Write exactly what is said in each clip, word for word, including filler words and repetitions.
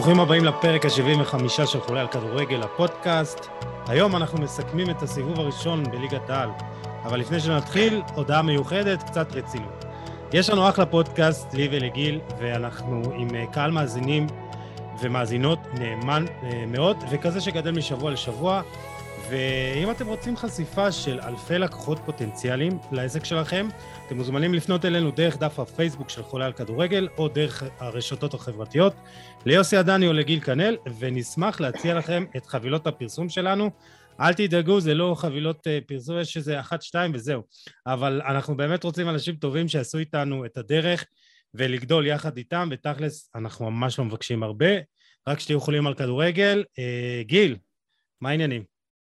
ברוכים הבאים לפרק ה-שבעים וחמש של חולה על כדורגל, הפודקאסט. היום אנחנו מסכמים את הסיבוב הראשון בליגת העל. אבל לפני שנתחיל, הודעה מיוחדת, קצת רצינות. יש לנו אחלה פודקאסט, לי ולגיל, ואנחנו עם קהל מאזינים ומאזינות נאמן מאוד, וכזה שגדל משבוע לשבוע. ואם אתם רוצים חשיפה של אלפי לקוחות פוטנציאליים לעסק שלכם, אתם מוזמנים לפנות אלינו דרך דף הפייסבוק של חולה על כדורגל, או דרך הרשתות החברתיות, ליוסי עדני או לגיל קנל, ונשמח להציע לכם את חבילות הפרסום שלנו. אל תדאגו, זה לא חבילות פרסום, יש שזה אחת, שתיים וזהו. אבל אנחנו באמת רוצים אנשים טובים שעשו איתנו את הדרך, ולגדול יחד איתם, ותכלס אנחנו ממש לא מבקשים הרבה, רק שתהיו חולים על כדורגל. גיל, מה העניינים?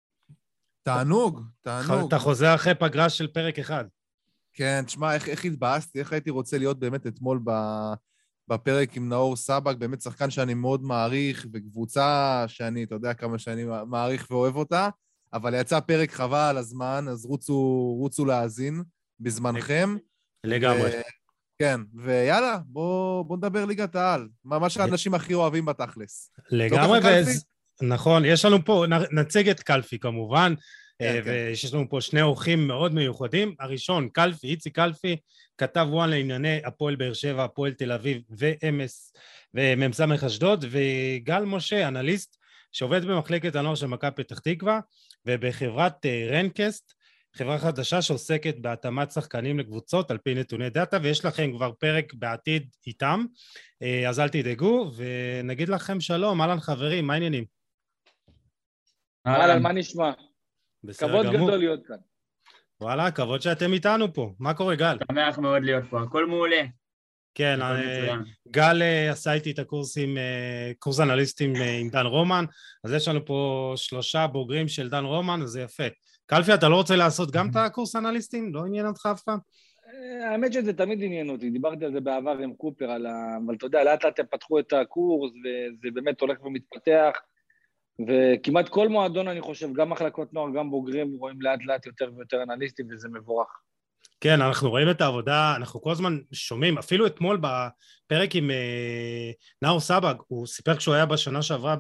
תענוג, תענוג. אתה חוזר אחרי פגרה של פרק אחד. כן, תשמע, איך, איך התבאסתי, איך הייתי רוצה להיות באמת אתמול בפרק עם נאור סבק, באמת שחקן שאני מאוד מעריך, וקבוצה שאני, אתה יודע כמה שאני מעריך ואוהב אותה, אבל יצא פרק חבל על הזמן, אז רוצו, רוצו להאזין בזמנכם. לגמרי. ו... כן, ויאללה, בוא, בוא נדבר ליגת העל. מה שהאנשים הכי אוהבים בתכלס. לגמרי, וזה... נכון, יש לנו פה, נציג את קלפי כמובן, כן, ויש לנו פה שני אורחים מאוד מיוחדים. הראשון, קלפי, איצי קלפי, כתב וואן לענייני הפועל באר שבע, הפועל תל אביב ו-אמס ומ"ס אשדוד, וגל משה, אנליסט, שעובד במחלקת הנוער של מכבי פתח תקווה, ובחברת רנקסט, חברה חדשה שעוסקת בהתאמת שחקנים לקבוצות על פי נתוני דאטה, ויש לכם כבר פרק בעתיד איתם, אז אל תדאגו, ונגיד לכם שלום. אהלן חברים, מה העניינים? אהלן, מה נשמע? כבוד גדול להיות כאן. וואלה, כבוד שאתם איתנו פה. מה קורה, גל? שמח מאוד להיות פה, הכל מעולה. כן, גל עשה איתי את הקורסים, קורס אנליסטים עם דן רומן, אז יש לנו פה שלושה בוגרים של דן רומן, אז זה יפה. קלפי, אתה לא רוצה לעשות גם את הקורס אנליסטים? לא עניין אותך אף פעם? האמת שזה תמיד עניין אותי, דיברתי על זה בעבר עם קופר, אבל אתה יודע, לאט לאט הם פתחו את הקורס, וזה באמת הולך ומתפתח, וכמעט כל מועדון, אני חושב, גם מחלקות נוער, גם בוגרים, רואים לאט לאט יותר ויותר אנליסטים, וזה מבורך. כן, אנחנו רואים את העבודה, אנחנו כל הזמן שומעים, אפילו אתמול בפרק עם נאור סבג, הוא סיפר כשהוא היה בשנה שעברה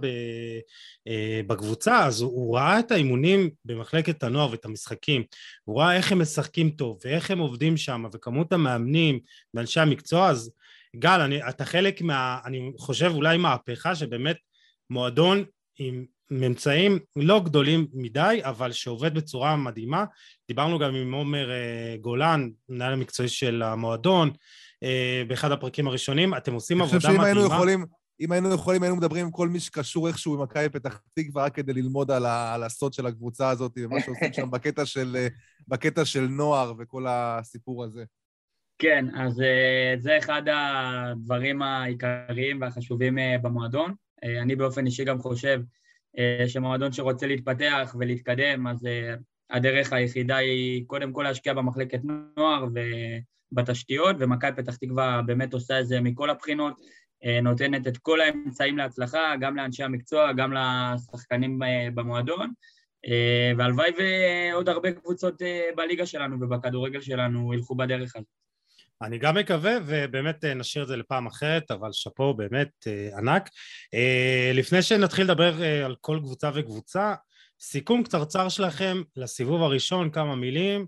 בקבוצה, אז הוא ראה את האימונים במחלקת הנוער ואת המשחקים, הוא ראה איך הם משחקים טוב, ואיך הם עובדים שם, וכמות המאמנים ואנשי המקצוע. אז גל, אני, אתה חלק מה, אני חושב אולי מהפכה, שבאמת מועדון עם ממצאים לא גדולים מדי, אבל שעובד בצורה מדהימה. דיברנו גם עם עומר גולן, מנהל המקצועי של המועדון, באחד הפרקים הראשונים. אתם עושים עבודה מדהימה. היינו יכולים, אם היינו יכולים, היינו מדברים עם כל מי שקשור איכשהו במכבי פתח תקווה, רק כדי ללמוד על, ה, על הסוד של הקבוצה הזאת, ומה שעושים שם בקטע של, בקטע של נוער וכל הסיפור הזה. כן, אז זה אחד הדברים העיקריים והחשובים במועדון. אני באופן אישי גם חושב שמועדון שרוצה להתפתח ולהתקדם, אז הדרך היחידה היא קודם כל להשקיע במחלקת נוער ובתשתיות, ומכבי פתח תקווה באמת עושה את זה מכל הבחינות, נותנת את כל האמצעים להצלחה, גם לאנשי המקצוע, גם לשחקנים במועדון, והלוואי ועוד הרבה קבוצות בליגה שלנו ובכדורגל שלנו ילכו בדרך הזאת. אני גם מקווה, ובאמת נשאיר את זה לפעם אחרת, אבל שפו באמת ענק. לפני שנתחיל לדבר על כל קבוצה וקבוצה, סיכום קצרצר שלכם לסיבוב הראשון, כמה מילים.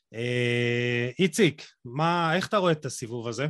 איציק, מה, איך אתה רואה את הסיבוב הזה?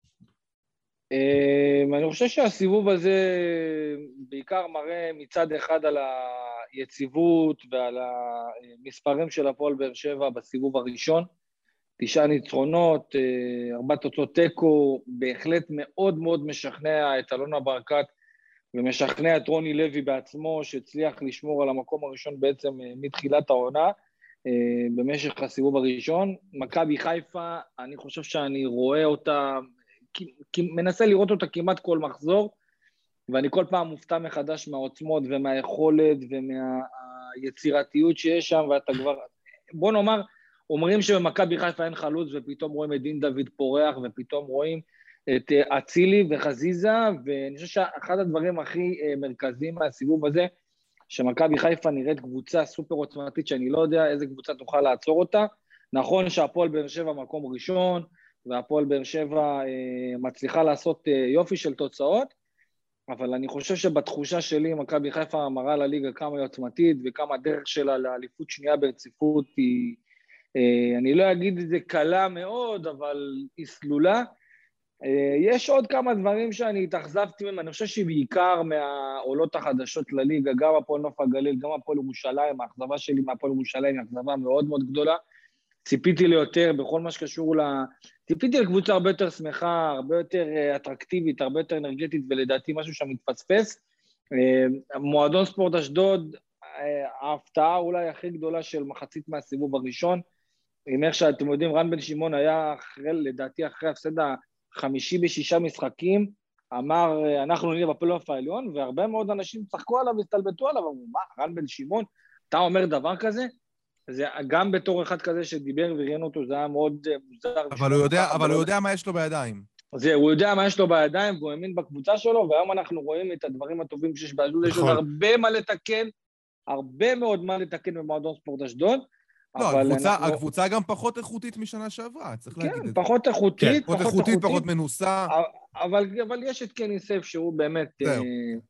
אני חושב שהסיבוב הזה בעיקר מראה מצד אחד על היציבות ועל המספרים של הפועל באר שבע בסיבוב הראשון, תשעה ניצחונות, ארבע תוצאות תיקו, בהחלט מאוד מאוד משכנע את אלונה ברקת, ומשכנע את רוני לוי בעצמו, שהצליח לשמור על המקום הראשון בעצם מתחילת העונה, במשך הסיבוב הראשון. מכבי חיפה, אני חושב שאני רואה אותה, מנסה לראות אותה כמעט כל מחזור, ואני כל פעם מופתע מחדש מהעוצמות ומהיכולת ומהיצירתיות שיש שם, ואתה כבר, בוא נאמר, אומרים שבמכבי חיפה אין חלוץ, ופתאום רואים את דין דוד פורח, ופתאום רואים את אצילי וחזיזה, ואני חושב שאחד הדברים הכי מרכזיים מהסיבוב הזה, שמכבי חיפה נראית קבוצה סופר עוצמתית, שאני לא יודע איזה קבוצה תוכל לעצור אותה. נכון שהפועל באר שבע מקום ראשון, והפועל באר שבע מצליחה לעשות יופי של תוצאות, אבל אני חושב שבתחושה שלי, מכבי חיפה מראה לליגה כמה היא עוצמתית, וכמה הדרך שלה לאליפות שנייה ברציפות היא, אני לא אגיד את זה קלה מאוד, אבל היא סלולה. יש עוד כמה דברים שאני התאכזבתי מהם, אני חושב שבעיקר מהעולות החדשות לליגה, גם הפועל נוף הגליל, גם הפועל ירושלים, האכזבה שלי מהפועל ירושלים היא אכזבה מאוד מאוד גדולה. ציפיתי ליותר בכל מה שקשור ל... ציפיתי לקבוצה הרבה יותר שמחה, הרבה יותר אטרקטיבית, הרבה יותר אנרגטית, ולדעתי משהו שם מתפספס. מועדון ספורט אשדוד, ההפתעה אולי הכי גדולה של מחצית מהסיבוב הראשון, עם איך שאתם יודעים, רן בן שמעון היה אחרי, לדעתי אחרי הפסד החמישי בשישה משחקים, אמר, אנחנו נהיה בפלייאוף העליון, והרבה מאוד אנשים צחקו עליו והסתלבטו עליו, אמרו, מה, רן בן שמעון, אתה אומר דבר כזה? זה גם בתור אחד כזה שדיבר וראיין אותו, זה היה מאוד מוזר. אבל הוא יודע, אבל הוא יודע מה יש לו בידיים. זה, הוא יודע מה יש לו בידיים, והוא האמין בקבוצה שלו, והיום אנחנו רואים את הדברים הטובים שיש באשדוד, יש עוד הרבה מה לתקן, הרבה מאוד מה לתקן במועדון ספורט אשדוד. לא, הקבוצה, אנחנו... הקבוצה גם פחות איכותית משנה שעברה, צריך כן, להגיד את זה. פחות איכותית, כן, פחות איכותית, פחות מנוסה. אבל, אבל יש את קני סייף שהוא באמת אה,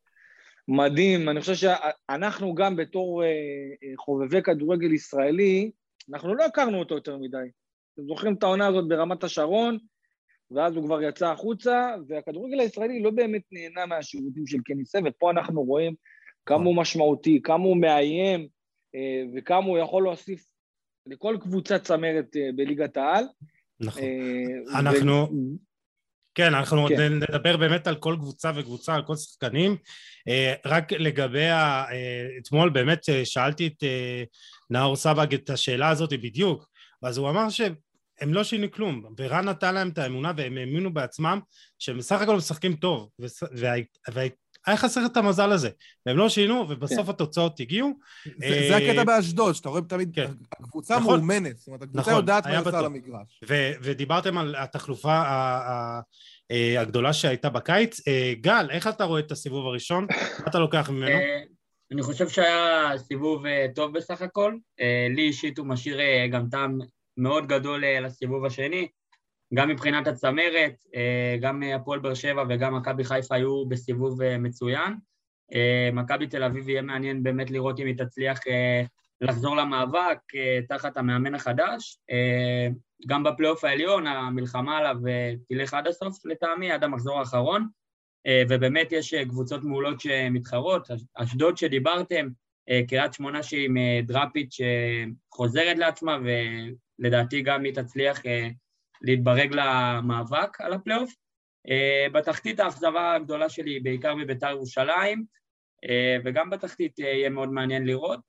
מדהים. אני חושב שאנחנו גם בתור אה, חובבי כדורגל ישראלי, אנחנו לא הכרנו אותו יותר מדי. אתם זוכרים את העונה הזאת ברמת השרון, ואז הוא כבר יצא החוצה, והכדורגל הישראלי לא באמת נהנה מהשירותים של קני סייף, ופה אנחנו רואים כמה הוא משמעותי, כמה הוא מאיים, אה, וכמה הוא יכול להוסיף לכל קבוצה צמרת בליגת העל. נכון. אנחנו, כן, אנחנו נדבר באמת על כל קבוצה וקבוצה, על כל שחקנים. רק לגבי, אתמול באמת שאלתי את נאור סבג את השאלה הזאת בדיוק, אז הוא אמר שהם לא שינו כלום, ורן נתן להם את האמונה, והם האמינו בעצמם, שהם בסך הכל משחקים טוב, וה... היה חסר את המזל הזה, והם לא שינו, ובסוף התוצאות הגיעו. זה הקטע באשדוד, שאתה רואה תמיד, הקבוצה מאומנת, זאת אומרת, הקבוצה יודעת מה יוצא על המגרש. ודיברתם על התחלופה הגדולה שהייתה בקיץ. גל, איך אתה רואה את הסיבוב הראשון? מה אתה לוקח ממנו? אני חושב שהיה סיבוב טוב בסך הכל. לי אישית הוא משאיר גם טעם מאוד גדול לסיבוב השני, גם מבחינת הצמרת, גם הפועל באר שבע וגם מכבי חיפה היו בסיבוב מצוין. מכבי תל אביב יהיה מעניין באמת לראות אם היא תצליח לחזור למאבק תחת המאמן החדש. גם בפלייאוף העליון, המלחמה עליו תלך עד הסוף לטעמי, עד המחזור האחרון, ובאמת יש קבוצות מעולות שמתחרות. אשדוד שדיברתם, קריית שמונה שהיא דראפיץ' שחוזרת לעצמה, ולדעתי גם היא תצליח להתברג למאבק על הפלייאוף. בתחתית האכזבה הגדולה שלי בעיקר בבית"ר ירושלים, וגם בתחתית יהיה מאוד מעניין לראות.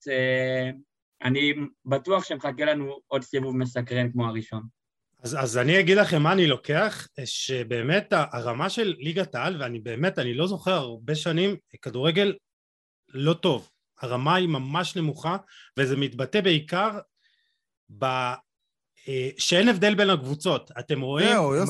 אני בטוח שמחכה לנו עוד סיבוב מסקרן כמו הראשון. אז, אז אני אגיד לכם מה אני לוקח, שבאמת הרמה של ליגת העל, ואני באמת, אני לא זוכר הרבה שנים, כדורגל לא טוב. הרמה היא ממש נמוכה, וזה מתבטא בעיקר ב... שאין הבדל בין הקבוצות. אתם רואים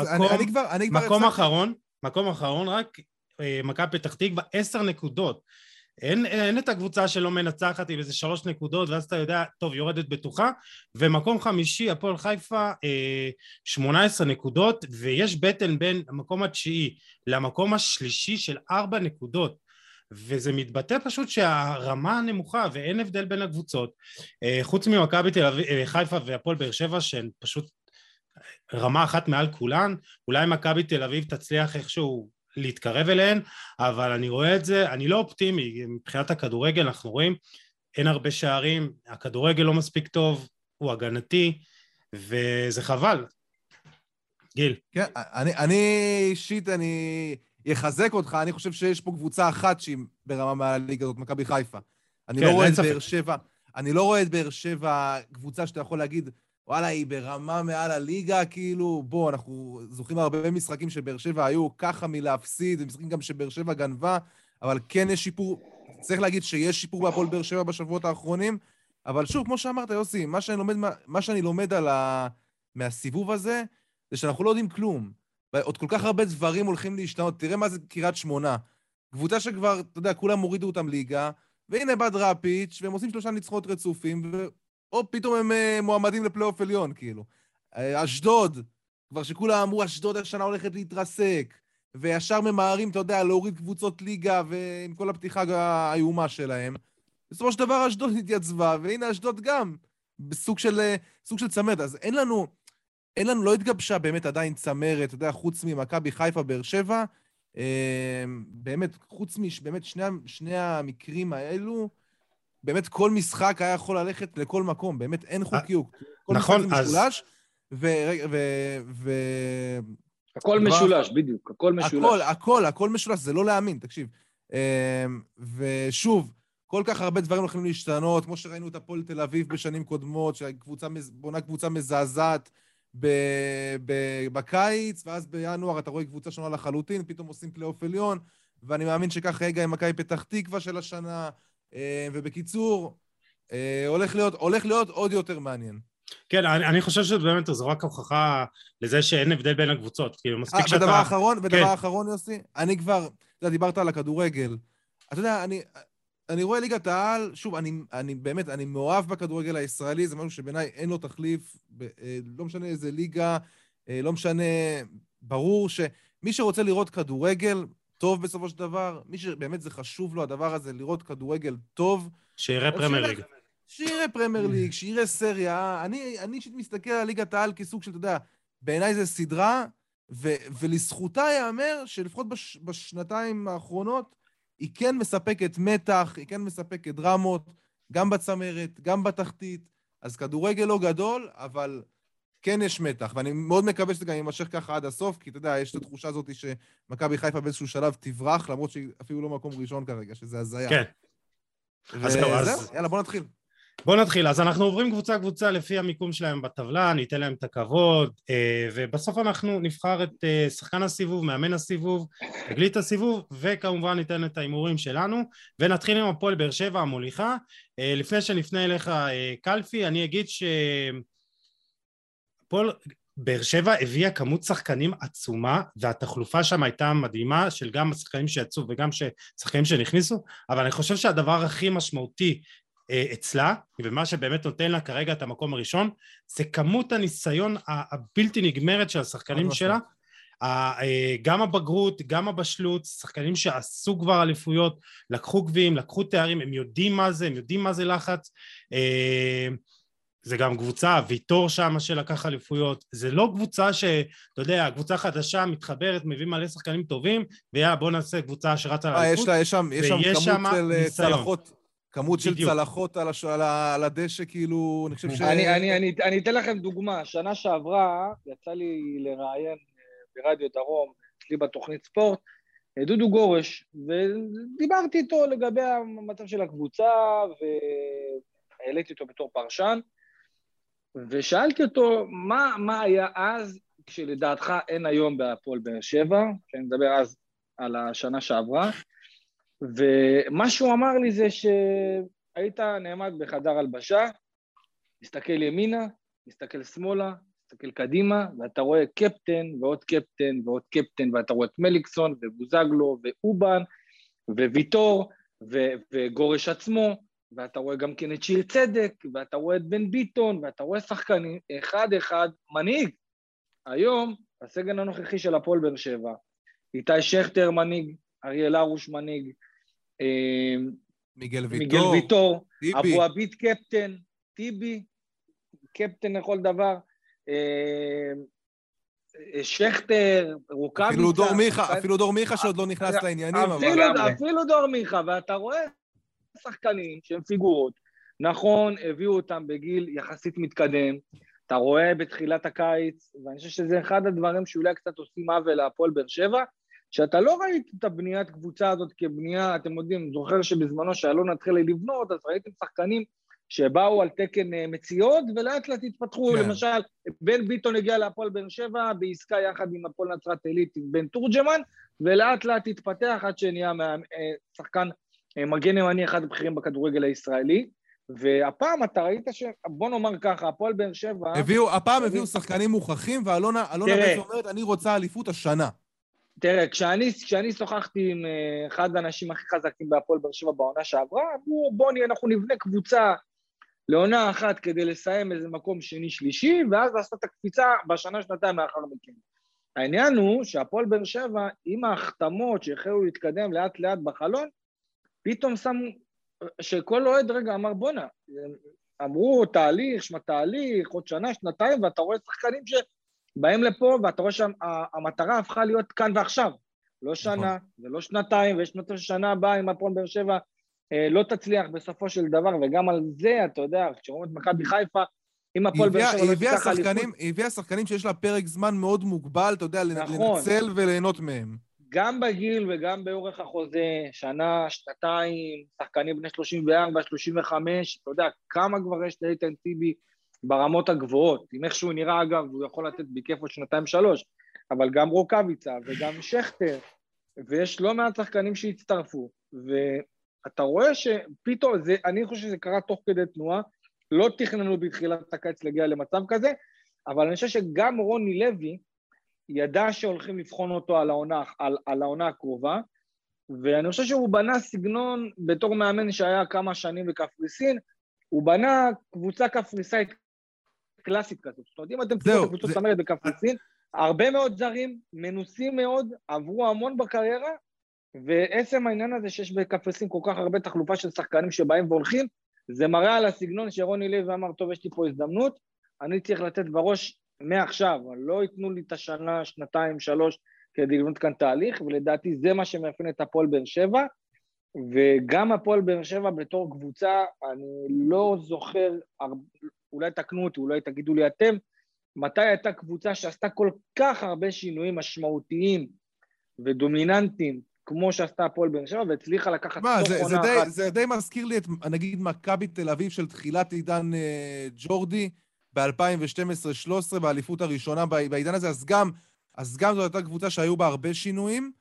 מקום אחרון, מקום אחרון רק, מכבי פתח תקווה, עשר נקודות. אין, אין את הקבוצה שלא מנצחת עם איזה שלוש נקודות, ואז אתה יודע, טוב, יורדת בטוחה, ומקום חמישי, הפועל חיפה, שמונה עשרה נקודות, ויש בטן בין המקום התשיעי למקום השלישי של ארבע נקודות. וזה מתבטא פשוט שהרמה נמוכה ואין הבדל בין הקבוצות, חוץ ממכבי תל אביב, חיפה והפועל באר שבע שהן פשוט רמה אחת מעל כולן. אולי מכבי תל אביב תצליח איכשהו להתקרב אליהן, אבל אני רואה את זה, אני לא אופטימי, מבחינת הכדורגל אנחנו רואים, אין הרבה שערים, הכדורגל לא מספיק טוב, הוא הגנתי, וזה חבל. גיל. כן, אני, אני אישית, אני... יחזק אותך, אני חושב שיש פה קבוצה אחת שהיא ברמה מהליגה הזאת, מכבי חיפה. אני לא רואה את באר שבע, אני לא רואה את באר שבע קבוצה שאתה יכול להגיד, וואלה, היא ברמה מעל הליגה, כאילו, בוא, אנחנו זוכרים הרבה משחקים שבאר שבע היו ככה מלהפסיד, ומשחקים גם שבאר שבע גנבה, אבל כן יש שיפור, צריך להגיד שיש שיפור בהפועל באר שבע בשבועות האחרונים, אבל שוב, כמו שאמרת, יוסי, מה שאני לומד, מה שאני לומד על ה... מהסיבוב הזה, זה שאנחנו לא יודעים כלום. ועוד כל כך הרבה דברים הולכים להשתנות. תראה מה זה קריית שמונה. קבוצה שכבר, אתה יודע, כולם הורידו אותם ליגה, והנה בא דראפיץ' והם עושים שלושה ניצחונות רצופים, ואו, פתאום הם uh, מועמדים לפלייאוף עליון, כאילו. אשדוד, כבר שכולם אמרו, אשדוד השנה הולכת להתרסק. וישר ממהרים, אתה יודע, להוריד קבוצות ליגה, ועם כל הפתיחה האיומה שלהם. בסופו של דבר אשדוד התייצבה, והנה אשדוד גם, בסוג של, סוג של צמרת. אז אין לנו, אין לנו, לא התגבשה באמת עדיין צמרת, אתה יודע, חוץ ממכבי חיפה, באר שבע, באמת, חוץ מבאמת שני, שני המקרים האלו, באמת כל משחק היה יכול ללכת לכל מקום, באמת אין חוקיות. כל נכון, משחק זה משולש, ו... ו, ו הכל משולש, בדיוק, הכל משולש. הכל, הכל, הכל משולש, זה לא להאמין, תקשיב. ושוב, כל כך הרבה דברים הולכים להשתנות, כמו שראינו את הפועל תל אביב בשנים קודמות, שהקבוצה בונה קבוצה מזעזעת בקיץ, ואז בינואר אתה רואה קבוצה שונה לחלוטין, פתאום עושים פלייאוף עליון, ואני מאמין שכך רגע עם מכבי פתח תקווה של השנה, ובקיצור, הולך להיות, הולך להיות עוד יותר מעניין. כן, אני, אני חושב שזה באמת, זו רק הוכחה לזה שאין הבדל בין הקבוצות, כאילו מספיק שאתה... ודבר האחרון, ודבר האחרון, יוסי, אני כבר, אתה יודע, דיברת על הכדורגל, אתה יודע, אני, אני רואה ליגת העל, שוב, אני, אני באמת, אני מאוהב בכדורגל הישראלי, זה משהו שבעיניי אין לו תחליף, לא משנה איזה ליגה, לא משנה, ברור שמי שרוצה לראות כדורגל טוב בסופו של דבר, מי שבאמת זה חשוב לו הדבר הזה, לראות כדורגל טוב, שיראה פרמייר ליג. שיראה פרמייר ליג, שיראה סריה, אני, אני אישית מסתכל על ליגת העל כסוג של, אתה יודע, בעיניי זה סדרה, ו, ולזכותה יאמר שלפחות בש, בשנתיים האחרונות, היא כן מספקת מתח, היא כן מספקת דרמות, גם בצמרת, גם בתחתית, אז כדורגל לא גדול, אבל כן יש מתח, ואני מאוד מקווה שזה גם יימשך ככה עד הסוף, כי אתה יודע, יש את התחושה הזאת שמכבי חיפה באיזשהו שלב תברח, למרות שהיא אפילו לא מקום ראשון כרגע, שזה הזיה. כן. וזהו, אז... יאללה, בוא נתחיל. בוא נתחיל, אז אנחנו עוברים קבוצה קבוצה לפי המיקום שלהם בטבלה, ניתן להם את הכבוד, ובסוף אנחנו נבחר את שחקן הסיבוב, מאמן הסיבוב, תגלית הסיבוב, וכמובן ניתן את האימורים שלנו, ונתחיל עם הפועל באר שבע המוליכה. לפני שנפנה אליך קלפי, אני אגיד שהפועל באר שבע הביאה כמות שחקנים עצומה, והתחלופה שם הייתה מדהימה, של גם השחקנים שיצאו וגם שחקנים שנכניסו, אבל אני חושב שהדבר הכי משמעותי אצלה, ומה שבאמת נותן לה כרגע את המקום הראשון, זה כמות הניסיון הבלתי נגמרת של השחקנים שלה, גם הבגרות, גם הבשלות, שחקנים שעשו כבר אליפויות, לקחו גביעים, לקחו תארים, הם יודעים מה זה, הם יודעים מה זה לחץ, זה גם קבוצה, ויתור שם שלקח אליפויות, זה לא קבוצה שאתה יודע, קבוצה חדשה מתחברת, מביא מלא שחקנים טובים, ויאללה בוא נעשה קבוצה שרצה לאליפות, יש שם כמות של צלחות, כמות של צלחות על, הש... על, ה... על הדשא, כאילו, אני חושב ש... אני, אני, אני, אני אתן לכם דוגמה. שנה שעברה, יצא לי לראיין ברדיו דרום, אצלי בתוכנית ספורט, דודו גורש, ודיברתי איתו לגבי המצב של הקבוצה, והעליתי אותו בתור פרשן, ושאלתי אותו, מה, מה היה אז, כשלדעתך אין היום בהפועל באר שבע, שאני מדבר אז על השנה שעברה, ומה שהוא אמר לי זה שהיית נעמד בחדר הלבשה, מסתכל ימינה, מסתכל שמאלה, מסתכל קדימה, ואתה רואה קפטן ועוד קפטן ועוד קפטן, ואתה רואה את מליקסון ובוזגלו ואובן וויטור ו- וגורש עצמו, ואתה רואה גם כן את שיר צדק, ואתה רואה את בן ביטון, ואתה רואה שחקנים אחד אחד מנהיג. היום, הסגל הנוכחי של הפועל באר שבע, איתי שכטר מנהיג, אריאל הרוש מנהיג, מיגל מיגל ויטור, אבו עביד קפטן, טיבי, קפטן לכל דבר, שכטר, רוקאביצה. אפילו דור מיכה, אפילו דור מיכה שעוד לא נכנס לעניינים. אפילו דור מיכה, ואתה רואה שחקנים שהם פיגורות, נכון, הביאו אותם בגיל יחסית מתקדם, אתה רואה בתחילת הקיץ, ואני חושב שזה אחד הדברים שאולי קצת עושים עוול להפועל באר שבע, שאתה לא ראית את הבניית קבוצה הזאת כבנייה, אתם יודעים, זוכר שבזמנו שאלון התחיל לבנות, אז ראיתם שחקנים שבאו על תקן מציאות, ולאט לאט התפתחו, כן. למשל, בן ביטון הגיע להפועל באר שבע, בעסקה יחד עם הפועל נצרת עילית, עם בן תורג'מן, ולאט לאט התפתח עד שנהיה שחקן מגן ימני אחד הבכירים בכדורגל הישראלי, והפעם אתה ראית ש... בוא נאמר ככה, הפועל באר שבע... הביאו, הפעם הביאו שחקנים מוכחים, ואלונה בעצם אומרת, אני רוצה אליפות השנה. תראה, כשאני, כשאני שוחחתי עם אחד האנשים הכי חזקים בהפועל באר שבע בעונה שעברה, אמרו, בוא נהיה, אנחנו נבנה קבוצה לעונה אחת כדי לסיים איזה מקום שני שלישי, ואז לעשות את הקפיצה בשנה שנתיים לאחר מכן. העניין הוא שהפועל באר שבע, עם ההחתמות שהחלו להתקדם לאט לאט בחלון, פתאום שמו, שכל אוהד רגע אמר בונה, אמרו תהליך, שמה תהליך, עוד שנה, שנתיים, ואתה רואה שחקנים שבאים לפה, ואתה רואה שהמטרה הפכה להיות כאן ועכשיו, לא שנה, ולא שנתיים, ויש מצב ששנה הבאה, אם הפועל באר שבע לא תצליח בסופו של דבר, וגם על זה, אתה יודע, כשרואים את מכבי חיפה, אם הפועל באר שבע לא תיקח אליפות... היא הביאה שחקנים שיש לה פרק זמן מאוד מוגבל, אתה יודע, לנצל וליהנות מהם. גם בגיל וגם באורך החוזה, שנה, שנתיים, שחקנים בני שלושים וארבע, שלושים וחמש, אתה יודע, כמה כבר יש לאיתן טיבי ברמות הגבוהות, עם איך שהוא נראה אגב, הוא יכול לתת בכיף עוד שנתיים שלוש, אבל גם רוקביצה וגם שכטר, ויש לא מעט שחקנים שהצטרפו, ואתה רואה שפתאום, זה, אני חושב שזה קרה תוך כדי תנועה, לא תכננו בתחילת הקיץ להגיע למצב כזה, אבל אני חושב שגם רוני לוי, ידע שהולכים לבחון אותו על העונה, על, על העונה הקרובה, ואני חושב שהוא בנה סגנון, בתור מאמן שהיה כמה שנים בקפריסין, הוא בנה קבוצה קפריסאית קלאסית כזאת. זאת אומרת, אם אתם תראו את הקבוצות צמרת בקפריסין, הרבה מאוד זרים, מנוסים מאוד, עברו המון בקריירה, ועצם העניין הזה שיש בקפריסין כל כך הרבה תחלופה של שחקנים שבאים והולכים, זה מראה על הסגנון שרוני לוי אמר, טוב, יש לי פה הזדמנות, אני צריך לתת בראש מעכשיו, לא ייתנו לי את השנה, שנתיים, שלוש, כדי לבנות כאן תהליך, ולדעתי זה מה שמאפיין את הפועל באר שבע, וגם הפועל באר שבע בתור קבוצה, אני לא זוכר, אולי תקנו אותי, אולי תגידו לי אתם, מתי הייתה קבוצה שעשתה כל כך הרבה שינויים משמעותיים ודומיננטיים, כמו שעשתה הפועל באר שבע, והצליחה לקחת מה, זה, זה, די, זה די מזכיר לי את, נגיד, מכבי תל אביב של תחילת עידן אה, ג'ורדי, ב-אלפיים ושתים עשרה שלוש עשרה, באליפות הראשונה בעידן הזה, אז גם, אז גם זו הייתה קבוצה שהיו בה הרבה שינויים,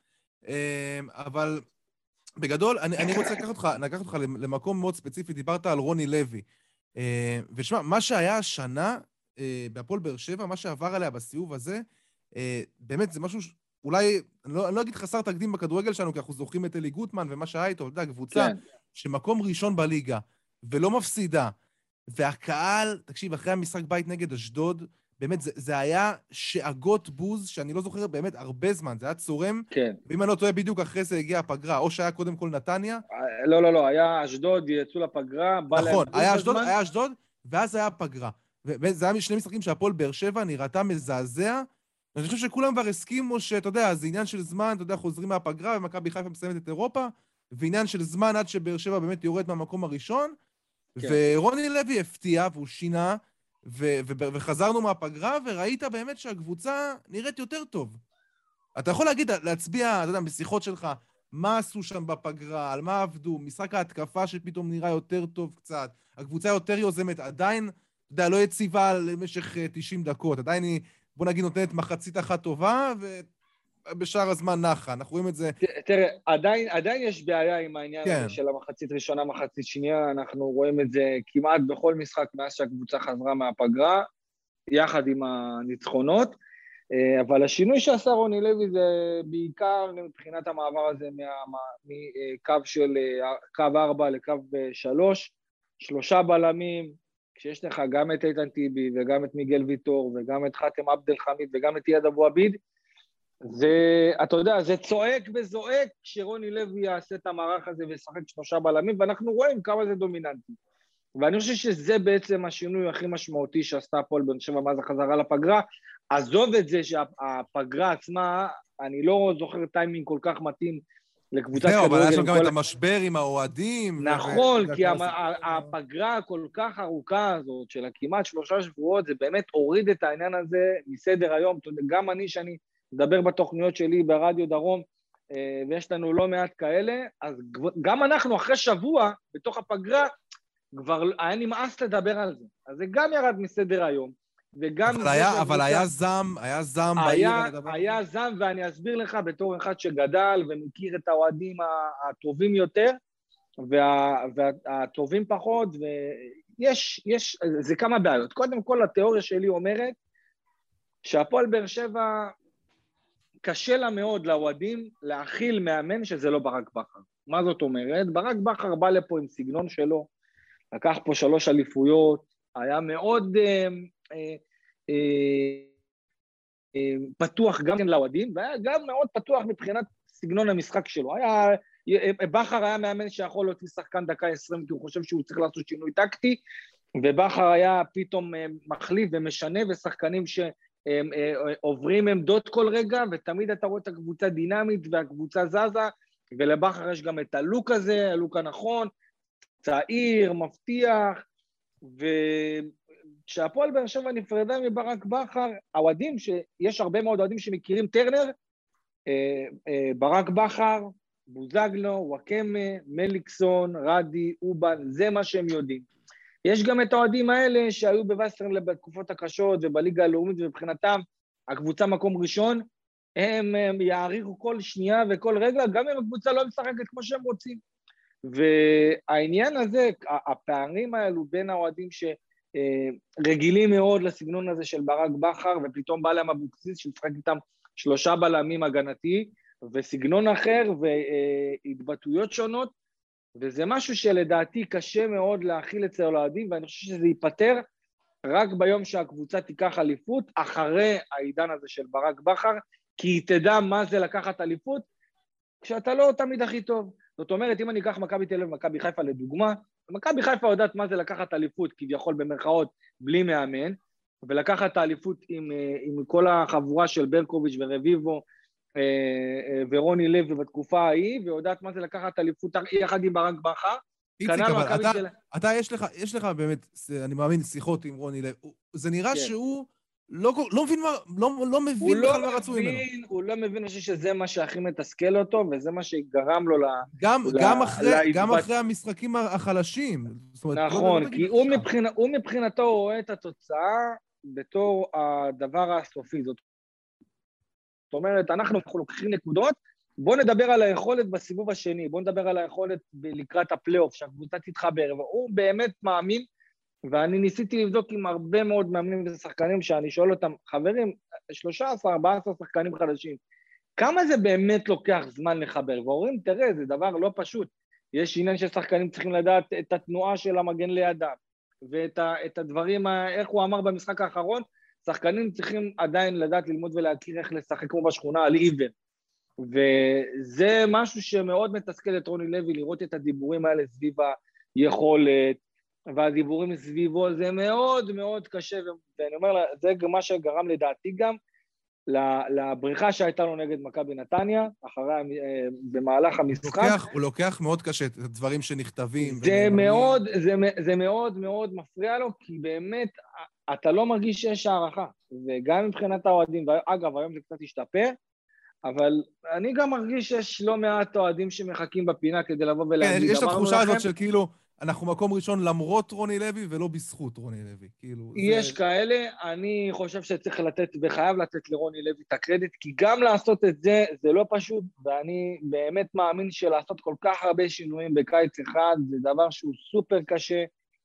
אבל בגדול, אני, אני רוצה לקחת אותך, לקחת אותך למקום מאוד ספציפי, דיברת על רוני לוי, ושמע, מה שהיה השנה בהפועל באר שבע, מה שעבר עליה בסיבוב הזה, באמת זה משהו, אולי, אני לא, אני לא אגיד חסר תקדים בכדורגל שלנו, כי אנחנו זוכרים את אלי גוטמן ומה שהיה איתו, אתה יודע, קבוצה כן. שמקום ראשון בליגה, ולא מפסידה, והקהל, תקשיב, אחרי המשחק בית נגד אשדוד, באמת, זה, זה היה שאגות בוז, שאני לא זוכר באמת הרבה זמן, זה היה צורם, כן. ואם אני לא טועה, בדיוק אחרי זה הגיעה הפגרה, או שהיה קודם כל נתניה. לא, לא, לא, היה אשדוד, יצאו לפגרה, בא נכון, היה אשדוד, היה אשדוד, ואז היה הפגרה. וזה היה שני משחקים שהפועל באר שבע נראתה מזעזע, ואני חושב שכולם כבר הסכימו שאתה יודע, זה עניין של זמן, אתה יודע, חוזרים מהפגרה, ומכבי חיפה מסיימת את אירופה, ועניין של זמן עד שבאר שבע באמת יורד מהמקום הראשון, כן. ורוני לוי הפתיע, והוא שינה, ו- ו- וחזרנו מהפגרה, וראית באמת שהקבוצה נראית יותר טוב. אתה יכול להגיד, להצביע, אתה יודע, בשיחות שלך, מה עשו שם בפגרה, על מה עבדו, משחק ההתקפה שפתאום נראה יותר טוב קצת, הקבוצה יותר יוזמת, עדיין, אתה יודע, לא יציבה למשך תשעים דקות, עדיין היא, בוא נגיד, נותנת מחצית אחת טובה, ובשאר הזמן נחה, אנחנו רואים את זה. תראה, עדיין, עדיין יש בעיה עם העניין כן. הזה של המחצית ראשונה, מחצית שנייה, אנחנו רואים את זה כמעט בכל משחק מאז שהקבוצה חזרה מהפגרה, יחד עם הניצחונות, אבל השינוי שעשה רוני לוי זה בעיקר מבחינת המעבר הזה מקו של קו ארבע לקו שלוש, שלושה בלמים, כשיש לך גם את איתן טיבי וגם את מיגל ויטור וגם את חתם עבד אל חמיד וגם את יד אבו עביד, זה, אתה יודע, זה צועק וזועק שרוני לוי יעשה את המערך הזה וישחק שלושה בלמים, ואנחנו רואים כמה זה דומיננטי. ואני חושב שזה בעצם השינוי הכי משמעותי שעשתה הפועל באר שבע מאז החזרה לפגרה. עזוב את זה שהפגרה עצמה, אני לא זוכר טיימינג כל כך מתאים לקבוצת כדורגל. זהו, אבל היה שם גם את המשבר עם האוהדים. נכון, כי הפגרה הכל כך ארוכה הזאת של כמעט שלושה שבועות, זה באמת הוריד את העניין הזה מסדר היום. גם אני שאני מדבר בתוכניות שלי ברדיו דרום, ויש לנו לא מעט כאלה, אז גם אנחנו אחרי שבוע בתוך הפגרה, כבר היה נמאס לדבר על זה. אז זה גם ירד מסדר היום, וגם... אבל, היה, אבל היה זם, היה זם בעיר על הדבר. היה זם, ואני אסביר לך בתור אחד שגדל ומכיר את האוהדים הטובים יותר, וה, והטובים פחות, ויש, יש, זה כמה בעיות. קודם כל, התיאוריה שלי אומרת, שהפועל באר שבע, קשה לה מאוד לאוהדים להכיל מאמן שזה לא ברק בכר. מה זאת אומרת? ברק בכר בא לפה עם סגנון שלו, לקח פה שלוש אליפויות, היה מאוד אה, אה, אה, פתוח גם לאוהדים, והיה גם מאוד פתוח מבחינת סגנון המשחק שלו. היה, בכר היה מאמן שיכול להיות לשחקן דקה עשרים, כי הוא חושב שהוא צריך לעשות שינוי טקטי, ובכר היה פתאום מחליף ומשנה, ושחקנים שעוברים עמדות כל רגע, ותמיד אתה רואה את הקבוצה דינמית, והקבוצה זזה, ולבכר יש גם את הלוק הזה, הלוק הנכון, צעיר, מבטיח, וכשהפועל באר שבע נפרדה מברק בכר, האוהדים, שיש הרבה מאוד אוהדים שמכירים טרנר, ברק בכר, בוזגלו, וואקמה, מליקסון, רדי, אובן, זה מה שהם יודעים. יש גם את האוהדים האלה שהיו בווסטרן בתקופות הקשות ובליגה הלאומית, ובבחינתם הקבוצה מקום ראשון, הם, הם יעריכו כל שנייה וכל רגע, גם אם הקבוצה לא משחקת כמו שהם רוצים. והעניין הזה, הפערים האלו בין האוהדים שרגילים מאוד לסגנון הזה של ברק בכר, ופתאום בא להם אבוקסיס שמשחק איתם שלושה בלמים הגנתי, וסגנון אחר והתבטאויות שונות, וזה משהו שלדעתי קשה מאוד להכיל אצל האוהדים, ואני חושב שזה ייפטר רק ביום שהקבוצה תיקח אליפות, אחרי העידן הזה של ברק בכר, כי היא תדע מה זה לקחת אליפות, כשאתה לא תמיד הכי טוב. זאת אומרת, אם אני אקח מכבי תל אביב ומכבי חיפה לדוגמה, מכבי חיפה יודעת מה זה לקחת אליפות, כביכול במרכאות בלי מאמן, ולקחת האליפות עם, עם כל החבורה של ברקוביץ' ורביבו, ורוני לוי בתקופה ההיא, ויודעת מה זה לקחת אליפות יחד עם ברק בכר. איציק, אבל אתה, של... אתה יש לך, יש לך באמת, אני מאמין, שיחות עם רוני לוי, זה נראה כן. שהוא לא, לא מבין, מה, לא, לא מבין בכלל מה רצוי ממנו. הוא לא מבין, אני חושב שזה מה שהכי מתסכל אותו, וזה מה שגרם לו ל... גם, ל... גם, אחרי, להתבט... גם אחרי המשחקים החלשים. נכון, לא כי הוא, מבחינ... הוא מבחינתו רואה את התוצאה בתור הדבר הסופי. זאת אומרת, אנחנו לוקחים נקודות, בואו נדבר על היכולת בסיבוב השני, בואו נדבר על היכולת לקראת הפלייאוף, שהקבוצה תתחבר, והוא באמת מאמין, ואני ניסיתי לבדוק עם הרבה מאוד מאמנים ושחקנים, שאני שואל אותם, חברים, שלושה עשר, ארבעה עשר שחקנים חדשים, כמה זה באמת לוקח זמן לחבר? ואומרים, תראה, זה דבר לא פשוט, יש עניין ששחקנים צריכים לדעת את התנועה של המגן לידם, ואת ה, את הדברים, איך הוא אמר במשחק האחרון, שחקנים צריכים עדיין לדעת ללמוד ולהכיר איך לשחק כמו בשכונה על עיוור, וזה משהו שמאוד מתסכל את רוני לוי, לראות את הדיבורים האלה סביב היכולת, והדיבורים סביבו, זה מאוד מאוד קשה, ואני אומר, זה מה שגרם לדעתי גם, לבריחה שהייתה לו נגד מכבי נתניה, אחרי, במהלך המשחק. הוא לוקח, הוא לוקח מאוד קשה את הדברים שנכתבים. זה מאוד, זה, זה מאוד מאוד מפריע לו, כי באמת, אתה לא מרגיש שיש הערכה, וגם מבחינת האוהדים, ואגב, היום זה קצת השתפר, אבל אני גם מרגיש שיש לא מעט אוהדים שמחכים בפינה כדי לבוא ולהגיד. כן, יש את התחושה הזאת של כאילו, אנחנו מקום ראשון למרות רוני לוי ולא בזכות רוני לוי. כאילו, יש זה... כאלה, אני חושב שצריך לתת, וחייב לתת לרוני לוי את הקרדיט, כי גם לעשות את זה, זה לא פשוט, ואני באמת מאמין שלעשות כל כך הרבה שינויים בקיץ אחד, זה דבר שהוא סופר קשה,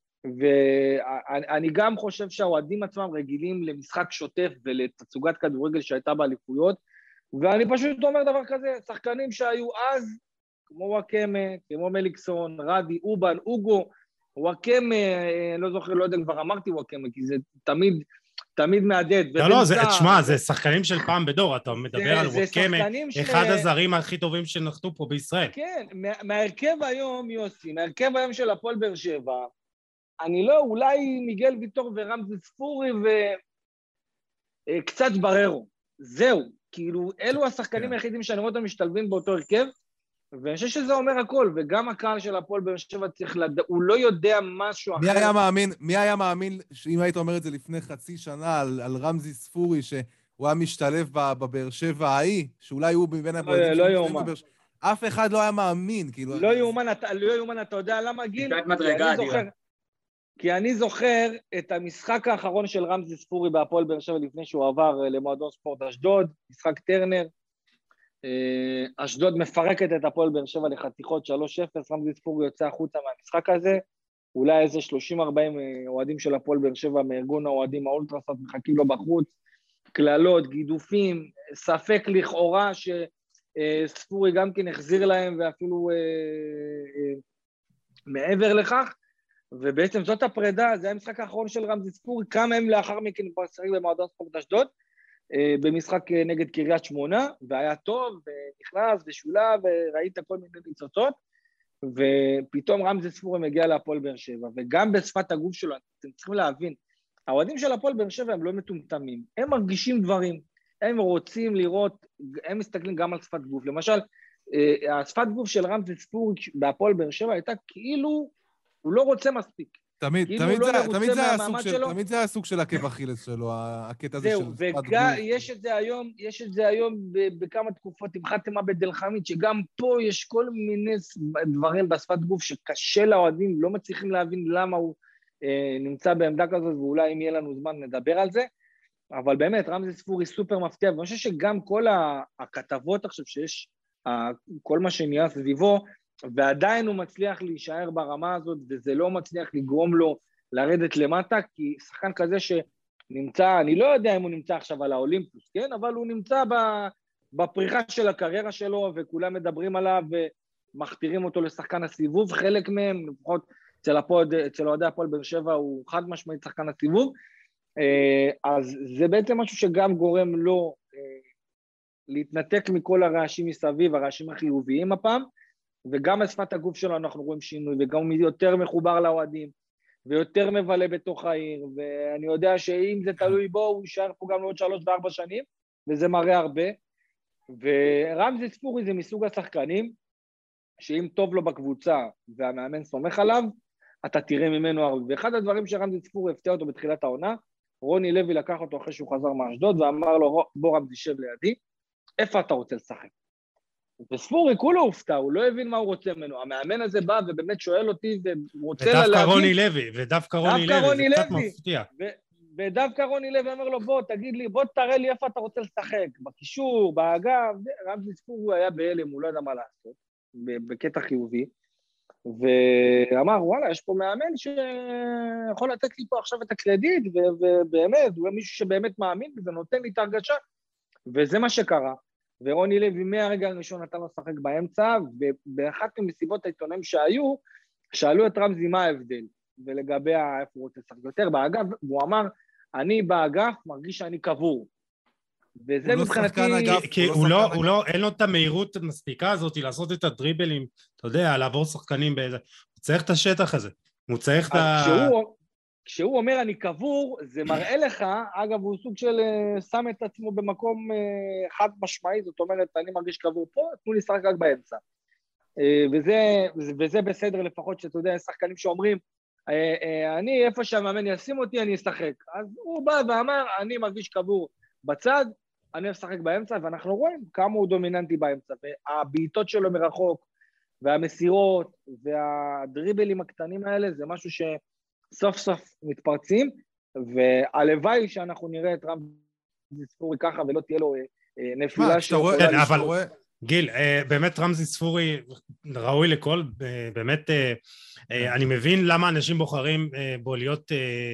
ואני גם חושב שהאוהדים עצמם רגילים למשחק שוטף ולתצוגת כדורגל שהייתה באליפויות, ואני פשוט אומר דבר כזה, שחקנים שהיו אז, כמו וואקמה, כמו מליקסון, רדי, אובן, אוגו, וואקמה, לא זוכר, לא יודע, כבר אמרתי וואקמה, כי זה תמיד, תמיד מעדד. לא, לא, תשמע, זה שחקנים של פעם בדור, אתה מדבר על וואקמה, אחד הזרים הכי טובים שנחתו פה בישראל. כן, מהרכב היום, יוסי, מהרכב היום של הפועל באר שבע, אני לא, אולי מיגל ויטור ורמזי ספורי וקצת בררו, זהו, כאילו, אלו השחקנים היחידים שאני רואה אותם משתלבים באותו הרכב, ואני חושב שזה אומר הכל, וגם הקהל של הפועל באר שבע צריך לדע, הוא לא יודע משהו אחר. מי היה מאמין, מי היה מאמין, שאם היית אומר את זה לפני חצי שנה, על, על רמזי ספורי, שהוא היה משתלב בבאר שבע ההיא, שאולי הוא מבין הבודדים לא יאומן. אף אחד לא היה מאמין, כאילו... לא יאומן, אתה, לא יאומן, אתה יודע למה גיל? כי אני זוכר את המשחק האחרון של רמזי ספורי בהפועל באר שבע לפני שהוא עבר למועדון ספורט אשדוד, משחק טרנר, אשדוד מפרקת את הפועל באר שבע לחתיכות שלוש אפס, רמזי ספורי יוצא החוצה מהמשחק הזה, אולי איזה שלושים ארבעים אוהדים של הפועל באר שבע מארגון האוהדים האולטרסאט מחכים לו בחוץ, כללות, גידופים, ספק לכאורה שספורי גם כן החזיר להם ואפילו מעבר לכך, ובעצם זאת הפרידה, זה המשחק האחרון של רמזי ספורי, כמה הם לאחר מכן כבר שחק במועדון ספורט אשדוד, במשחק נגד קריית שמונה, והיה טוב, ונכנס ושולב, וראית כל מיני ניצוצות, ופתאום רמזי ספורי מגיע להפועל באר שבע, וגם בשפת הגוף שלו, אתם צריכים להבין, האוהדים של הפועל באר שבע הם לא מטומטמים, הם מרגישים דברים, הם רוצים לראות, הם מסתכלים גם על שפת גוף, למשל, השפת גוף של רמזי ספורי בהפועל באר שבע הייתה כאילו, הוא לא רוצה מספיק. תמיד, תמיד זה, תמיד זה הסוג של, תמיד זה הסוג של עקב אכילס שלו, הקטע הזה של שפת גוף. זהו, ויש את זה היום, יש את זה היום בכמה תקופות, עם חתימה בדלחמית, שגם פה יש כל מיני דברים בשפת גוף שקשה לאוהדים, לא מצליחים להבין למה הוא אה, נמצא בעמדה כזאת, ואולי אם יהיה לנו זמן נדבר על זה, אבל באמת, רמזי ספורי סופר מפתיע, ואני חושב שגם כל הכתבות עכשיו שיש, כל מה שנהיה סביבו, ועדיין הוא מצליח להישאר ברמה הזאת, וזה לא מצליח לגרום לו לרדת למטה, כי שחקן כזה שנמצא, אני לא יודע אם הוא נמצא עכשיו על האולימפוס, כן? אבל הוא נמצא בפריחה של הקריירה שלו, וכולם מדברים עליו, ומכתירים אותו לשחקן הסיבוב, חלק מהם, לפחות אצל, אצל אוהדי הפועל באר שבע, הוא חד משמעית שחקן הסיבוב, אז זה בעצם משהו שגם גורם לו להתנתק מכל הרעשים מסביב, הרעשים החיוביים הפעם, וגם בשפת הגוף שלו אנחנו רואים שינוי, וגם הוא יותר מחובר לאוהדים, ויותר מבלה בתוך העיר, ואני יודע שאם זה תלוי בו, הוא יישאר פה גם לעוד שלוש וארבע שנים, וזה מראה הרבה, ורמזי ספורי זה מסוג השחקנים, שאם טוב לו בקבוצה, והמאמן סומך עליו, אתה תראה ממנו הרבה, ואחד הדברים שרמזי ספורי הפתיע אותו בתחילת העונה, רוני לוי לקח אותו אחרי שהוא חזר מאשדוד, ואמר לו, בוא רמזי שב לידי, איפה אתה רוצה לשחק? וספורי כולו הופתע, הוא לא הבין מה הוא רוצה ממנו, המאמן הזה בא ובאמת שואל אותי, ורוצה להבין... ודווקא רוני לוי, ודווקא רוני לוי, זה קצת מפתיע. ודווקא רוני לוי אומר לו, בוא, תגיד לי, בוא תראה לי איפה אתה רוצה לשחק, בקישור, באגף, רמזי ספורי היה בהלם, הוא לא יודע מה לעשות, בקטע חיובי, ואמר, וואלה, יש פה מאמן שיכול לתת לי פה עכשיו את הקרדיט, ובאמת, הוא מישהו שבאמת מאמין, וזה נותן לי את הרגשה, וזה מה שקרה. ורוני לוי מהרגע הראשון נתן לו לשחק באמצע, ובאחת ממסיבות העיתונאים שהיו, שאלו את רמזי מה ההבדל, ולגבי איפה הוא רוצה לשחק יותר באגף, והוא אמר, אני באגף מרגיש שאני קבור. וזה מבחינתי... כי הוא לא, הוא לא, אין לו את המהירות המספיקה הזאת, לעשות את הדריבלים, אתה יודע, לעבור שחקנים באיזה... הוא צריך את השטח הזה, הוא צריך את ה... כשהוא אומר אני קבור, זה מראה לך, אגב הוא סוג של שם את עצמו במקום חד משמעי, זאת אומרת אני מרגיש קבור פה, תנו לי שחק רק באמצע. וזה, וזה בסדר לפחות שאתה יודע, שחקנים שאומרים, אני איפה שהמאמן ישים אותי אני אשחק. אז הוא בא ואמר, אני מרגיש קבור בצד, אני אשחק באמצע, ואנחנו רואים כמה הוא דומיננטי באמצע, והבעיטות שלו מרחוק, והמסירות, והדריבלים הקטנים האלה, זה משהו ש... סוף סוף מתפרצים, והלוואי שאנחנו נראה את רמזי ספורי ככה, ולא תהיה לו נפילה של... כן, אבל גיל, באמת רמזי ספורי ראוי לכל, באמת אני מבין למה אנשים בוחרים בו להיות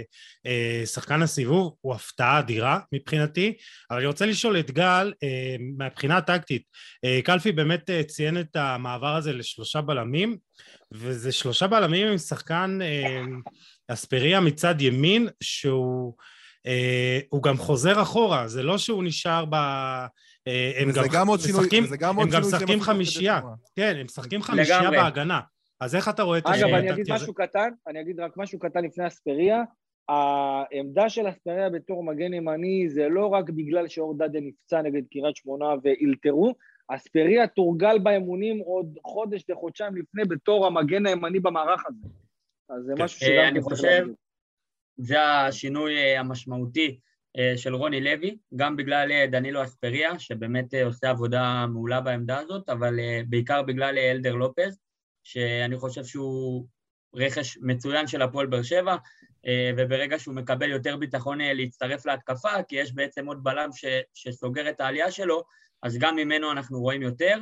שחקן הסיבוב, הוא הפתעה אדירה מבחינתי, אבל אני רוצה לשאול את גל, מהבחינה הטקטית, קלפי באמת ציין את המעבר הזה לשלושה בלמים, וזה שלושה בלמים עם שחקן אספריה מצד ימין, שהוא אה, הוא גם חוזר אחורה, זה לא שהוא נשאר ב... אה, הם גם, גם משחקים, שינוי, גם הם גם משחקים חמישייה, כן, הם משחקים חמישייה לגמרי. בהגנה, אז איך אתה רואה את... אגב, אני אגיד משהו קטן, אני אגיד רק משהו קטן לפני אספריה, העמדה של אספריה בתור מגן ימני, זה לא רק בגלל שאור דדיה נפצע נגד קריית שמונה ואילתרו, אספריה תורגל באמונים עוד חודש לחודשיים לפני בתור המגן הימני במערך הזה. אז זה משהו שגם... אני חושב, זה השינוי המשמעותי של רוני לוי, גם בגלל דנילו אספריה, שבאמת עושה עבודה מעולה בעמדה הזאת, אבל בעיקר בגלל אלדר לופז, שאני חושב שהוא רכש מצוין של הפועל באר שבע, וברגע שהוא מקבל יותר ביטחון להצטרף להתקפה, כי יש בעצם עוד בלם ש, שסוגר את העלייה שלו, אז גם ממנו אנחנו רואים יותר.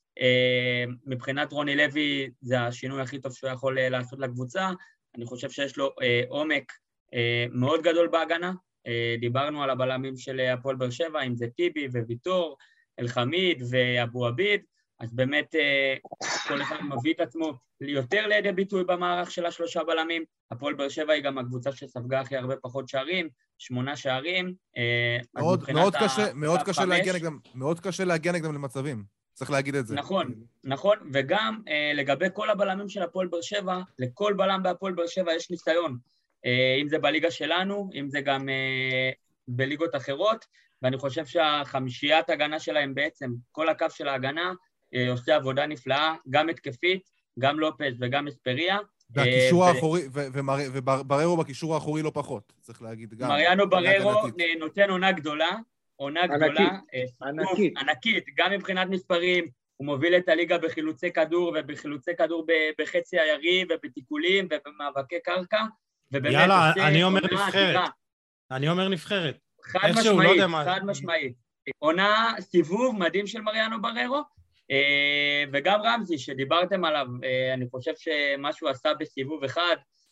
מבחינת רוני לוי, זה השינוי הכי טוב שהוא יכול לעשות לקבוצה, אני חושב שיש לו עומק מאוד גדול בהגנה, דיברנו על הבלמים של הפועל באר שבע, אם זה טיבי וויטור, אלחמיד ואבו עביד, אז באמת כל אחד מביא את עצמו ליותר לידי ביטוי במערך של השלושה בלמים. הפועל באר שבע היא גם הקבוצה שספגה הכי הרבה פחות שערים, שמונה שערים. מאוד, מאוד קשה, מאוד קשה להגיע נגדם, מאוד קשה להגיע נגדם למצבים. צריך להגיד את זה. נכון, נכון, וגם לגבי כל הבלמים של הפועל באר שבע, לכל בלם בהפועל באר שבע יש ניסיון. אם זה בליגה שלנו, אם זה גם בליגות אחרות, ואני חושב שהחמישיית הגנה שלהם בעצם, כל הקו של ההגנה, עושה עבודה נפלאה, גם התקפית, גם לופס וגם אספריה. והקישור האחורי, ובררו בקישור האחורי לא פחות, צריך להגיד גם. מריאנו בררו נותן עונה גדולה, עונה גדולה, ענקית, ענקית, גם מבחינת מספרים, הוא מוביל את הליגה בחילוצי כדור, ובחילוצי כדור בחצי היריב, ובתיקולים, ובמאבקי קרקע, יאללה, אני אומר נבחרת. אני אומר נבחרת. חד משמעית, חד משמעית. עונה סיבוב מדהים של מריאנו בררו, וגם רמזי, שדיברתם עליו, אני חושב שמה שהוא עשה בסיבוב אחד,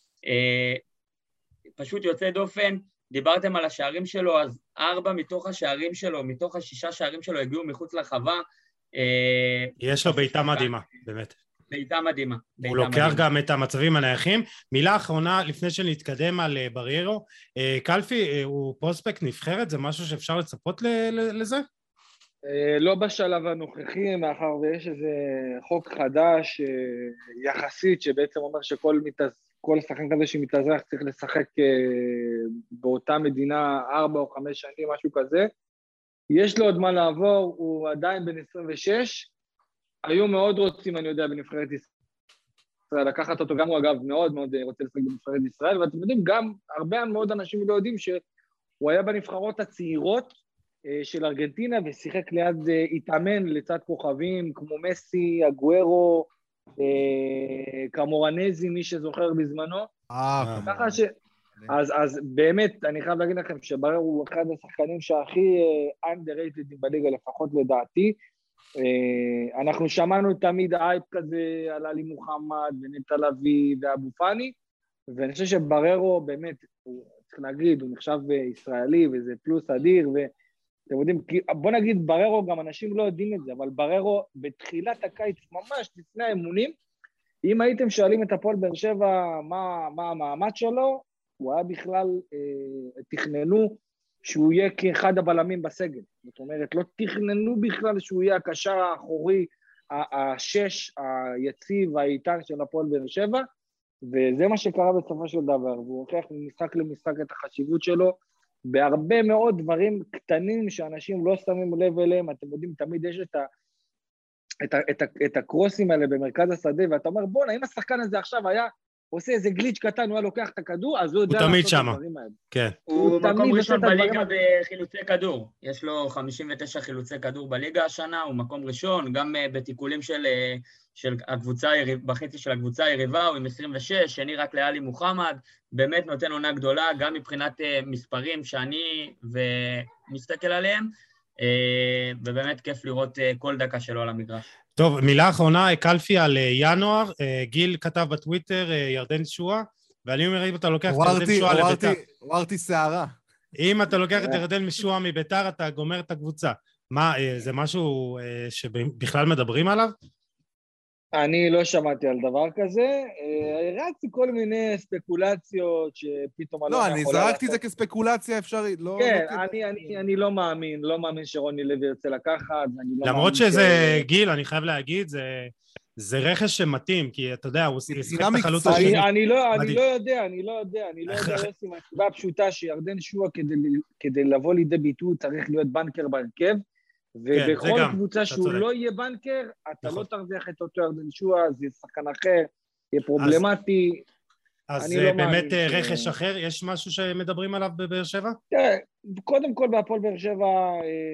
פשוט יוצא דופן, דיברתם על השערים שלו, אז ארבע מתוך השערים שלו, מתוך השישה שערים שלו הגיעו מחוץ לחווה. יש לו בעיטה מדהימה, באמת. בעיטה מדהימה. הוא לוקח גם את המצבים הנייחים. מילה אחרונה, לפני שנתקדם על בריירו, קלפי, הוא פרוספקט נבחרת? זה משהו שאפשר לצפות לזה? לא בשלב הנוכחי, מאחר ויש איזה חוק חדש יחסית, שבעצם אומר שכל כל שחקן כזה שמתאזרח צריך לשחק באותה מדינה ארבע או חמש שנים, משהו כזה. יש לו עוד מה לעבור, הוא עדיין בן עשרים ושש, היו מאוד רוצים, אני יודע, בנבחרת ישראל, לקחת אותו, גם הוא אגב מאוד מאוד רוצה לשחק בנבחרת ישראל, ואתם יודעים, גם הרבה מאוד אנשים לא יודעים שהוא היה בנבחרות הצעירות של ארגנטינה, ושיחק ליד, התאמן לצד כוכבים, כמו מסי, אגוארו, קמורנזי, מי שזוכר בזמנו. אה, ככה ש... אז, אז באמת, אני חייב להגיד לכם שברר הוא אחד השחקנים שהכי underrated בליגה, לפחות לדעתי. אנחנו שמענו תמיד אייפ כזה על עלי מוחמד ונטע לביא ואבו פאני, ואני חושב שבררו באמת, הוא צריך להגיד, הוא נחשב ישראלי וזה פלוס אדיר, ואתם יודעים, בוא נגיד בררו, גם אנשים לא יודעים את זה, אבל בררו בתחילת הקיץ, ממש לפני האימונים, אם הייתם שואלים את הפועל באר שבע מה, מה המעמד שלו, הוא היה בכלל, אה, תכננו שהוא יהיה כאחד הבלמים בסגל. זאת אומרת, לא תכננו בכלל שהוא יהיה הקשר האחורי, השש, היציב, האיתן של הפועל באר שבע, וזה מה שקרה בסופו של דבר, והוא הוכיח ממשחק למשחק את החשיבות שלו, בהרבה מאוד דברים קטנים שאנשים לא שמים לב אליהם, אתם יודעים, תמיד יש את ה... את, ה, את, ה, את הקרוסים האלה במרכז השדה, ואתה אומר, בוא, אם השחקן הזה עכשיו היה עושה איזה גליץ' קטן, הוא היה לוקח את הכדור, אז הוא יודע לעשות את הדברים האלה. כן. הוא, הוא מקום ראשון בליגה בחילוצי כדור. יש לו חמישים ותשע חילוצי כדור בליגה השנה, הוא מקום ראשון, גם בתיקולים של, של הקבוצה, בחצי של הקבוצה היריבה, הוא עם עשרים ושש, שני רק לעלי מוחמד, באמת נותן עונה גדולה, גם מבחינת מספרים שאני ומסתכל עליהם, ובאמת כיף לראות כל דקה שלו על המגרש. טוב, מילה אחרונה, קלפי על ינואר, גיל כתב בטוויטר ירדן שועה, ואני אומר, אם אתה לוקח את ירדן שועה לביתר... עוררתי שערה. אם אתה לוקח את ירדן שועה מביתר, אתה גומר את הקבוצה. מה, זה משהו שבכלל מדברים עליו? אני לא שמעתי על דבר כזה, הרצתי כל מיני ספקולציות שפתאום... לא, אני זרקתי את זה כספקולציה אפשרית, לא... כן, אני לא מאמין, לא מאמין שרוני לוי ירצה לקחת, למרות שזה, גיל, אני חייב להגיד, זה רכש שמתאים, כי אתה יודע, הוא שיחק את החלוץ השני. אני לא יודע, אני לא יודע, אני לא יודע, יוסי, מהסיבה הפשוטה שירדן שועה כדי לבוא לידי ביטוי צריך להיות בנקר בהרכב, ובכל קבוצה שהוא לא יהיה בנקר, אתה לא תרוויח את אותו ירדן שועה, זה שחקן אחר, יהיה פרובלמטי. אז באמת רכש אחר, יש משהו שמדברים עליו בבאר שבע? קודם כל בהפועל באר שבע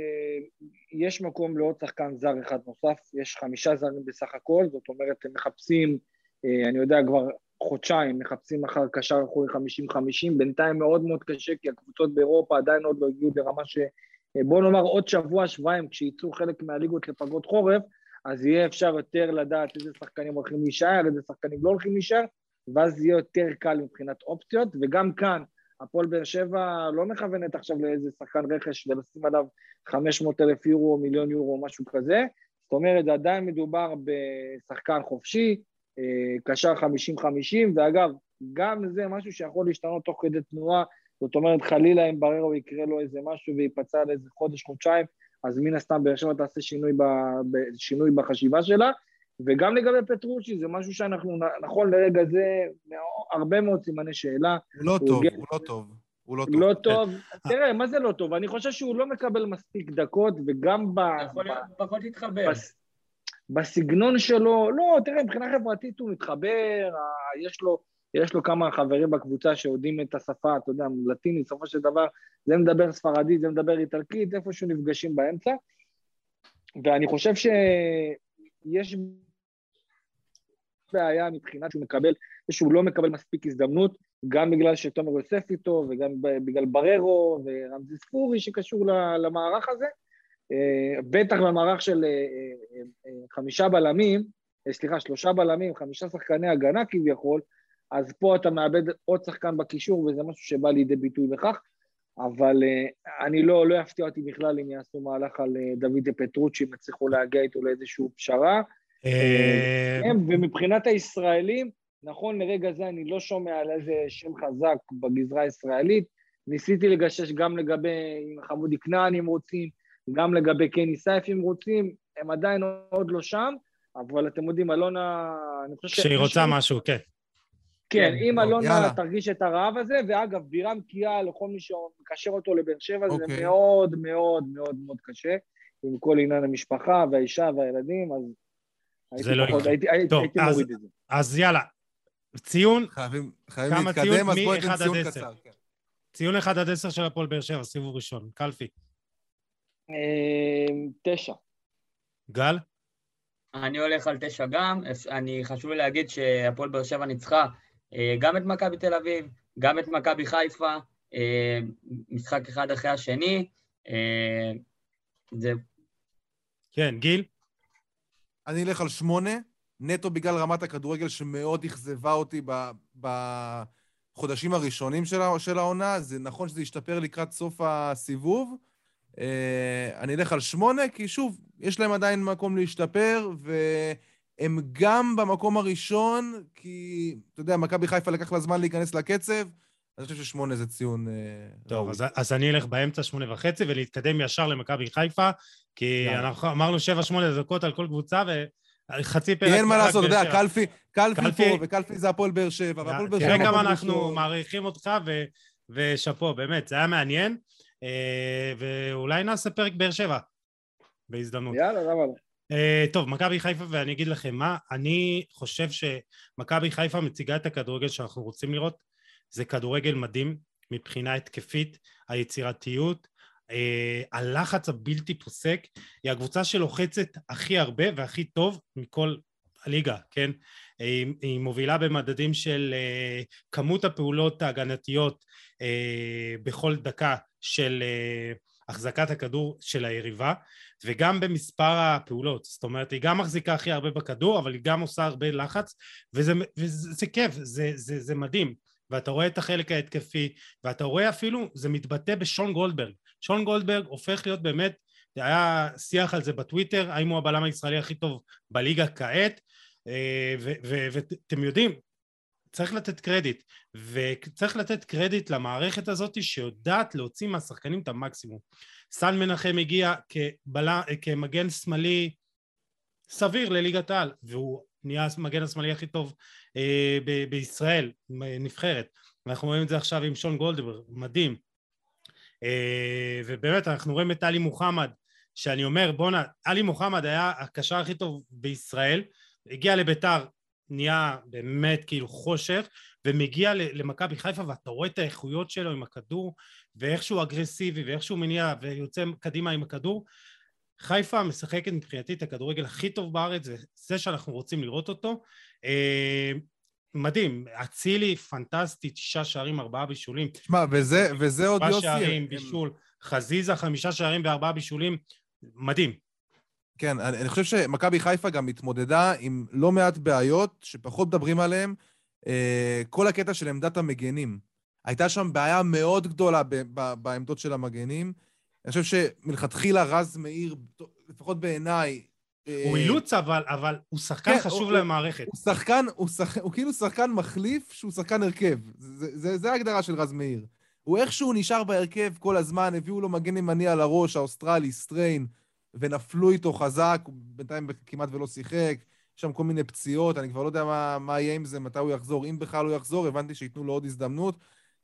יש מקום לעוד שחקן זר אחד נוסף, יש חמישה זרים בסך הכל, זאת אומרת הם מחפשים, אני יודע כבר חודשיים, מחפשים אחר קשר אחורי חמישים חמישים, בינתיים מאוד מאוד קשה, כי הקבוצות באירופה עדיין עוד לא הגיעו לרמה ש... בואו נאמר עוד שבוע, שבועיים, כשיצאו חלק מהליגות לפגות חורף, אז יהיה אפשר יותר לדעת איזה שחקנים הולכים להישאר, איזה שחקנים לא הולכים להישאר, ואז יהיה יותר קל מבחינת אופציות, וגם כאן, הפועל באר שבע לא מכוונת עכשיו לאיזה שחקן רכש, ולשים עליו חמש מאות אלף יורו, מיליון יורו, משהו כזה, זאת אומרת, עדיין מדובר בשחקן חופשי, קשר חמישים חמישים, ואגב, גם זה משהו שיכול להשתנות תוך כדי תנועה, זאת אומרת, חלילה אם בררו יקרה לו איזה משהו ויפצע על איזה חודש, חודשיים, אז מן הסתם באר שבע תעשה שינוי, ב, שינוי בחשיבה שלה, וגם לגבי פטרוצ'י, זה משהו שאנחנו, נכון לרגע זה, הרבה מאוד סימני שאלה. הוא לא טוב, הוא לא טוב. הוא לא טוב. לא טוב. תראה, מה זה לא טוב? אני חושב שהוא לא מקבל מספיק דקות, וגם ב... יכול להיות פחות להתחבר. בסגנון שלו, לא, תראה, מבחינה חברתית הוא מתחבר, יש לו, יש לו כמה חברים בקבוצה שיודעים את השפה, אתה יודע, לטינית, סופו של דבר, זה מדבר ספרדית, זה מדבר איטלקית, איפשהו נפגשים באמצע, ואני חושב שיש בעיה מבחינת שהוא מקבל, שהוא לא מקבל מספיק הזדמנות, גם בגלל שתומר יוסף איתו, וגם בגלל בררו ורמזי ספורי שקשור למערך הזה, בטח במערך של חמישה בלמים, סליחה, שלושה בלמים, חמישה שחקני הגנה כביכול, אז פה אתה מאבד עוד שחקן בקישור, וזה משהו שבא לידי ביטוי בכך, אבל אני לא, לא יפתיע אותי בכלל אם יעשו מהלך על דוד פטרוצ'י, אם יצליחו להגיע איתו לאיזושהי פשרה, ומבחינת הישראלים, נכון לרגע זה אני לא שומע על איזה שם חזק בגזרה הישראלית, ניסיתי לגשש גם לגבי חמודי כנען אם רוצים, גם לגבי קני סייף אם רוצים, הם עדיין עוד לא שם, אבל אתם יודעים, אלונה... שהיא רוצה משהו, כן. כן, אם אלונה תרגיש את הרעב הזה, ואגב, בירם קיאל, לכל מי שמקשר אותו לבאר שבע, זה מאוד מאוד מאוד מאוד קשה, עם כל עניין המשפחה והאישה והילדים, אז הייתי מוריד את זה. אז יאללה, ציון, חייבים להתקדם, אז בואי ניתן ציון קצר. ציון אחד עד עשר של הפועל באר שבע, סיבוב ראשון, קלפי. תשע. גל? אני הולך על תשע גם, אני חשוב לי להגיד שהפועל באר שבע ניצחה גם את מכבי תל אביב, גם את מכבי חיפה, משחק אחד אחרי השני, זהו. כן, גיל? אני אלך על שמונה, נטו בגלל רמת הכדורגל שמאוד אכזבה אותי בחודשים הראשונים של העונה, זה נכון שזה ישתפר לקראת סוף הסיבוב, אני אלך על שמונה, כי שוב, יש להם עדיין מקום להשתפר, והם גם במקום הראשון, כי, אתה יודע, מכבי חיפה לקח לה זמן להיכנס לקצב, אני חושב ששמונה זה ציון... טוב, אז, אז אני אלך באמצע שמונה וחצי, ולהתקדם ישר למכבי חיפה, כי אנחנו אמרנו שבע שמונה דקות על כל קבוצה, וחצי פרק... אין מה לעשות, אתה יודע, קלפי, קלפי פה, וקלפי זה הפועל באר שבע, והפועל באר שבע... תראה כמה אנחנו מעריכים אותך, ושפו, באמת, זה היה מעניין. ואולי נעשה פרק באר שבע בהזדמנות. יאללה, למה לא? טוב, מכבי חיפה, ואני אגיד לכם מה, אני חושב שמכבי חיפה מציגה את הכדורגל שאנחנו רוצים לראות, זה כדורגל מדהים מבחינה התקפית, היצירתיות, הלחץ הבלתי פוסק, היא הקבוצה שלוחצת הכי הרבה והכי טוב מכל הליגה, כן? היא מובילה במדדים של כמות הפעולות ההגנתיות בכל דקה של החזקת הכדור של היריבה, וגם במספר הפעולות, זאת אומרת, היא גם מחזיקה הכי הרבה בכדור, אבל היא גם עושה הרבה לחץ, וזה, וזה זה כיף, זה, זה, זה מדהים, ואתה רואה את החלק ההתקפי, ואתה רואה אפילו, זה מתבטא בשון גולדברג, שון גולדברג הופך להיות באמת, היה שיח על זה בטוויטר, האם הוא הבלם הישראלי הכי טוב בליגה כעת, ואתם יודעים, צריך לתת קרדיט, וצריך לתת קרדיט למערכת הזאת שיודעת להוציא מהשחקנים את המקסימום. סן מנחם הגיע כבלה, כמגן שמאלי סביר לליגת העל, והוא נהיה המגן השמאלי הכי טוב אה, ב- בישראל, נבחרת. אנחנו רואים את זה עכשיו עם שון גולדברג, מדהים. אה, ובאמת אנחנו רואים את עלי מוחמד, שאני אומר, בונה, עלי מוחמד היה הקשר הכי טוב בישראל, הגיע לביתר, נהיה באמת כאילו חושך, ומגיע למכבי חיפה, ואתה רואה את האיכויות שלו עם הכדור, ואיך שהוא אגרסיבי, ואיך שהוא מניע, ויוצא קדימה עם הכדור. חיפה משחקת מבחינתי את הכדורגל הכי טוב בארץ, וזה שאנחנו רוצים לראות אותו. מדהים, אצילי, פנטסטי, תשעה שערים, ארבעה בישולים. תשמע, וזה, וזה עוד יוסי. שערים, בישול, חזיזה, חמישה שערים וארבעה בישולים, מדהים. כן, אני, אני חושב שמכבי חיפה גם התמודדה עם לא מעט בעיות שפחות מדברים עליהן, אה, כל הקטע של עמדת המגנים. הייתה שם בעיה מאוד גדולה ב, ב, בעמדות של המגנים. אני חושב שמלכתחילה רז מאיר, לפחות בעיניי, הוא אילוץ, אבל, אבל הוא שחקן חשוב למערכת. הוא שחקן, הוא שחקן, הוא כאילו שחקן מחליף שהוא שחקן הרכב. זה, זה, זה ההגדרה של רז מאיר. הוא איכשהו נשאר בהרכב כל הזמן, הביאו לו מגן ימני על הראש, האוסטרלי, סטריין, ונפלו איתו חזק, הוא בינתיים כמעט ולא שיחק, יש שם כל מיני פציעות, אני כבר לא יודע מה, מה יהיה עם זה, מתי הוא יחזור, אם בכלל הוא יחזור, הבנתי שיתנו לו עוד הזדמנות,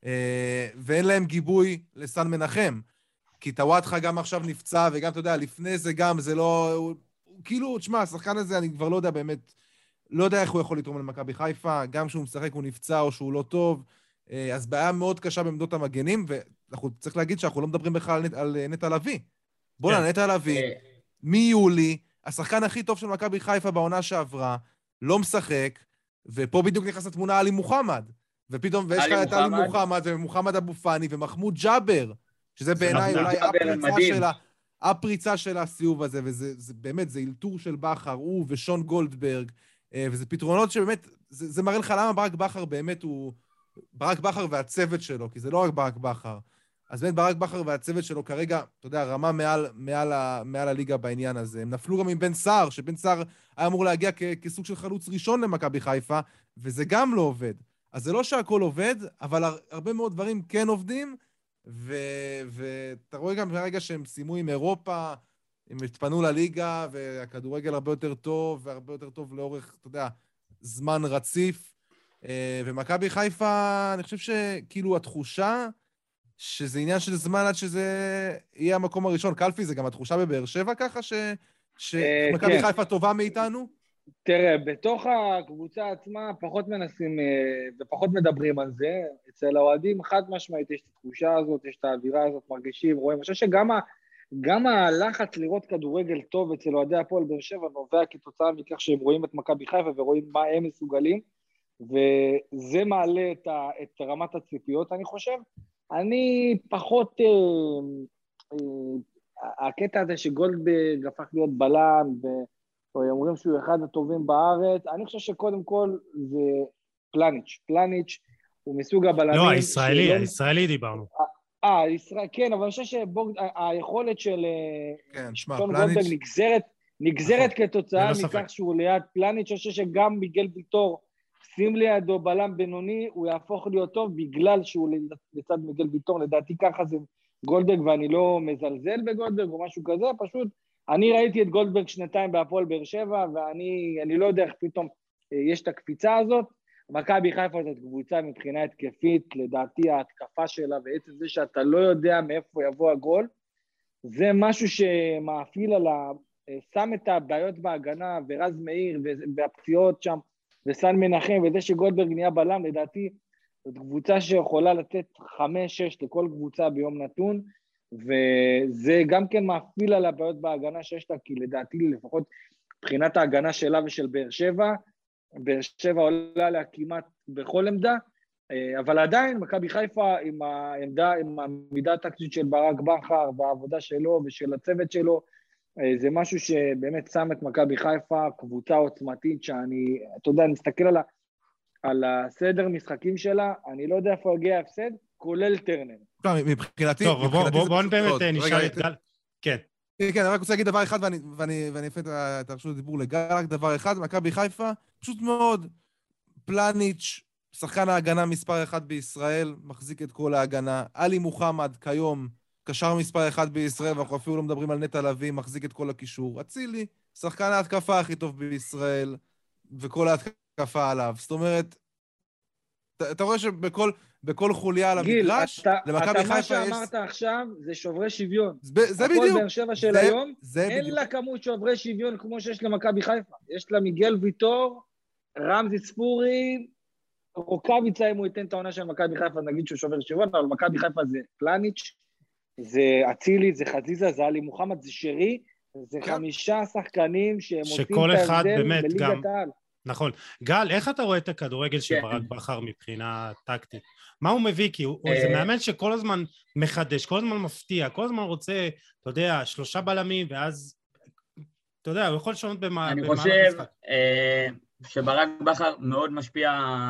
ואין להם גיבוי לסן מנחם, כי טוואטחה גם עכשיו נפצע, וגם, אתה יודע, לפני זה גם, זה לא... הוא, כאילו, תשמע, השחקן הזה, אני כבר לא יודע באמת, לא יודע איך הוא יכול לתרום למכבי חיפה, גם כשהוא משחק הוא נפצע או שהוא לא טוב, אז בעיה מאוד קשה בעמדות המגנים, ואנחנו צריך להגיד שאנחנו לא מדברים בכלל על נטע לביא. בוא נה, נטע לביא, מיולי, השחקן הכי טוב של מכבי חיפה בעונה שעברה, לא משחק, ופה בדיוק נכנס לתמונה עלי מוחמד, ופתאום, ויש לך את עלי מוחמד, ומוחמד אבו פאני, ומחמוד ג'אבר, שזה בעיניי אולי הפריצה שלה, הפריצה של הסיוב הזה, וזה באמת, זה אילתור של בכר, הוא ושון גולדברג, וזה פתרונות שבאמת, זה מראה לך למה ברק בכר באמת הוא, ברק בכר והצוות שלו, כי זה לא רק ברק בכר, אז באמת ברק בכר והצוות שלו כרגע, אתה יודע, רמה מעל, מעל, מעל הליגה בעניין הזה. הם נפלו גם עם בן סער, שבן סער היה אמור להגיע כ- כסוג של חלוץ ראשון למכבי חיפה, וזה גם לא עובד. אז זה לא שהכל עובד, אבל הרבה מאוד דברים כן עובדים, ו- ואתה רואה גם ברגע שהם סיימו עם אירופה, הם התפנו לליגה, והכדורגל הרבה יותר טוב, והרבה יותר טוב לאורך, אתה יודע, זמן רציף. ומכבי חיפה, אני חושב שכאילו התחושה, שזה עניין של זמן עד שזה יהיה המקום הראשון. קלפי, זה גם התחושה בבאר שבע ככה, שמכבי חיפה טובה מאיתנו? תראה, בתוך הקבוצה עצמה פחות מנסים ופחות מדברים על זה. אצל האוהדים חד משמעית יש את התחושה הזאת, יש את האווירה הזאת, מרגישים, רואים. אני חושב שגם גם הלחץ לראות כדורגל טוב אצל אוהדי הפועל באר שבע נובע כתוצאה מכך שהם רואים את מכבי חיפה ורואים מה הם מסוגלים, וזה מעלה את, ה, את רמת הציפיות, אני חושב. אני פחות, אה, אה, הקטע הזה שגולדברג הפך להיות בלם, ואומרים שהוא אחד הטובים בארץ, אני חושב שקודם כל זה פלניץ', פלניץ' הוא מסוג הבלמים... לא, הישראלי, שלא... הישראלי דיברנו. אה, ישראל, כן, אבל אני חושב שהיכולת של כן, שמה, שון פלניץ'... גולדברג נגזרת, נגזרת נכון, כתוצאה מכך שהוא ליד פלניץ', אני חושב שגם מיגל ויטור, שים לידו בלם בינוני, הוא יהפוך להיות טוב בגלל שהוא לצד מיגל ויטור, לדעתי ככה זה גולדברג, ואני לא מזלזל בגולדברג או משהו כזה, פשוט אני ראיתי את גולדברג שנתיים בהפועל באר שבע, ואני אני לא יודע איך פתאום יש את הקפיצה הזאת. מכבי חיפה זאת קבוצה מבחינה התקפית, לדעתי ההתקפה שלה, ועצם זה שאתה לא יודע מאיפה יבוא הגול, זה משהו שמאפיל על ה... שם את הבעיות בהגנה, ורז מאיר והפציעות שם, וסן מנחם, וזה שגולדברג נהיה בלם, לדעתי, זאת קבוצה שיכולה לתת חמש, שש לכל קבוצה ביום נתון, וזה גם כן מאפיל על הבעיות בהגנה שיש לה, כי לדעתי, לפחות מבחינת ההגנה שלה ושל באר שבע, באר שבע עולה עליה כמעט בכל עמדה, אבל עדיין, מכבי חיפה עם העמדה, עם העמידה הטקטית של ברק בכר, והעבודה שלו ושל הצוות שלו, זה משהו שבאמת שם את מכבי חיפה, קבוצה עוצמתית שאני, אתה יודע, אני מסתכל על, ה, על הסדר משחקים שלה, אני לא יודע איפה הגיע ההפסד, כולל טרנר. טוב, מבחינתי... טוב, בוא, בוא, בוא באמת נשאל את גל. כן. כן, אני רק רוצה להגיד דבר אחד, ואני, ואני, ואני אפית את הרשות הדיבור לגל, רק דבר אחד, מכבי חיפה, פשוט מאוד, פלניץ', שחקן ההגנה מספר אחד בישראל, מחזיק את כל ההגנה, עלי מוחמד, כיום, קשר מספר אחד בישראל, ואנחנו אפילו לא מדברים על נטע לביא, מחזיק את כל הקישור. אצילי, שחקן ההתקפה הכי טוב בישראל, וכל ההתקפה עליו. זאת אומרת, אתה, אתה רואה שבכל בכל חוליה על המגרש, למכבי חיפה יש... אתה מה שאמרת עכשיו, זה שוברי שוויון. זה, זה בדיוק. הפועל באר שבע של זה, היום, זה אין בדיוק. לה כמות שוברי שוויון כמו שיש למכבי חיפה. יש לה מיגל ויטור, רמזי ספורי, רוקאביצה, אם הוא ייתן את העונה של מכבי חיפה, נגיד שהוא שובר שוויון, אבל מכבי חיפה זה פלניץ', זה אצילי, זה חזיזה, זה עלי מוחמד, זה שרי, זה כן. חמישה שחקנים שהם עושים את ההבדל בליגת העל. נכון. גל, איך אתה רואה את הכדורגל של ברק בכר מבחינה טקטית? מה הוא מביא? כי הוא, זה מאמן שכל הזמן מחדש, כל הזמן מפתיע, כל הזמן רוצה, אתה יודע, שלושה בלמים, ואז, אתה יודע, הוא יכול לשנות במהלך המשחק. אני חושב שברק בכר מאוד משפיע על המשחק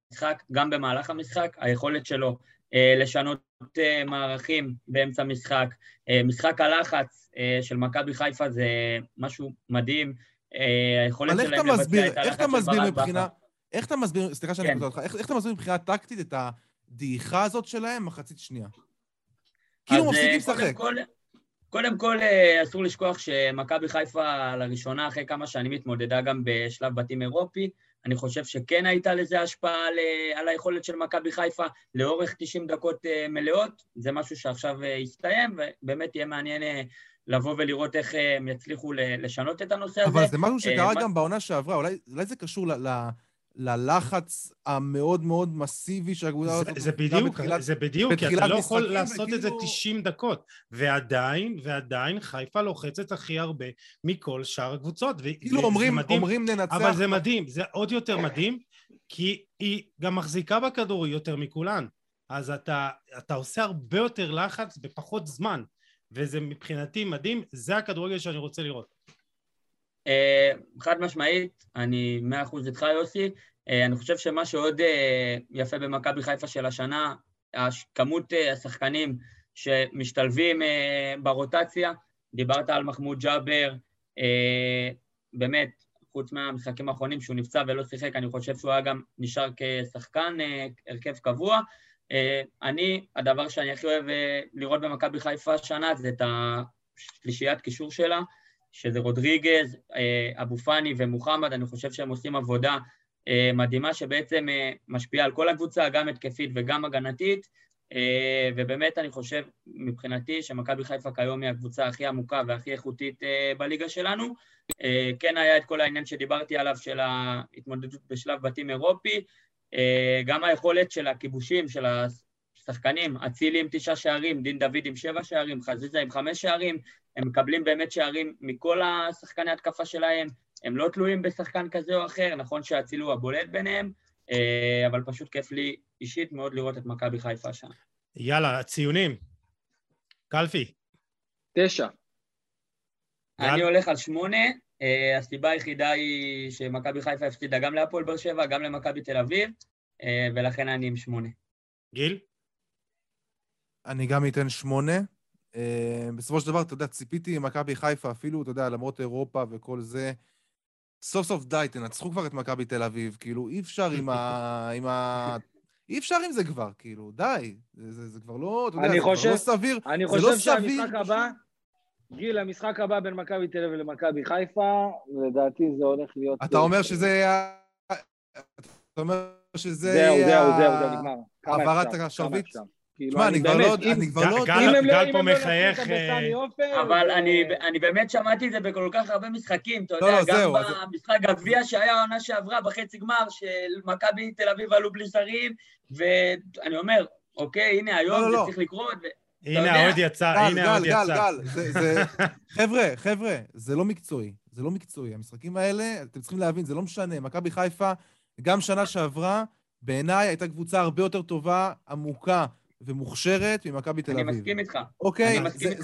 המשחק, גם במהלך המשחק, היכולת שלו לשנות מערכים באמצע משחק, משחק הלחץ של מכבי חיפה זה משהו מדהים, היכולת שלהם לבצע את הלחץ של ברק בכר. איך אתה מסביר, סליחה שאני קוטע אותך, איך אתה מסביר מבחינה טקטית את הדעיכה הזאת שלהם מחצית שנייה? כאילו מפסיקים לשחק. קודם כל, אסור לשכוח שמכבי חיפה לראשונה, אחרי כמה שנים התמודדה גם בשלב בתים אירופי, אני חושב שכן הייתה לזה השפעה על, על היכולת של מכבי חיפה לאורך תשעים דקות מלאות, זה משהו שעכשיו הסתיים, ובאמת יהיה מעניין לבוא ולראות איך הם יצליחו לשנות את הנושא הזה. אבל זה משהו שקרה גם בעונה שעברה, אולי, אולי זה קשור ל... ל... ללחץ המאוד מאוד מסיבי שהאגודה... זה בדיוק, זה בדיוק, כי אתה לא יכול לעשות את זה תשעים דקות, ועדיין, ועדיין חיפה לוחצת הכי הרבה מכל שאר הקבוצות. כאילו אומרים ננצח... אבל זה מדהים, זה עוד יותר מדהים, כי היא גם מחזיקה בכדור יותר מכולן, אז אתה, אתה עושה הרבה יותר לחץ בפחות זמן, וזה מבחינתי מדהים, זה הכדורגל שאני רוצה לראות. חד משמעית, אני מאה אחוז איתך יוסי, אני חושב שמה שעוד יפה במכבי חיפה של השנה, כמות השחקנים שמשתלבים ברוטציה, דיברת על מחמוד ג'אבר, באמת, חוץ מהמשחקים האחרונים שהוא נפצע ולא שיחק, אני חושב שהוא היה גם נשאר כשחקן, הרכב קבוע, אני, הדבר שאני הכי אוהב לראות במכבי חיפה השנה, זה את השלישיית קישור שלה, שזה רודריגז, אבו פאני ומוחמד, אני חושב שהם עושים עבודה מדהימה שבעצם משפיעה על כל הקבוצה, גם התקפית וגם הגנתית, ובאמת אני חושב מבחינתי שמכבי חיפה כיום היא הקבוצה הכי עמוקה והכי איכותית בליגה שלנו, כן היה את כל העניין שדיברתי עליו של ההתמודדות בשלב בתים אירופי, גם היכולת של הכיבושים, של השחקנים, אצילי עם תשעה שערים, דין דוד עם שבע שערים, חזיזה עם חמש שערים, הם מקבלים באמת שערים מכל השחקני התקפה שלהם, הם לא תלויים בשחקן כזה או אחר, נכון שהאצילי הוא הבולט ביניהם, אבל פשוט כיף לי אישית מאוד לראות את מכבי חיפה שם. יאללה, ציונים. קלפי. תשע. אני הולך על שמונה, הסיבה היחידה היא שמכבי חיפה הפסידה גם להפועל באר שבע, גם למכבי תל אביב, ולכן אני עם שמונה. גיל? אני גם אתן שמונה. בסופו של דבר, אתה יודע, ציפיתי עם מכבי חיפה, אפילו, אתה יודע, למרות אירופה וכל זה, סוף סוף די, תנצחו כבר את מכבי תל אביב, כאילו, אי אפשר עם ה... עם ה... אי אפשר עם זה כבר, כאילו, די. זה, זה כבר לא, אתה יודע, זה חושב, כבר לא סביר. אני חושב לא שהמשחק סביר. הבא, גיל, המשחק הבא בין מכבי תל אביב למכבי חיפה, לדעתי זה הולך להיות... אתה אומר שזה... אתה אומר שזה... זהו, זהו, זהו, זהו, נגמר. העברת השרביט? תשמע, אני כבר לא... אני כבר לא... גל פה מחייך... אבל אני באמת שמעתי את זה בכל כך הרבה משחקים, אתה יודע, גם במשחק גביע שהיה העונה שעברה בחצי גמר, של מכבי תל אביב עלו בלי זרים, ואני אומר, אוקיי, הנה, היום זה צריך לקרות, הנה, העוד יצא, הנה, העוד יצא. גל, גל, גל, חבר'ה, חבר'ה, זה לא מקצועי, זה לא מקצועי. המשחקים האלה, אתם צריכים להבין, זה לא משנה. מכבי חיפה, גם שנה שעברה, בעיניי הייתה קבוצה הרבה יותר טובה, עמוקה ומוכשרת ממכבי תל אביב. אני מסכים איתך. אוקיי,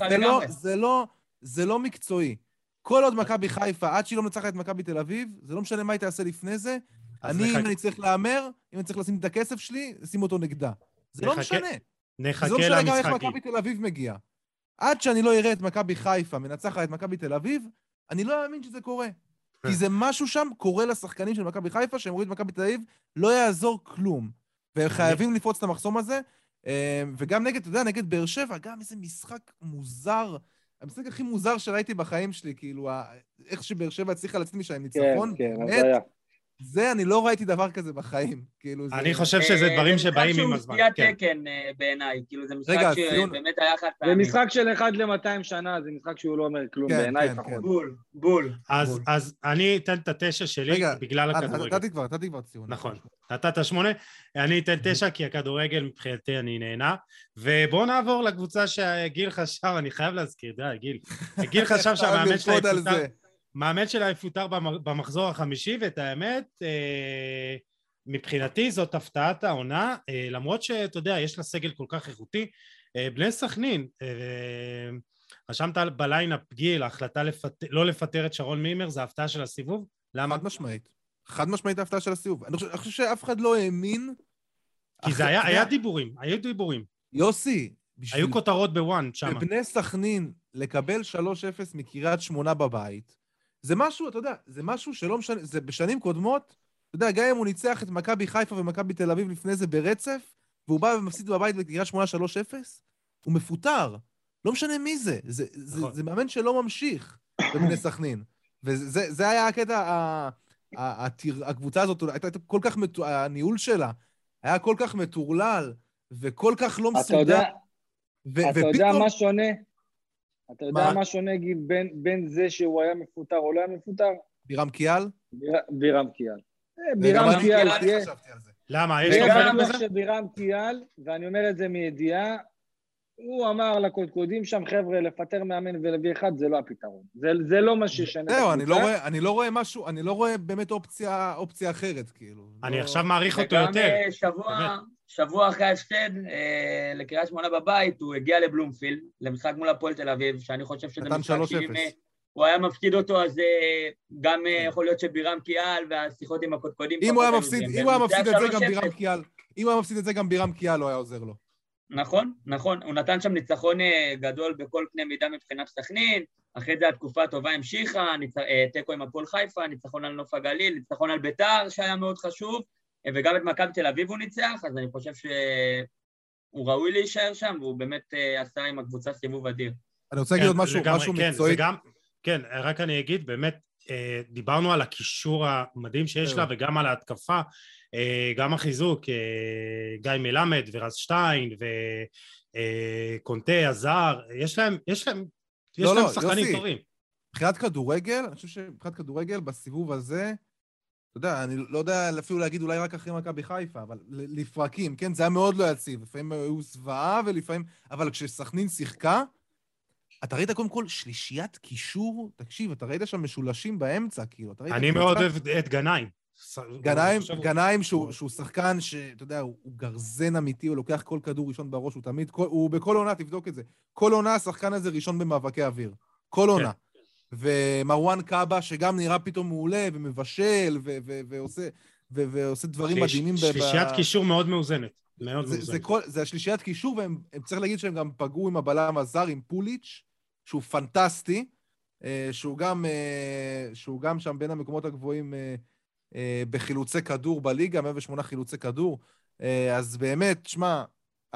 זה לא מקצועי. כל עוד מכבי חיפה, עד שהיא לא מנצחת את מכבי תל אביב, זה לא משנה מה היא תעשה לפני זה. אני, אם אני צריך לאמר, אם אני צריך לשים את הכסף שלי, שים אותו נגדה. זה לא משנה. נחכה למשחקים. זה לא משנה גם איך למשחקים. מכבי תל אביב מגיע. עד שאני לא אראה את מכבי חיפה מנצחת את מכבי תל אביב, אני לא מאמין שזה קורה. כי זה משהו שם קורה לשחקנים של מכבי חיפה, שהם רואים את מכבי תל אביב, לא יעזור כלום. והם חייבים לפרוץ את המחסום הזה, וגם נגד, אתה יודע, נגד באר שבע, גם איזה משחק מוזר, המשחק הכי מוזר שראיתי בחיים שלי, כאילו, איך שבאר שבע הצליחה לצאת משם עם ניצחון. כן, כן, זה היה. זה, אני לא ראיתי דבר כזה בחיים. אני חושב שזה דברים שבאים עם הזמן. זה משחק שהוא סטיית תקן בעיניי, כאילו זה משחק שבאמת היה חד פעמי. זה משחק של אחד למאתיים שנה, זה משחק שהוא לא אומר כלום בעיניי. בול, בול. אז אני אתן את התשע שלי בגלל הכדורגל. נתתי כבר, נתתי כבר ציון. נכון, נתת שמונה, אני אתן תשע כי הכדורגל מבחינתי אני נהנה, ובואו נעבור לקבוצה שגיל חשב, אני חייב להזכיר, די, גיל. גיל חשב שהמאמן שלה יפוטר. מאמן שלה יפוטר במחזור החמישי, ואת האמת, מבחינתי זאת הפתעת העונה, למרות שאתה יודע, יש לה סגל כל כך איכותי, בני סכנין, רשמת בליינאפ גיל, ההחלטה לא לפטר את שרון מימר, זה ההפתעה של הסיבוב? למה? חד משמעית. חד משמעית ההפתעה של הסיבוב. אני חושב, אני חושב שאף אחד לא האמין... כי זה היה, היה דיבורים, היו דיבורים. יוסי, בשביל... היו כותרות בוואן, שמה. בבני סכנין, לקבל שלוש אפס מקריית שמונה בבית, זה משהו, אתה יודע, זה משהו שלא משנה, זה בשנים קודמות, אתה יודע, גם אם הוא ניצח את מכבי חיפה ומכבי תל אביב לפני זה ברצף, והוא בא ומפסיד בבית בקריית שמונה שלוש אפס, הוא מפוטר. לא משנה מי זה. זה, זה, נכון. זה מאמן שלא ממשיך בבני סכנין. וזה זה היה הקטע, הקבוצה הזאת, הייתה כל כך, הניהול שלה, היה כל כך מטורלל, וכל כך לא מסודר. אתה יודע, אתה יודע מה שונה? אתה יודע מה שונה, גיל, בין זה שהוא היה מפוטר או לא היה מפוטר? בירם קיאל? בירם קיאל. בירם קיאל, תהיה... למה? יש לו חלק בזה? שבירם קיאל, ואני אומר את זה מידיעה, הוא אמר לקודקודים שם, חבר'ה, לפטר מאמן ולהביא אחד, זה לא הפתרון. זה לא מה ששנה. זהו, אני לא רואה משהו, אני לא רואה באמת אופציה אחרת, כאילו. אני עכשיו מעריך אותו יותר. וגם שבוע... שבוע אחרי ההפסד, אה, לקריית שמונה בבית, הוא הגיע לבלומפילד, למשחק מול הפועל תל אביב, שאני חושב שזה משחק שאם הוא היה מפקיד אותו, אז אה, גם אה, יכול להיות שבירם קיאל והשיחות עם הקודקודים... אם הוא היה מפסיד, אם הוא היה מפסיד את זה גם בירם קיאל, אם הוא היה מפסיד את זה גם בירם קיאל לא היה עוזר לו. נכון, נכון, הוא נתן שם ניצחון גדול בכל קנה מידה מבחינת סכנין, אחרי זה התקופה הטובה המשיכה, תיקו עם הפועל חיפה, ניצחון על נוף הגליל, ניצחון על ביתר שהיה מאוד חשוב, וגם את מכבי תל אביב הוא ניצח, אז אני חושב שהוא ראוי להישאר שם, והוא באמת עשה עם הקבוצה סיבוב אדיר. אני רוצה להגיד עוד משהו מקצועי. כן, רק אני אגיד, באמת, דיברנו על הקישור המדהים שיש לה, וגם על ההתקפה, גם החיזוק, גיא מלמד ורז שטיין, וקונטה, עזר, יש להם, יש להם, יש להם שחקנים טובים. מבחינת כדורגל, אני חושב שמבחינת כדורגל, בסיבוב הזה, אתה יודע, אני לא יודע אפילו להגיד אולי רק אחרי מכבי חיפה, אבל לפרקים, כן? זה היה מאוד לא יציב. לפעמים היו זוועה ולפעמים... אבל כשסכנין שיחקה, אתה ראית קודם כל שלישיית קישור, תקשיב, אתה ראית שם משולשים באמצע, כאילו. אני מאוד אוהב את גנאים. גנאים, גנאים שהוא שחקן שאתה יודע, הוא גרזן אמיתי, הוא לוקח כל כדור ראשון בראש, הוא תמיד, הוא בכל עונה, תבדוק את זה. כל עונה השחקן הזה ראשון במאבקי אוויר. כל עונה. ומרואן קאבה, שגם נראה פתאום מעולה, ומבשל, ו- ו- ועושה, ו- ועושה דברים שליש, מדהימים. שלישיית ב- קישור מאוד מאוזנת. מאוד זה, מאוזנת. זה, כל, זה השלישיית קישור, והם צריך להגיד שהם גם פגעו עם הבלם הזר, עם פוליץ', שהוא פנטסטי, שהוא גם, שהוא גם שם בין המקומות הגבוהים בחילוצי כדור בליגה, מאה ושמונה חילוצי כדור. אז באמת, שמה,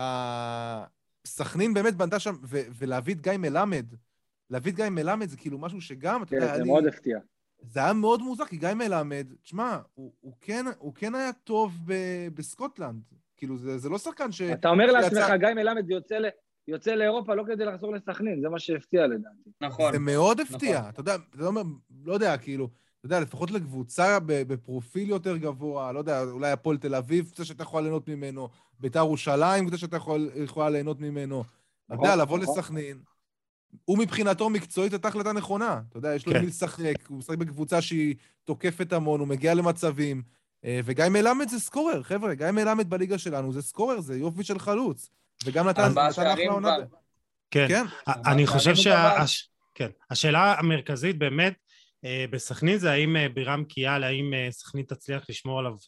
סכנין באמת בנתה שם, ו- ולהביא את גיא מלמד, להביא את גיא מלמד זה כאילו משהו שגם, אתה יודע, זה מאוד הפתיע. זה היה מאוד מוזר, כי גיא מלמד, תשמע, הוא, הוא, כן, הוא כן היה טוב ב- בסקוטלנד. כאילו, זה, זה לא שחקן ש... אתה אומר לעצמך, גיא מלמד יוצא, יוצא לאירופה לא כדי לחזור לסכנין, זה מה שהפתיע לדעתי. נכון. זה מאוד הפתיע, אתה יודע, לא יודע, כאילו, אתה יודע, לפחות לקבוצה בפרופיל יותר גבוה, לא יודע, אולי הפועל תל אביב, קצת שאתה יכול ליהנות ממנו, בית"ר ירושלים, קצת שאתה יכולה ליהנות ממנו. אתה יודע, לבוא לסכנין. הוא מבחינתו מקצועית את ההחלטה נכונה. אתה יודע, יש לו מי לשחק, הוא משחק בקבוצה שהיא תוקפת המון, הוא מגיע למצבים, וגיא מלמד זה סקורר, חבר'ה, גיא מלמד בליגה שלנו זה סקורר, זה יופי של חלוץ. וגם נתן אחלה עונה. כן, אני חושב שהשאלה המרכזית באמת, בסכנין זה האם בירם קיאל, האם סכנין תצליח לשמור עליו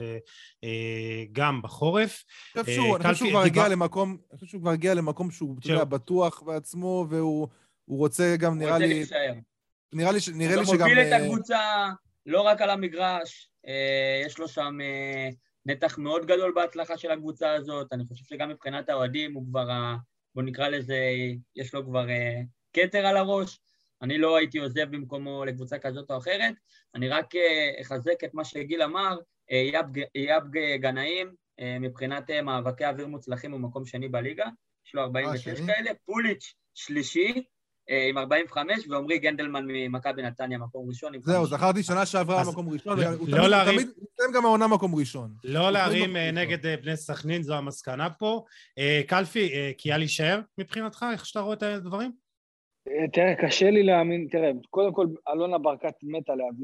גם בחורף. אני חושב שהוא כבר הגיע למקום, אני חושב שהוא כבר הגיע למקום שהוא בטוח בעצמו, והוא רוצה גם, נראה לי... נראה לי שגם... הוא מוביל את הקבוצה לא רק על המגרש, יש לו שם נתח מאוד גדול בהצלחה של הקבוצה הזאת, אני חושב שגם מבחינת האוהדים הוא כבר, בוא נקרא לזה, יש לו כבר קטר על הראש, אני לא הייתי עוזב במקומו לקבוצה כזאת או אחרת, אני רק אחזק את מה שגיל אמר, יאב גנאים, מבחינת מאבקי אוויר מוצלחים הוא מקום שני בליגה, יש לו ארבעים ושש כאלה, פוליץ' שלישי עם ארבעים וחמש, ועומרי גנדלמן ממכבי נתניה מקום ראשון. זהו, זכרתי שנה שעברה מקום ראשון, הוא תמיד נסיים גם העונה מקום ראשון. לא להרים נגד בני סכנין, זו המסקנה פה. קלפי, קיאל יישאר מבחינתך? איך שאתה רואה את הדברים? תראה, קשה לי להאמין, תראה, קודם כל, אלונה ברקת מתה להביא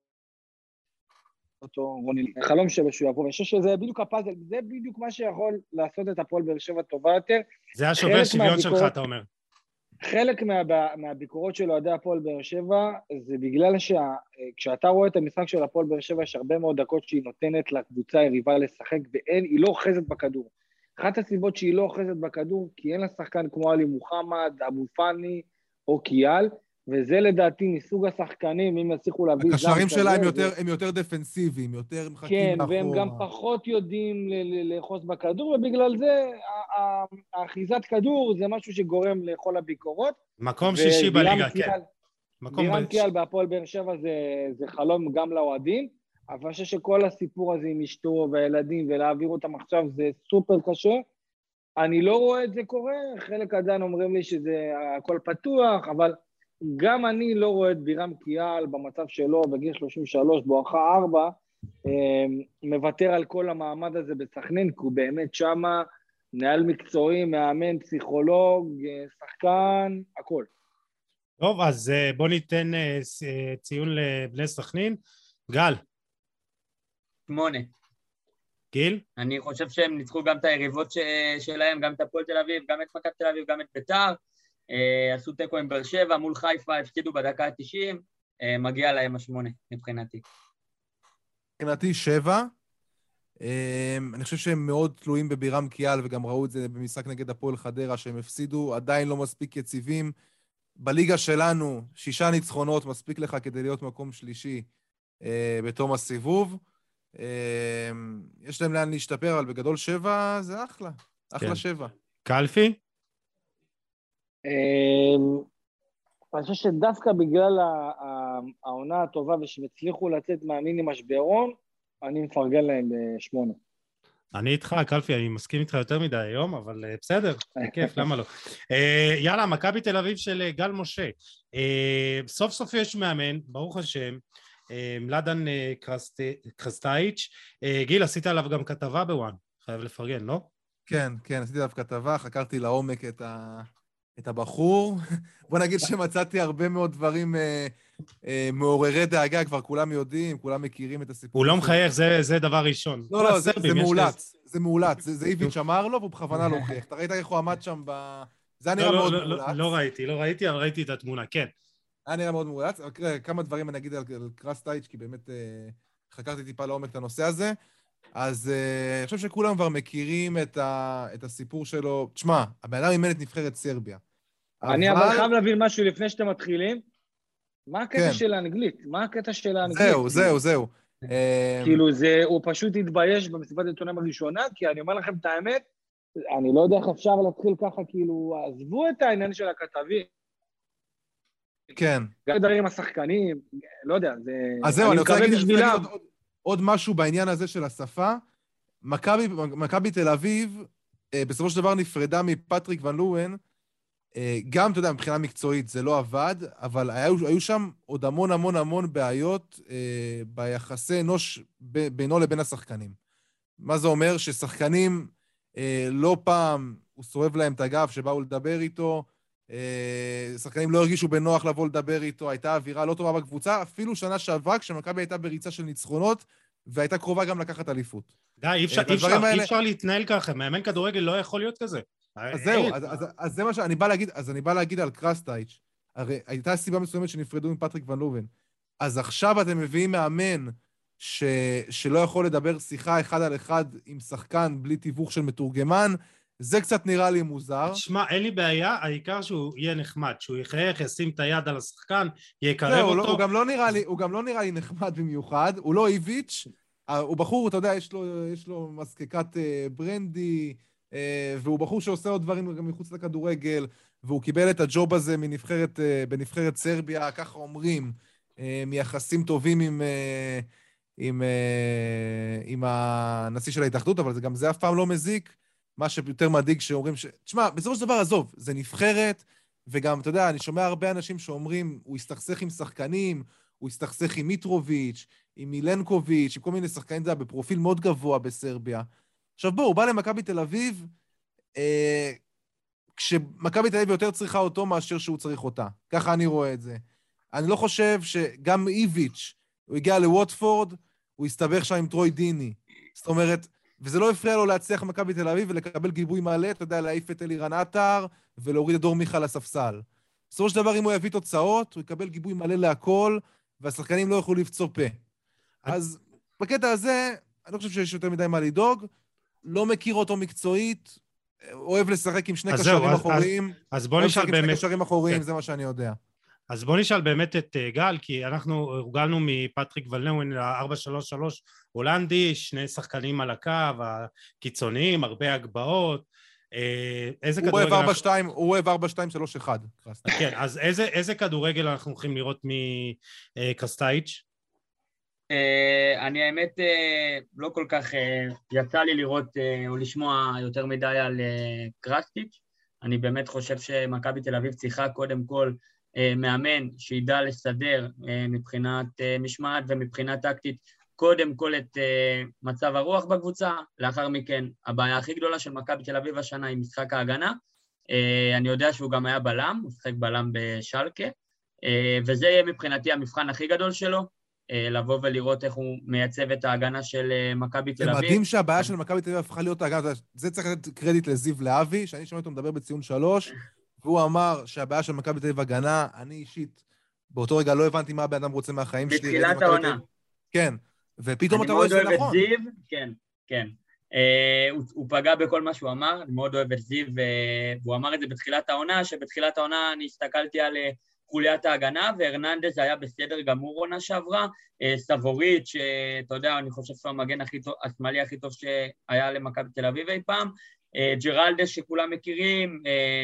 אותו, רוני, חלום שלו שהוא יבוא, ואני חושב שזה בדיוק הפאזל, זה בדיוק מה שיכול לעשות את הפועל באר שבע טובה יותר. זה השובר שוויון שלך, אתה אומר. חלק מה, מהביקורות של אוהדי הפועל באר שבע, זה בגלל שכשאתה רואה את המשחק של הפועל באר שבע, יש הרבה מאוד דקות שהיא נותנת לקבוצה היריבה לשחק, ואין, היא לא אוחזת בכדור. אחת הסיבות שהיא לא אוחזת בכדור, כי אין לה שחקן כמו עלי מוחמד, אבו פאני או קיאל, וזה לדעתי מסוג השחקנים, אם יצליחו להביא... הקשרים שלה הם יותר, הם יותר דפנסיביים, יותר מחכים מאחורה. כן, והם גם פחות יודעים לאחוז בכדור, ובגלל זה האחיזת כדור זה משהו שגורם לכל הביקורות. מקום שישי בליגה, כן. בירם קיאל בהפועל באר שבע זה חלום גם לאוהדים, אבל אני חושב שכל הסיפור הזה עם אשתו והילדים ולהעביר אותם עכשיו זה סופר קשה. אני לא רואה את זה קורה, חלק עדיין אומרים לי שזה הכל פתוח, אבל... גם אני לא רואה את בירם קיאל במצב שלו, בגיל שלושים ושלוש, בואכה ארבע, מוותר על כל המעמד הזה בסכנין, כי הוא באמת שמה, מנהל מקצועי, מאמן, פסיכולוג, שחקן, הכל. טוב, אז בוא ניתן ציון לבני סכנין. גל. שמונה. גיל? אני חושב שהם ניצחו גם את היריבות שלהם, גם את הפועל תל אביב, גם את מכבי תל אביב, גם את בית"ר. Uh, עשו תיקו עם באר שבע, מול חיפה, הפקידו בדקה ה-תשעים, uh, מגיע להם השמונה, מבחינתי. מבחינתי שבע. Uh, אני חושב שהם מאוד תלויים בבירם קיאל, וגם ראו את זה במשחק נגד הפועל חדרה, שהם הפסידו, עדיין לא מספיק יציבים. בליגה שלנו, שישה ניצחונות, מספיק לך כדי להיות מקום שלישי uh, בתום הסיבוב. Uh, יש להם לאן להשתפר, אבל בגדול שבע זה אחלה. אחלה כן. שבע. קלפי? אני חושב שדווקא בגלל העונה הטובה ושמצליחו לצאת מהמיני משברון, אני מפרגן להם בשמונה. אני איתך, קלפי, אני מסכים איתך יותר מדי היום, אבל בסדר, כיף, למה לא? יאללה, מכבי תל אביב של גל משה. סוף סוף יש מאמן, ברוך השם, מלאדן קרסטייץ'. גיל, עשית עליו גם כתבה בוואן, חייב לפרגן, לא? כן, כן, עשיתי עליו כתבה, חקרתי לעומק את ה... את הבחור. בוא נגיד שמצאתי הרבה מאוד דברים אה, אה, מעוררי דאגה, כבר כולם יודעים, כולם מכירים את הסיפור. הוא לא מחייך, זה, זה דבר ראשון. לא, לא, זה, זה מאולץ, זה מאולץ. זה, זה איביץ' אמר לו, והוא בכוונה לא חייך. אתה ראית איך הוא עמד שם ב... זה היה נראה לא, מאוד לא, מאולץ. לא, לא ראיתי, לא ראיתי, אבל ראיתי את התמונה, כן. היה נראה מאוד מאולץ. כמה דברים אני אגיד על, על קרסטייץ', כי באמת אה, חקרתי טיפה לעומק את הנושא הזה. אז uh, אני חושב שכולם כבר מכירים את, ה, את הסיפור שלו. תשמע, הבן אדם אימן את נבחרת סרביה. אני אבל חייב להבין משהו לפני שאתם מתחילים. מה הקטע של האנגלית? מה הקטע של האנגלית? זהו, זהו, זהו. כאילו, הוא פשוט התבייש במסיבת העיתונאים הראשונה, כי אני אומר לכם את האמת, אני לא יודע איך אפשר להתחיל ככה, כאילו, עזבו את העניין של הכתבים. כן. גם לדבר עם השחקנים, לא יודע, זה... אז זהו, אני רוצה להגיד עוד משהו בעניין הזה של השפה. מכבי תל אביב, בסופו של דבר נפרדה מפטריק ון לואן, גם, אתה יודע, מבחינה מקצועית זה לא עבד, אבל היו, היו שם עוד המון המון המון בעיות אה, ביחסי אנוש ב, בינו לבין השחקנים. מה זה אומר? ששחקנים אה, לא פעם, הוא סובב להם את הגב שבאו לדבר איתו, אה, שחקנים לא הרגישו בנוח לבוא לדבר איתו, הייתה אווירה לא טובה בקבוצה, אפילו שנה שעברה, כשמכבי הייתה בריצה של ניצחונות, והייתה קרובה גם לקחת אליפות. די, אי אפשר, אי אפשר, האלה... אי אפשר להתנהל ככה, מאמן כדורגל לא יכול להיות כזה. אז זהו, אז, אז, אז זה מה שאני בא להגיד, אז אני בא להגיד על קרסטייץ', הרי הייתה סיבה מסוימת שנפרדו עם פטריק ון לובן, אז עכשיו אתם מביאים מאמן ש, שלא יכול לדבר שיחה אחד על אחד עם שחקן בלי תיווך של מתורגמן, זה קצת נראה לי מוזר. שמע, אין לי בעיה, העיקר שהוא יהיה נחמד, שהוא יחייך, ישים את היד על השחקן, יקרב אותו. לא, הוא, גם לא נראה לי, הוא גם לא נראה לי נחמד במיוחד, הוא לא איביץ', הוא בחור, אתה יודע, יש לו, יש לו מסקקת ברנדי, והוא בחור שעושה עוד דברים גם מחוץ לכדורגל, והוא קיבל את הג'וב הזה מנבחרת, בנבחרת סרביה, ככה אומרים, מיחסים טובים עם, עם, עם הנשיא של ההתאחדות, אבל זה גם זה אף פעם לא מזיק, מה שיותר מדאיג שאומרים ש... תשמע, בסופו של דבר, עזוב, זה נבחרת, וגם, אתה יודע, אני שומע הרבה אנשים שאומרים, הוא יסתכסך עם שחקנים, הוא יסתכסך עם מיטרוביץ', עם מילנקוביץ', עם כל מיני שחקנים, זה בפרופיל מאוד גבוה בסרביה. עכשיו בואו, הוא בא למכבי תל אביב, אה, כשמכבי תל אביב יותר צריכה אותו מאשר שהוא צריך אותה. ככה אני רואה את זה. אני לא חושב שגם איביץ', הוא הגיע לווטפורד, הוא הסתבך שם עם טרוי דיני. זאת אומרת, וזה לא הפריע לו להצליח במכבי תל אביב ולקבל גיבוי מלא, אתה יודע, להעיף את אלירן עטר ולהוריד את דור מיכה לספסל. בסופו של דבר, אם הוא יביא תוצאות, הוא יקבל גיבוי מלא להכל, והשחקנים לא יוכלו לפצוע פה. אז בקטע הזה, אני לא חושב שיש יותר מדי מה לדאוג, לא מכיר אותו מקצועית, אוהב לשחק עם שני קשרים אחוריים. אז בוא נשאל באמת... שני קשרים אחוריים, זה מה שאני יודע. אז בוא נשאל באמת את גל, כי אנחנו הורגלנו מפטריק ולנאוין ל-ארבע שלוש שלוש הולנדי, שני שחקנים על הקו, הקיצוניים, הרבה הגבהות. איזה הוא אוהב ארבע שתיים, הוא אוהב ארבע שתיים שלוש אחד. כן, אז איזה, איזה כדורגל אנחנו הולכים לראות מקרסטייץ'? אני האמת לא כל כך יצא לי לראות או לשמוע יותר מדי על קרסטיץ'. אני באמת חושב שמכבי תל אביב צריכה קודם כל מאמן שידע לסדר מבחינת משמעת ומבחינת טקטית קודם כל את מצב הרוח בקבוצה. לאחר מכן הבעיה הכי גדולה של מכבי תל אביב השנה היא משחק ההגנה. אני יודע שהוא גם היה בלם, הוא שחק בלם בשלקה, וזה יהיה מבחינתי המבחן הכי גדול שלו, לבוא ולראות איך הוא מייצב את ההגנה של מכבי תל אביב. זה מדהים שהבעיה של מכבי תל אביב הפכה להיות ההגנה, זה צריך לתת קרדיט לזיו להבי, שאני שומע אותו מדבר בציון שלוש, והוא אמר שהבעיה של מכבי תל אביב הגנה, אני אישית, באותו רגע לא הבנתי מה הבן אדם רוצה מהחיים שלי. בתחילת העונה. כן, ופתאום אתה רואה שזה נכון. אני מאוד אוהב את זיו, כן, כן. הוא פגע בכל מה שהוא אמר, אני מאוד אוהב את זיו, והוא אמר את זה בתחילת העונה, שבתחילת העונה אני הסתכלתי על חוליית ההגנה, והרננדז היה בסדר גמור עונה שעברה, סבורית, שאתה יודע, אני חושב שהוא המגן השמאלי הכי טוב שהיה למכבי תל אביב אי פעם, ג'רלדס שכולם מכירים,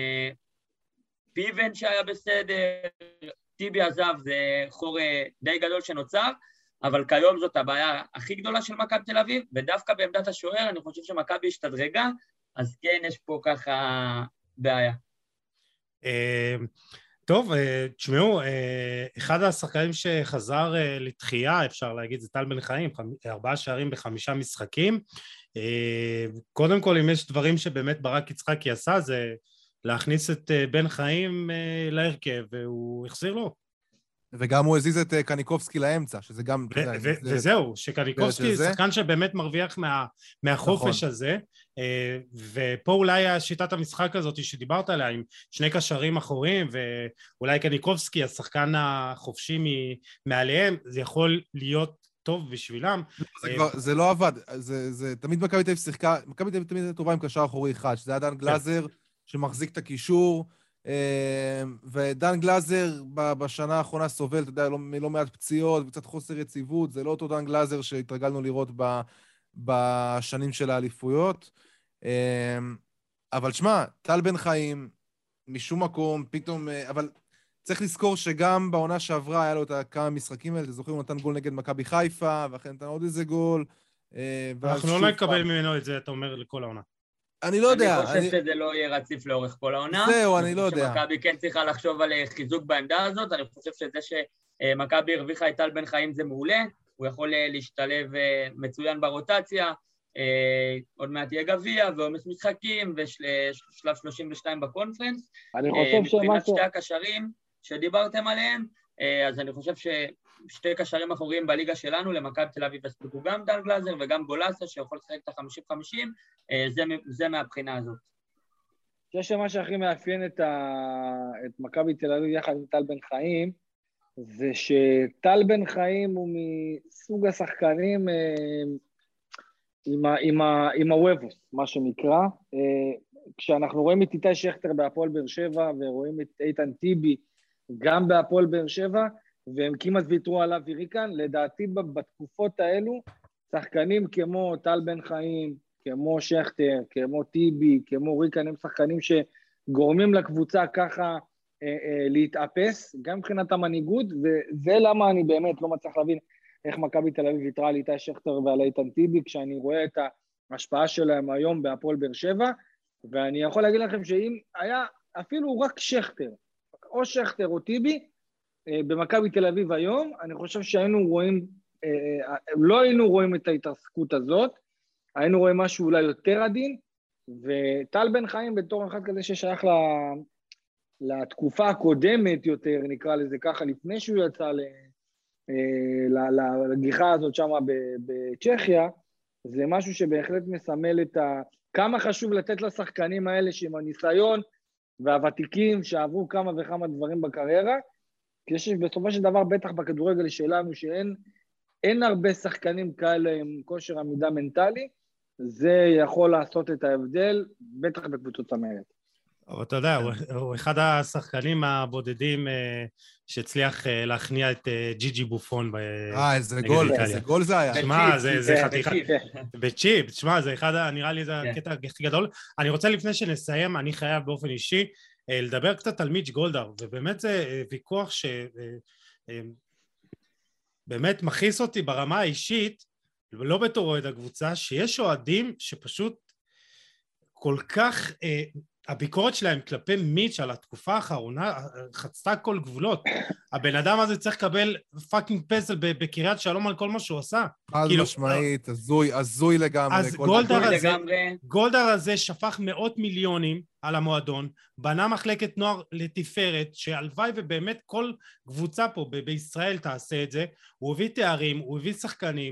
פיבן שהיה בסדר, טיבי עזב, זה חור די גדול שנוצר, אבל כיום זאת הבעיה הכי גדולה של מכבי תל אביב, ודווקא בעמדת השוער אני חושב שמכבי השתדרגה, אז כן, יש פה ככה בעיה. טוב, תשמעו, אחד השחקנים שחזר לתחייה, אפשר להגיד, זה טל בן חיים, ארבעה שערים בחמישה משחקים. קודם כל, אם יש דברים שבאמת ברק יצחקי עשה, זה להכניס את בן חיים להרכב, והוא החזיר לו. וגם הוא הזיז את קניקובסקי לאמצע, שזה גם... וזהו, שקניקובסקי שחקן שבאמת מרוויח מהחופש הזה, ופה אולי השיטת המשחק הזאת שדיברת עליה, עם שני קשרים אחוריים, ואולי קניקובסקי, השחקן החופשי מעליהם, זה יכול להיות טוב בשבילם. זה לא עבד, זה תמיד מכבי תל אביב שיחקה, מכבי תל אביב תמיד טובה עם קשר אחורי אחד, שזה היה דן גלאזר, שמחזיק את הקישור, ודן גלאזר בשנה האחרונה סובל, אתה יודע, מלא מעט פציעות וקצת חוסר יציבות, זה לא אותו דן גלאזר שהתרגלנו לראות בשנים של האליפויות. אבל שמה, טל בן חיים, משום מקום, פתאום, אבל צריך לזכור שגם בעונה שעברה היה לו את כמה משחקים האלה, אתה זוכר, הוא נתן גול נגד מכבי חיפה, ואחרי נתן עוד איזה גול. אנחנו לא נקבל ממנו את זה, אתה אומר, לכל העונה. אני לא יודע. אני חושב שזה לא יהיה רציף לאורך כל העונה. זהו, אני לא יודע. שמכבי כן צריכה לחשוב על חיזוק בעמדה הזאת, אני חושב שזה שמכבי הרוויחה את טל בן חיים זה מעולה, הוא יכול להשתלב מצוין ברוטציה, עוד מעט יהיה גביע ועומס משחקים ושלב שלושים ושתיים בקונפרנס. אני חושב שמה... מבחינת שתי הקשרים שדיברתם עליהם, אז אני חושב ששתי קשרים אחוריים בליגה שלנו, למכבי תל אביב הספיקו גם דן גלאזר וגם גולסה, שיכול לשחק את ה-חמישים חמישים, זה, זה מהבחינה הזאת. אני חושב שמה שהכי מאפיין את, ה... את מכבי תל אביב יחד עם טל בן חיים, זה שטל בן חיים הוא מסוג השחקנים עם, ה... עם, ה... עם הוובוס, מה שנקרא. כשאנחנו רואים את איתי שכטר בהפועל באר שבע, ורואים את איתן טיבי גם בהפועל באר שבע, והם כמעט ויתרו עליו ויריקן, לדעתי בתקופות האלו, שחקנים כמו טל בן חיים, כמו שכטר, כמו טיבי, כמו ריקן, הם שחקנים שגורמים לקבוצה ככה אה, אה, להתאפס, גם מבחינת המנהיגות, וזה למה אני באמת לא מצליח להבין איך מכבי תל אביב ויתרה על איתי שכטר ועל איתן טיבי, כשאני רואה את ההשפעה שלהם היום בהפועל באר שבע, ואני יכול להגיד לכם שאם היה אפילו רק שכטר, או שכטר או טיבי, במכבי תל אביב היום, אני חושב שהיינו רואים, לא היינו רואים את ההתעסקות הזאת, היינו רואים משהו אולי יותר עדין, וטל בן חיים בתור אחד כזה ששייך לתקופה הקודמת יותר, נקרא לזה ככה, לפני שהוא יצא לגיחה הזאת שם בצ'כיה, זה משהו שבהחלט מסמל את ה... כמה חשוב לתת לשחקנים האלה שעם הניסיון והוותיקים שעברו כמה וכמה דברים בקריירה, כי יש בסופו של דבר בטח בכדורגל שלנו שאין אין הרבה שחקנים כאלה עם כושר עמידה מנטלי, זה יכול לעשות את ההבדל, בטח בקבוצות צמרת. אבל אתה יודע, הוא, הוא אחד השחקנים הבודדים שהצליח להכניע את ג'י ג'י בופון. אה, איזה גול, איזה גול זה היה. תשמע, זה חתיכה. בצ'יפ, תשמע, זה אחד, נראה לי זה הקטע הכי גדול. אני רוצה לפני שנסיים, אני חייב באופן אישי, לדבר קצת על מיץ' גולדהר, ובאמת זה ויכוח שבאמת מכעיס אותי ברמה האישית, ולא בתור אוהד הקבוצה, שיש אוהדים שפשוט כל כך... הביקורת שלהם כלפי מיץ' על התקופה האחרונה חצתה כל גבולות. הבן אדם הזה צריך לקבל פאקינג פסל בקריית שלום על כל מה שהוא עשה. חד משמעית, הזוי, הזוי לגמרי. אז גולדהר הזה שפך מאות מיליונים על המועדון, בנה מחלקת נוער לתפארת, שהלוואי ובאמת כל קבוצה פה בישראל תעשה את זה, הוא הביא תארים, הוא הביא שחקנים,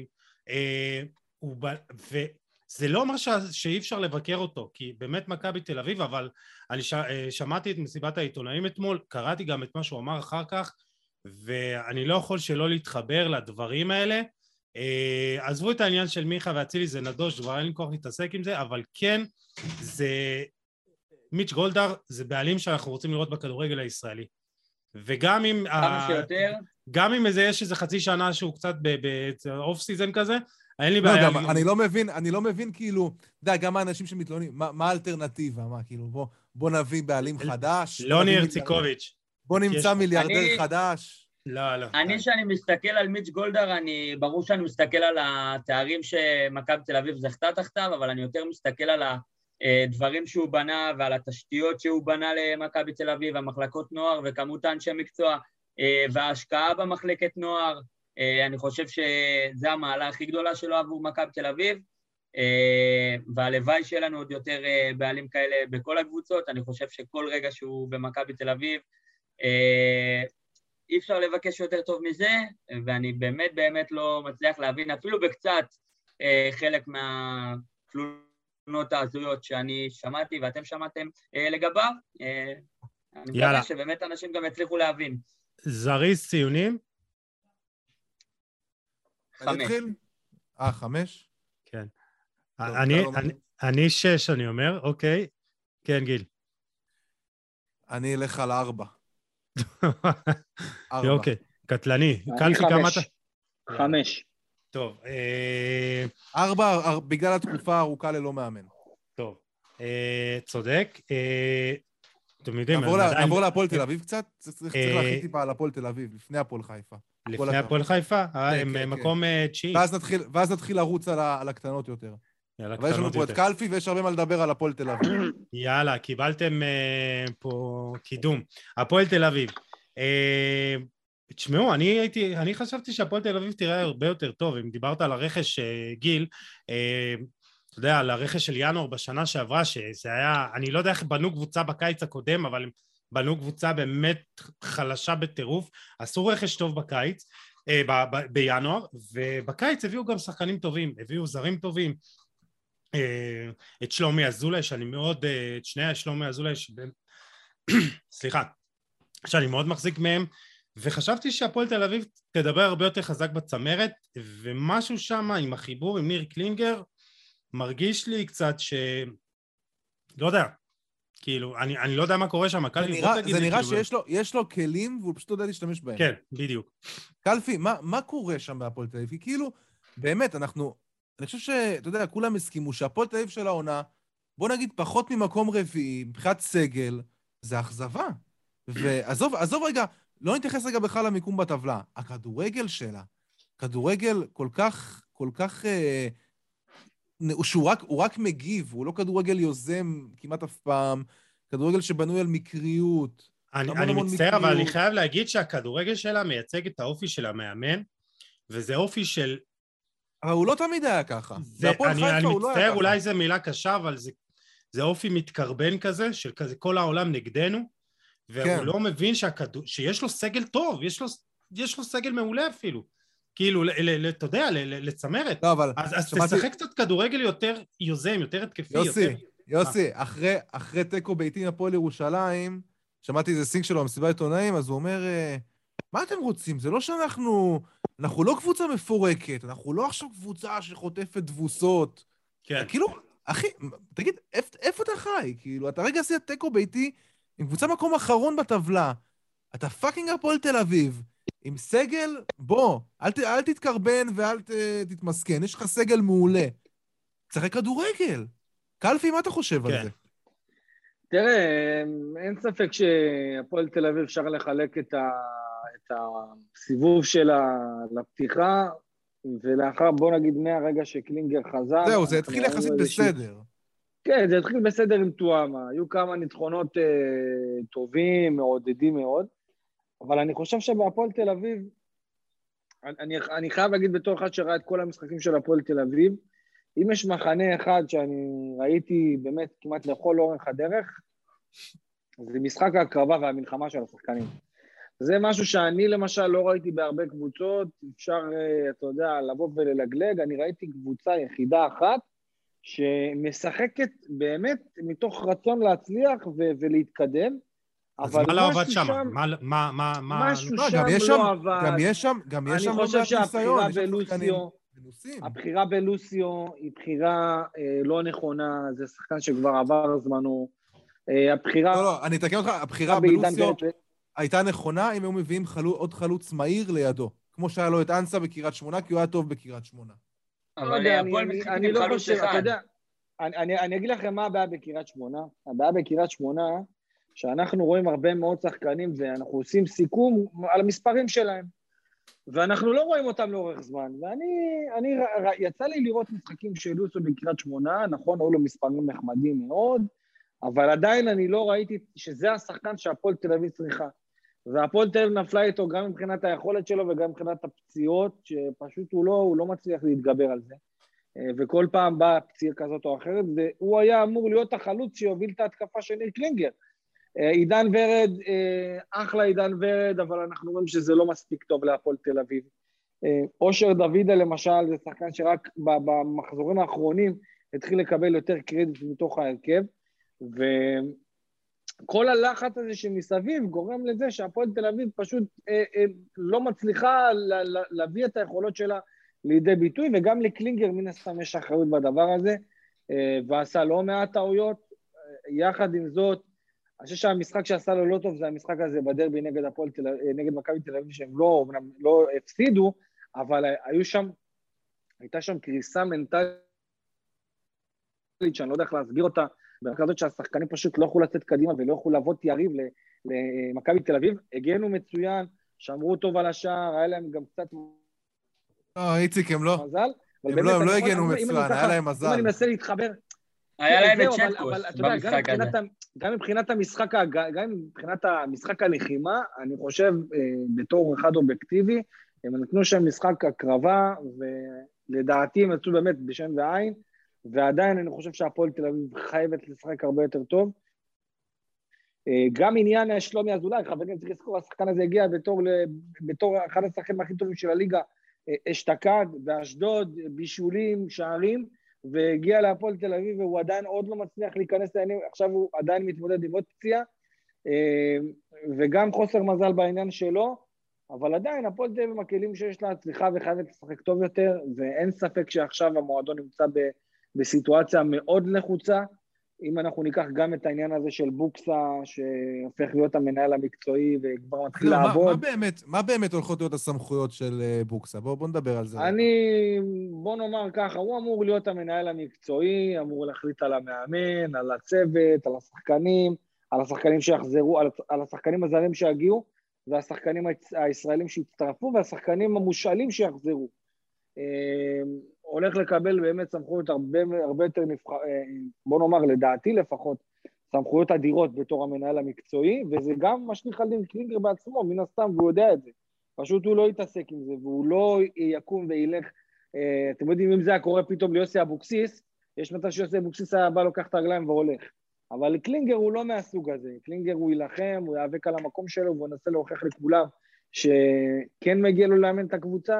ו... זה לא אומר שאי אפשר לבקר אותו, כי באמת מכבי תל אביב, אבל אני ש... שמעתי את מסיבת העיתונאים אתמול, קראתי גם את מה שהוא אמר אחר כך, ואני לא יכול שלא להתחבר לדברים האלה. עזבו את העניין של מיכה ואצילי, זה נדוש, כבר אין לי כוח להתעסק עם זה, אבל כן, זה... מיץ' גולדהר זה בעלים שאנחנו רוצים לראות בכדורגל הישראלי. וגם אם... כמה שיותר? גם אם איזה יש איזה חצי שנה שהוא קצת באוף סיזן כזה, אין לי לא, בעיה. גם, אני לא מבין, אני לא מבין כאילו, די, גם האנשים שמתלוננים, מה, מה האלטרנטיבה? מה, כאילו, בוא, בוא נביא בעלים חדש. לא נרציקוביץ'. בוא נמצא יש... מיליארדר אני... חדש. לא, לא. אני, שאני מסתכל על מיץ' גולדהר, אני, ברור שאני מסתכל על התארים שמכבי תל אביב זכתה תחתיו, אבל אני יותר מסתכל על הדברים שהוא בנה ועל התשתיות שהוא בנה למכבי תל אביב, המחלקות נוער וכמות האנשי מקצוע, וההשקעה במחלקת נוער. אני חושב שזה המעלה הכי גדולה שלו עבור מכבי תל אביב, והלוואי שיהיה לנו עוד יותר בעלים כאלה בכל הקבוצות. אני חושב שכל רגע שהוא במכבי תל אביב, אי אפשר לבקש יותר טוב מזה, ואני באמת באמת לא מצליח להבין, אפילו בקצת חלק מהתלונות ההזויות שאני שמעתי ואתם שמעתם לגביו. אני מקווה שבאמת אנשים גם יצליחו להבין. זריז ציונים? חמש. אה, חמש? כן. אני שש, אני אומר, אוקיי. כן, גיל. אני אלך על ארבע. אוקיי, קטלני. אני חמש. חמש. טוב. ארבע, בגלל התקופה הארוכה ללא מאמן. טוב. צודק. אתם יודעים... נעבור להפועל תל אביב קצת? צריך להכין טיפה על הפועל תל אביב, לפני הפועל חיפה. לפני הפועל חיפה? הם מקום תשיעי. ואז נתחיל לרוץ על הקטנות יותר. אבל יש לנו פה את קלפי, ויש הרבה מה לדבר על הפועל תל אביב. יאללה, קיבלתם פה קידום. הפועל תל אביב. תשמעו, אני חשבתי שהפועל תל אביב תראה הרבה יותר טוב. אם דיברת על הרכש גיל, אתה יודע, על הרכש של ינואר בשנה שעברה, שזה היה, אני לא יודע איך בנו קבוצה בקיץ הקודם, אבל הם בנו קבוצה באמת חלשה בטירוף, עשו רכש טוב בקיץ, ב- ב- בינואר, ובקיץ הביאו גם שחקנים טובים, הביאו זרים טובים, את שלומי אזולאי, שאני מאוד, את שני שלומי אזולאי, סליחה, שאני מאוד מחזיק מהם, וחשבתי שהפועל תל אביב תדבר הרבה יותר חזק בצמרת, ומשהו שם עם החיבור עם ניר קלינגר, מרגיש לי קצת ש... לא יודע, כאילו, אני, אני לא יודע מה קורה שם, קלפי, בוא תגיד. זה נראה שיש לו, יש לו כלים, והוא פשוט לא יודע להשתמש בהם. כן, בדיוק. קלפי, מה, מה קורה שם בהפועל תל אביב? כאילו, באמת, אנחנו, אני חושב שאתה יודע, כולם הסכימו שהפועל תל אביב של העונה, בוא נגיד, פחות ממקום רביעי, מבחינת סגל, זה אכזבה. ועזוב, עזוב רגע, לא נתייחס רגע בכלל למיקום בטבלה. הכדורגל שלה, כדורגל כל כך, כל כך... אה, שהוא רק, הוא רק מגיב, הוא לא כדורגל יוזם כמעט אף פעם, כדורגל שבנוי על מקריות. אני, אני מצטער, אבל אני חייב להגיד שהכדורגל שלה מייצג את האופי של המאמן, וזה אופי של... אבל הוא לא תמיד היה ככה. זה, אני, אני מצטער, לא אולי זו מילה קשה, אבל זה, זה אופי מתקרבן כזה, של כזה כל העולם נגדנו, והוא כן. לא מבין שהכדור, שיש לו סגל טוב, יש לו, יש לו סגל מעולה אפילו. כאילו, אתה יודע, לצמרת. לא, אבל... אז תשחק קצת כדורגל יותר יוזם, יותר התקפי, יותר... יוסי, יוסי, אחרי תיקו ביתי עם הפועל ירושלים, שמעתי איזה סינק שלו במסיבת עיתונאים, אז הוא אומר, מה אתם רוצים? זה לא שאנחנו... אנחנו לא קבוצה מפורקת, אנחנו לא עכשיו קבוצה שחוטפת דבוסות. כן. כאילו, אחי, תגיד, איפה אתה חי? כאילו, אתה רגע עשית תיקו ביתי עם קבוצה מקום אחרון בטבלה, אתה פאקינג הפועל תל אביב, עם סגל, בוא, אל, ת, אל תתקרבן ואל ת, תתמסכן, יש לך סגל מעולה. צריך כדורגל. קלפי, מה אתה חושב כן. על זה? תראה, אין ספק שהפועל תל אביב אפשר לחלק את, ה, את הסיבוב שלה לפתיחה, ולאחר, בוא נגיד, מהרגע שקלינגר חזר... זהו, זה התחיל יחסית בסדר. ש... כן, זה התחיל בסדר עם תואמה. היו כמה ניצחונות אה, טובים, מעודדים מאוד, אבל אני חושב שבהפועל תל אביב, אני, אני חייב להגיד בתור אחד שראה את כל המשחקים של הפועל תל אביב, אם יש מחנה אחד שאני ראיתי באמת כמעט לכל אורך הדרך, זה משחק ההקרבה והמלחמה של השחקנים. זה משהו שאני למשל לא ראיתי בהרבה קבוצות, אפשר, אתה יודע, לבוא וללגלג, אני ראיתי קבוצה יחידה אחת, שמשחקת באמת מתוך רצון להצליח ו- ולהתקדם, אז מה לא עבד שם? מה, מה, מה, מה... משהו לא, שם לא עבד. גם יש שם, גם יש שם... אני חושב שהבחירה בלוסיו, הבחירה בלוסיו היא בחירה אה, לא נכונה, זה שחקן שכבר עבר זמנו. אה, הבחירה... לא, לא, אני אתקן אותך, הבחירה בלוסיו הייתה נכונה אם היו מביאים חלו, עוד חלוץ מהיר לידו, כמו שהיה לו את אנסה בקריית שמונה, כי הוא היה טוב בקריית שמונה. אבל הפועל משחקים עם חלוץ אחד. אני אגיד לכם מה הבעיה בקריית שמונה. הבעיה בקריית שמונה, שאנחנו רואים הרבה מאוד שחקנים, ואנחנו עושים סיכום על המספרים שלהם. ואנחנו לא רואים אותם לאורך זמן. ואני, אני, יצא לי לראות משחקים של לוסיו בקריית שמונה, נכון, היו לו מספרים נחמדים מאוד, אבל עדיין אני לא ראיתי שזה השחקן שהפועל תל אביב צריכה. והפועל תל אביב נפלה איתו גם מבחינת היכולת שלו וגם מבחינת הפציעות, שפשוט הוא לא, הוא לא מצליח להתגבר על זה. וכל פעם באה פציעה כזאת או אחרת, והוא היה אמור להיות החלוץ שיוביל את ההתקפה של ניר קלינגר. עידן ורד, אחלה עידן ורד, אבל אנחנו רואים שזה לא מספיק טוב להפועל תל אביב. אושר דוידה למשל, זה שחקן שרק במחזורים האחרונים התחיל לקבל יותר קרדיט מתוך ההרכב, וכל הלחץ הזה שמסביב גורם לזה שהפועל תל אביב פשוט לא מצליחה להביא את היכולות שלה לידי ביטוי, וגם לקלינגר מן הסתם יש אחריות בדבר הזה, ועשה לא מעט טעויות. יחד עם זאת, אני חושב שהמשחק שעשה לו לא טוב זה המשחק הזה בדרבי נגד הפועל תל אביב, נגד מכבי תל אביב, שהם לא, לא הפסידו, אבל היו שם, הייתה שם קריסה מנטלית שאני לא יודע איך להסביר אותה, ברכה הזאת שהשחקנים פשוט לא יכולו לצאת קדימה ולא יכולו לעבוד יריב למכבי תל אביב, הגנו מצוין, שמרו טוב על השער, היה להם גם קצת לא, איציק, הם לא, מזל, הם לא, הם לא הגנו מצוין, היה להם מזל. אם אני מנסה להתחבר, היה להם את צ'קוס במשחק הזה. גם מבחינת המשחק, גם מבחינת המשחק הלחימה, אני חושב, בתור אחד אובייקטיבי, הם נתנו שם משחק הקרבה, ולדעתי הם יצאו באמת בשם ועין, ועדיין אני חושב שהפועל תל אביב חייבת לשחק הרבה יותר טוב. גם עניין שלומי אזולאי, חברים, צריך לזכור, השחקן הזה הגיע בתור, בתור אחד השחקנים הכי טובים של הליגה, אשתקד, באשדוד, בישולים, שערים, והגיע להפועל תל אביב, והוא עדיין עוד לא מצליח להיכנס לעניינים, עכשיו הוא עדיין מתמודד עם עוד פציעה, וגם חוסר מזל בעניין שלו, אבל עדיין הפועל תל אביב עם הכלים שיש לה הצליחה וחייבת לשחק טוב יותר, ואין ספק שעכשיו המועדון נמצא בסיטואציה מאוד לחוצה, אם אנחנו ניקח גם את העניין הזה של בוקסה, שהופך להיות המנהל המקצועי וכבר מתחיל לא, לעבוד. מה, מה, באמת, מה באמת הולכות להיות הסמכויות של בוקסה? בואו בוא נדבר על זה. אני, בוא נאמר ככה, הוא אמור להיות המנהל המקצועי, אמור להחליט על המאמן, על הצוות, על השחקנים, על השחקנים שיחזרו, על, על השחקנים הזרים שיגיעו, והשחקנים הישראלים שהצטרפו, והשחקנים המושאלים שיחזרו. הולך לקבל באמת סמכויות הרבה, הרבה יותר נבח... בוא נאמר, לדעתי לפחות, סמכויות אדירות בתור המנהל המקצועי, וזה גם משליך על ניר קלינגר בעצמו, מן הסתם, והוא יודע את זה. פשוט הוא לא יתעסק עם זה, והוא לא יקום וילך, אתם יודעים, אם זה היה קורה פתאום ליוסי אבוקסיס, יש מצב שיוסי אבוקסיס היה בא לוקח את הרגליים והולך. אבל קלינגר הוא לא מהסוג הזה, קלינגר הוא ילחם, הוא יאבק על המקום שלו, והוא ננסה להוכיח לכולם שכן מגיע לו לאמן את הקבוצה,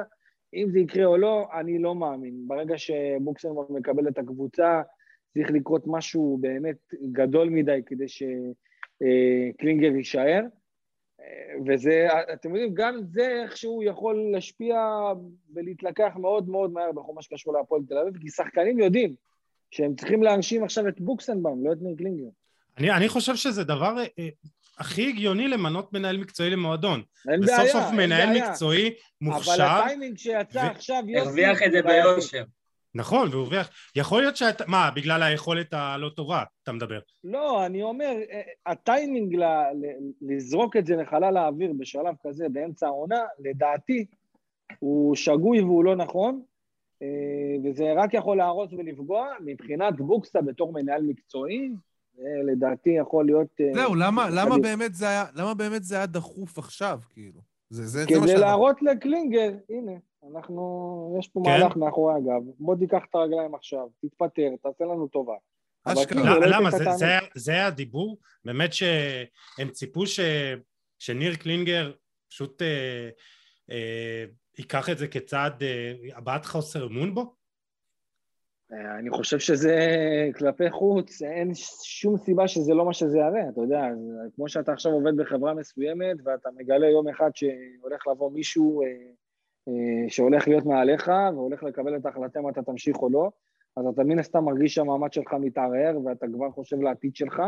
אם זה יקרה או לא, אני לא מאמין. ברגע שבוקסנבאום מקבל את הקבוצה, צריך לקרות משהו באמת גדול מדי כדי שקלינגר יישאר. וזה, אתם יודעים, גם זה איכשהו יכול להשפיע ולהתלקח מאוד מאוד מהר בכל מה שקשור להפועל תל אביב, כי שחקנים יודעים שהם צריכים להנשים עכשיו את בוקסנבאום, לא את ניר קלינגר. אני, אני חושב שזה דבר אה, הכי הגיוני למנות מנהל מקצועי למועדון. אין בסוף בעיה, סוף אין מנהל בעיה. מקצועי מוכשר. אבל הטיימינג שיצא ו... עכשיו, יוסי... הרוויח את זה ביושר. נכון, והרוויח. יכול להיות שאתה... מה, בגלל היכולת הלא טובה, אתה מדבר? לא, אני אומר, הטיימינג ל... לזרוק את זה לחלל האוויר בשלב כזה, באמצע העונה, לדעתי, הוא שגוי והוא לא נכון, וזה רק יכול להרוס ולפגוע, מבחינת בוקסה בתור מנהל מקצועי, לדעתי יכול להיות... זהו, למה, למה באמת זה היה, למה באמת זה היה דחוף עכשיו, כאילו? זה, זה, כדי זה מה להראות לקלינגר, הנה, אנחנו, יש פה כן? מהלך מאחורי הגב, בוא תיקח את הרגליים עכשיו, תתפטר, תעשה לנו טובה. אשכרה. למה? זה, זה, זה היה הדיבור? באמת שהם ציפו ש, שניר קלינגר פשוט אה, אה, ייקח את זה כצעד אה, הבעת חוסר אמון בו? אני חושב שזה כלפי חוץ, אין שום סיבה שזה לא מה שזה יראה, אתה יודע, כמו שאתה עכשיו עובד בחברה מסוימת, ואתה מגלה יום אחד שהולך לבוא מישהו שהולך להיות מעליך, והולך לקבל את ההחלטה אם אתה תמשיך או לא, אז אתה מן הסתם מרגיש שהמעמד שלך מתערער, ואתה כבר חושב לעתיד שלך,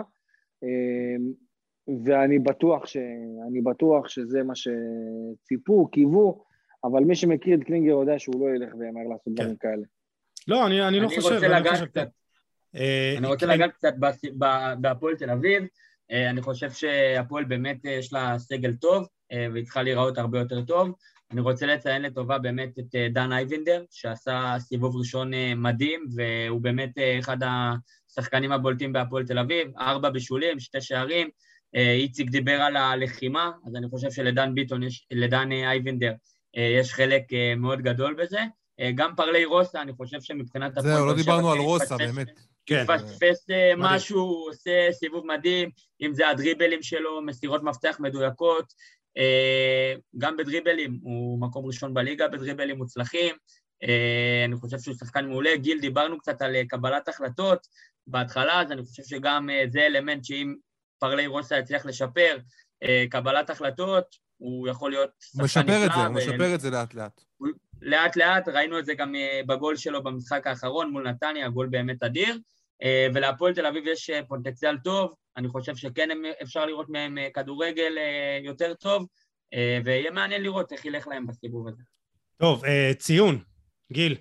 ואני בטוח, ש... אני בטוח שזה מה שציפו, קיוו, אבל מי שמכיר את קלינגר יודע שהוא לא ילך ויאמר לעשות דברים כאלה. לא, אני, אני לא אני חושב. רוצה אני לגעת חושב... קצת, אה, אני רוצה כן. לגעת קצת בהפועל תל אביב. אני חושב שהפועל באמת יש לה סגל טוב, והיא צריכה להיראות הרבה יותר טוב. אני רוצה לציין לטובה באמת את דן אייבינדר, שעשה סיבוב ראשון מדהים, והוא באמת אחד השחקנים הבולטים בהפועל תל אביב, ארבע בישולים, שתי שערים. איציק דיבר על הלחימה, אז אני חושב שלדן ביטון, יש, לדן אייבינדר, יש חלק מאוד גדול בזה. גם פרלי רוסה, אני חושב שמבחינת... זהו, לא דיברנו על רוסה, באמת. כן. פספס משהו, עושה סיבוב מדהים, אם זה הדריבלים שלו, מסירות מפתח מדויקות, גם בדריבלים, הוא מקום ראשון בליגה, בדריבלים מוצלחים, אני חושב שהוא שחקן מעולה. גיל, דיברנו קצת על קבלת החלטות בהתחלה, אז אני חושב שגם זה אלמנט שאם פרלי רוסה יצליח לשפר, קבלת החלטות, הוא יכול להיות הוא משפר את זה, הוא משפר את זה לאט לאט. לאט לאט, ראינו את זה גם בגול שלו במשחק האחרון מול נתניה, הגול באמת אדיר, ולהפועל תל אביב יש פוטנציאל טוב, אני חושב שכן אפשר לראות מהם כדורגל יותר טוב, ויהיה מעניין לראות איך ילך להם בסיבוב הזה. טוב, ציון, גיל.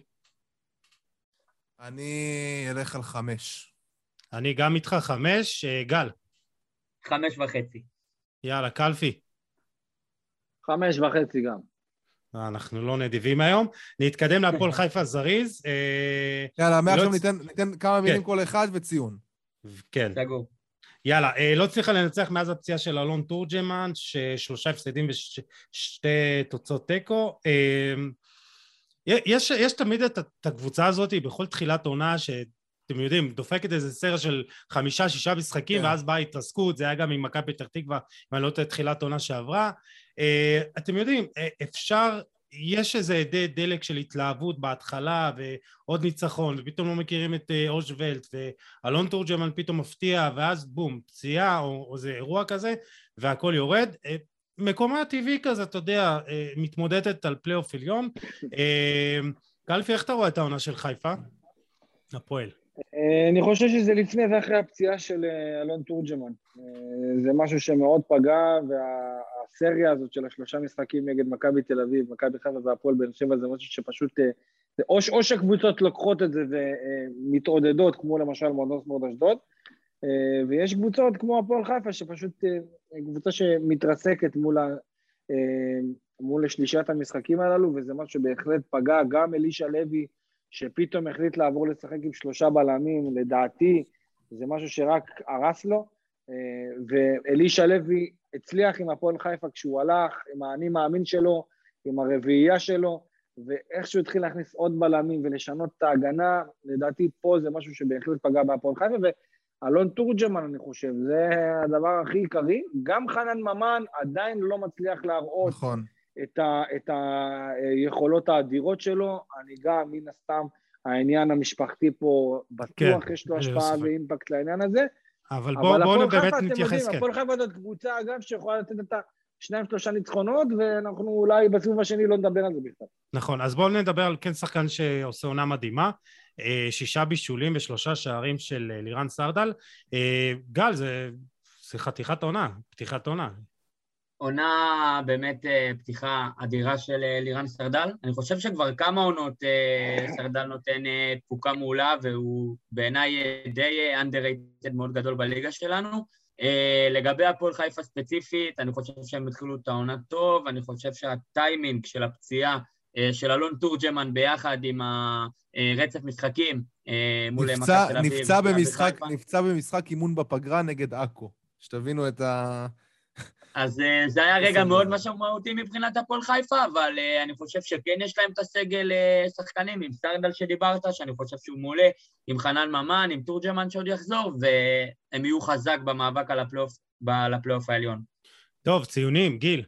אני אלך על חמש. אני גם איתך חמש, גל. חמש וחצי. יאללה, קלפי. חמש וחצי גם. אנחנו לא נדיבים היום. נתקדם להפועל חיפה זריז. יאללה, מעכשיו ניתן כמה מילים כל אחד וציון. כן. סגור. יאללה, לא צריכה לנצח מאז הפציעה של אלון תורג'מן, ששלושה הפסדים ושתי תוצאות תיקו. יש, יש תמיד את הקבוצה הזאת בכל תחילת עונה, שאתם יודעים, דופקת איזה סרט של חמישה, שישה משחקים, ואז באה התרסקות, זה היה גם עם מכבי פתח תקווה, אם אני לא יודעת תחילת עונה שעברה. אתם יודעים, אפשר, יש איזה עדי דלק של התלהבות בהתחלה, ועוד ניצחון, ופתאום לא מכירים את אושוולט, ואלון תורג'מן פתאום מפתיע, ואז בום, פציעה, או, או זה אירוע כזה, והכל יורד. מקומה הטבעי כזה, אתה יודע, מתמודדת על פלייאוף עליון. קלפי, איך אתה רואה את העונה של חיפה? הפועל. אני חושב שזה לפני ואחרי הפציעה של אלון תורג'מן. זה משהו שמאוד פגע, והסריה הזאת של השלושה משחקים נגד מכבי תל אביב, מכבי חיפה והפועל באר שבע, זה משהו שפשוט, או, או שהקבוצות לוקחות את זה ומתעודדות, כמו למשל מועדון ספורט אשדוד, ויש קבוצות כמו הפועל חיפה, שפשוט קבוצה שמתרסקת מול, ה, מול שלישת המשחקים הללו, וזה משהו שבהחלט פגע. גם אלישע לוי, שפתאום החליט לעבור לשחק עם שלושה בלמים, לדעתי, זה משהו שרק הרס לו, ואלישע לוי הצליח עם הפועל חיפה כשהוא הלך, עם האני מאמין שלו, עם הרביעייה שלו, ואיכשהו התחיל להכניס עוד בלמים ולשנות את ההגנה, לדעתי פה זה משהו שבהחלט פגע בהפועל חיפה, ואלון תורג'מן אני חושב, זה הדבר הכי עיקרי. גם חנן ממן עדיין לא מצליח להראות נכון. את, ה, את היכולות האדירות שלו, אני גם, מן הסתם, העניין המשפחתי פה בטוח, כן, יש לו השפעה ואימפקט לעניין הזה, אבל בואו בוא באמת נתייחס, כן. הפועל חיפה זאת קבוצה, אגב, שיכולה לתת את השניים שלושה ניצחונות, ואנחנו אולי בסיבוב השני לא נדבר על זה בכלל. נכון, אז בואו נדבר על כן שחקן שעושה עונה מדהימה, שישה בישולים ושלושה שערים של לירן סרדל. גל, זה, זה חתיכת עונה, פתיחת עונה. עונה באמת פתיחה אדירה של לירן סרדל. אני חושב שכבר כמה עונות סרדל נותן תפוקה מעולה, והוא בעיניי די underrated מאוד גדול בליגה שלנו. לגבי הפועל חיפה ספציפית, אני חושב שהם התחילו את העונה טוב, אני חושב שהטיימינג של הפציעה של אלון תורג'מן ביחד עם הרצף משחקים מול מכבי תל אביב. נפצע במשחק, נפצע במשחק אימון בפגרה נגד עכו. שתבינו את ה... אז זה היה רגע מאוד משמעותי מבחינת הפועל חיפה, אבל אני חושב שכן יש להם את הסגל שחקנים, עם סרדל שדיברת, שאני חושב שהוא מעולה, עם חנן ממן, עם תורג'מן שעוד יחזור, והם יהיו חזק במאבק על הפלייאוף, על הפלייאוף העליון. טוב, ציונים, גיל.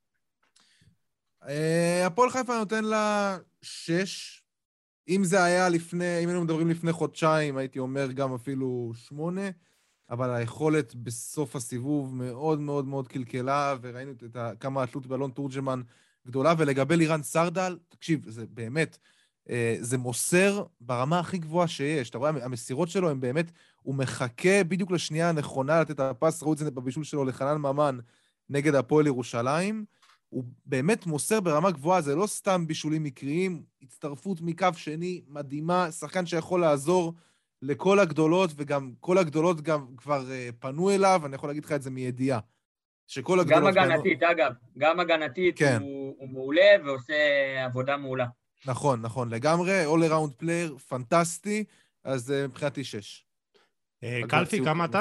הפועל חיפה נותן לה שש. אם זה היה לפני, אם היינו מדברים לפני חודשיים, הייתי אומר גם אפילו שמונה. אבל היכולת בסוף הסיבוב מאוד מאוד מאוד קלקלה, וראינו את ה, כמה התלות באלון תורג'מן גדולה, ולגבי לירן סרדל, תקשיב, זה באמת, זה מוסר ברמה הכי גבוהה שיש. אתה רואה, המסירות שלו הם באמת, הוא מחכה בדיוק לשנייה הנכונה לתת הפס, ראו את זה בבישול שלו לחנן ממן נגד הפועל ירושלים, הוא באמת מוסר ברמה גבוהה, זה לא סתם בישולים מקריים, הצטרפות מקו שני מדהימה, שחקן שיכול לעזור לכל הגדולות, וגם כל הגדולות גם כבר uh, פנו אליו, אני יכול להגיד לך את זה מידיעה. שכל הגדולות... גם הגנתית, פנו... אגב, גם הגנתית כן. הוא, הוא מעולה ועושה עבודה מעולה. נכון, נכון, לגמרי, all around player, פנטסטי, אז uh, מבחינתי שש. Uh, קלפי, כמה אתה?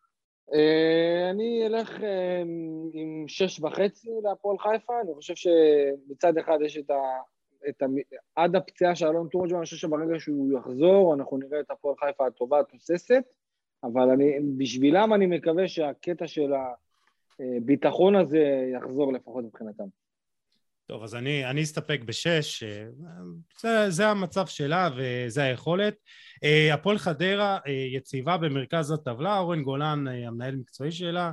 Uh, אני אלך uh, עם שש וחצי להפועל חיפה, אני חושב שמצד אחד יש את ה... את המ... עד הפציעה של אלון תורג'מן, אני חושב שברגע שהוא יחזור, אנחנו נראה את הפועל חיפה הטובה התוססת, אבל אני, בשבילם אני מקווה שהקטע של הביטחון הזה יחזור לפחות מבחינתם. טוב, אז אני, אני אסתפק בשש, זה, זה המצב שלה וזה היכולת. הפועל חדרה יציבה במרכז הטבלה, אורן גולן, המנהל מקצועי שלה,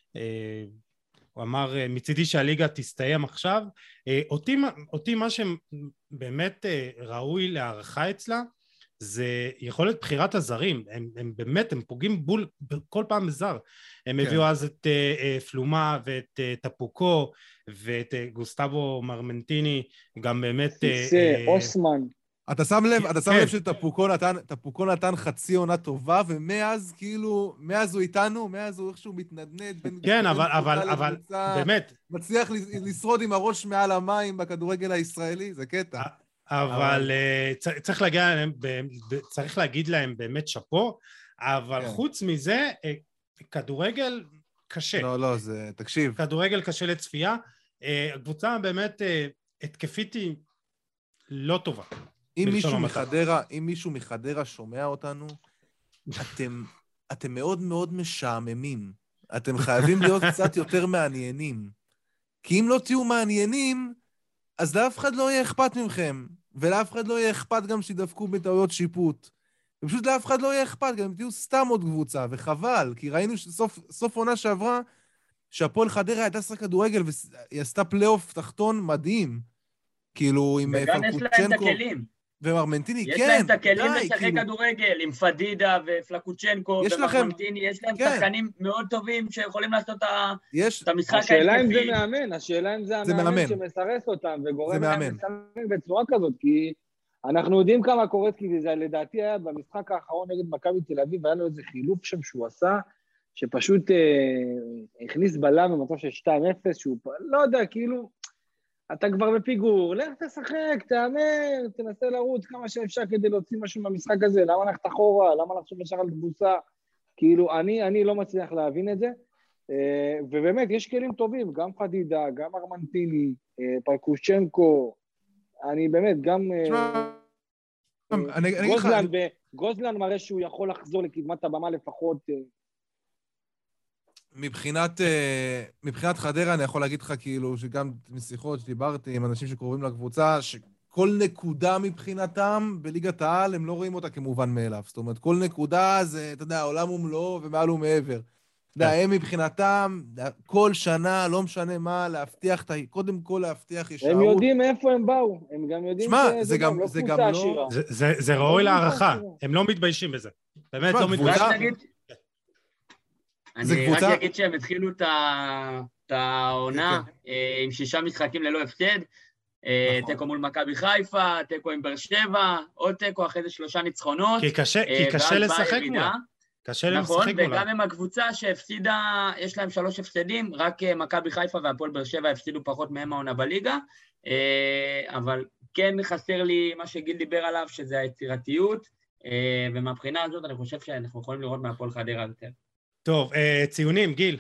הוא אמר, מצידי שהליגה תסתיים עכשיו. אותי, אותי מה שבאמת ראוי להערכה אצלה, זה יכולת בחירת הזרים. הם, הם באמת, הם פוגעים בול כל פעם בזר. הם כן. הביאו אז את פלומה ואת טפוקו, ואת גוסטבו מרמנטיני, גם באמת... סיסה, אוסמן. אתה שם לב, אתה שם לב שטפוקו נתן, טפוקו נתן חצי עונה טובה, ומאז כאילו, מאז הוא איתנו, מאז הוא איכשהו מתנדנד. כן, אבל, אבל, אבל, באמת. מצליח לשרוד עם הראש מעל המים בכדורגל הישראלי, זה קטע. אבל צריך להגיד להם, צריך להגיד להם באמת שפו, אבל חוץ מזה, כדורגל קשה. לא, לא, זה, תקשיב. כדורגל קשה לצפייה. הקבוצה באמת התקפית היא לא טובה. אם מישהו מחדרה, אם מישהו מחדרה שומע אותנו, אתם, אתם מאוד מאוד משעממים. אתם חייבים להיות קצת יותר מעניינים. כי אם לא תהיו מעניינים, אז לאף אחד לא יהיה אכפת מכם, ולאף אחד לא יהיה אכפת גם שידפקו בטעויות שיפוט. ופשוט לאף אחד לא יהיה אכפת, גם אם תהיו סתם עוד קבוצה, וחבל, כי ראינו שסוף, סוף עונה שעברה, שהפועל חדרה הייתה שחק כדורגל, והיא עשתה פלייאוף תחתון מדהים. כאילו, עם פרקוצ'נקו... וגם יש להם את הכלים. ומרמנטיני, יש כן, להם את הכלים לשחק כאילו... כדורגל, עם פדידה ופלקוצ'נקו ומרמנטיני, לכם... יש להם כן. שחקנים מאוד טובים שיכולים לעשות יש... את המשחק ההתקפי. השאלה אם זה מאמן, השאלה אם זה המאמן שמסרס אותם, וגורם להם לשחק בצורה כזאת, כי אנחנו יודעים כמה קוראת, כי זה לדעתי היה במשחק האחרון נגד מכבי תל אביב, והיה לו איזה חילוף שם שהוא עשה, שפשוט אה, הכניס בלם במצב של שתיים אפס, שהוא לא יודע, כאילו, אתה כבר בפיגור, לך תשחק, תאמר, תנסה לרוץ כמה שאפשר כדי להוציא משהו מהמשחק הזה, למה ללכת אחורה, למה לחשוב ישר על תבוסה, כאילו, אני, אני לא מצליח להבין את זה, ובאמת, יש כלים טובים, גם פדידה, גם ארמנטיני, פרקושצ'נקו, אני באמת, גם גוזלן, גוזלן מראה שהוא יכול לחזור לקדמת הבמה לפחות, מבחינת, מבחינת חדרה, אני יכול להגיד לך כאילו, שגם משיחות שדיברתי עם אנשים שקרובים לקבוצה, שכל נקודה מבחינתם בליגת העל, הם לא רואים אותה כמובן מאליו. זאת אומרת, כל נקודה זה, אתה יודע, העולם ומלואו ומעל ומעבר. אתה יודע, הם מבחינתם, כל שנה, לא משנה מה, להבטיח, קודם כל להבטיח ישרות. הם יודעים איפה הם באו, הם גם יודעים שזה גם לא קבוצה עשירה. זה ראוי להערכה, הם לא מתביישים בזה. באמת לא מתביישים. אני רק אגיד שהם התחילו את העונה עם שישה משחקים ללא הפסד, תיקו מול מכבי חיפה, תיקו עם באר שבע, עוד תיקו אחרי זה שלושה ניצחונות. כי קשה לשחק מולה. קשה לשחק מולה. נכון, וגם עם הקבוצה שהפסידה, יש להם שלוש הפסדים, רק מכבי חיפה והפועל באר שבע הפסידו פחות מהם העונה בליגה, אבל כן חסר לי מה שגיל דיבר עליו, שזה היצירתיות, ומהבחינה הזאת אני חושב שאנחנו יכולים לראות מהפועל חדרה יותר. טוב, ציונים, גיל.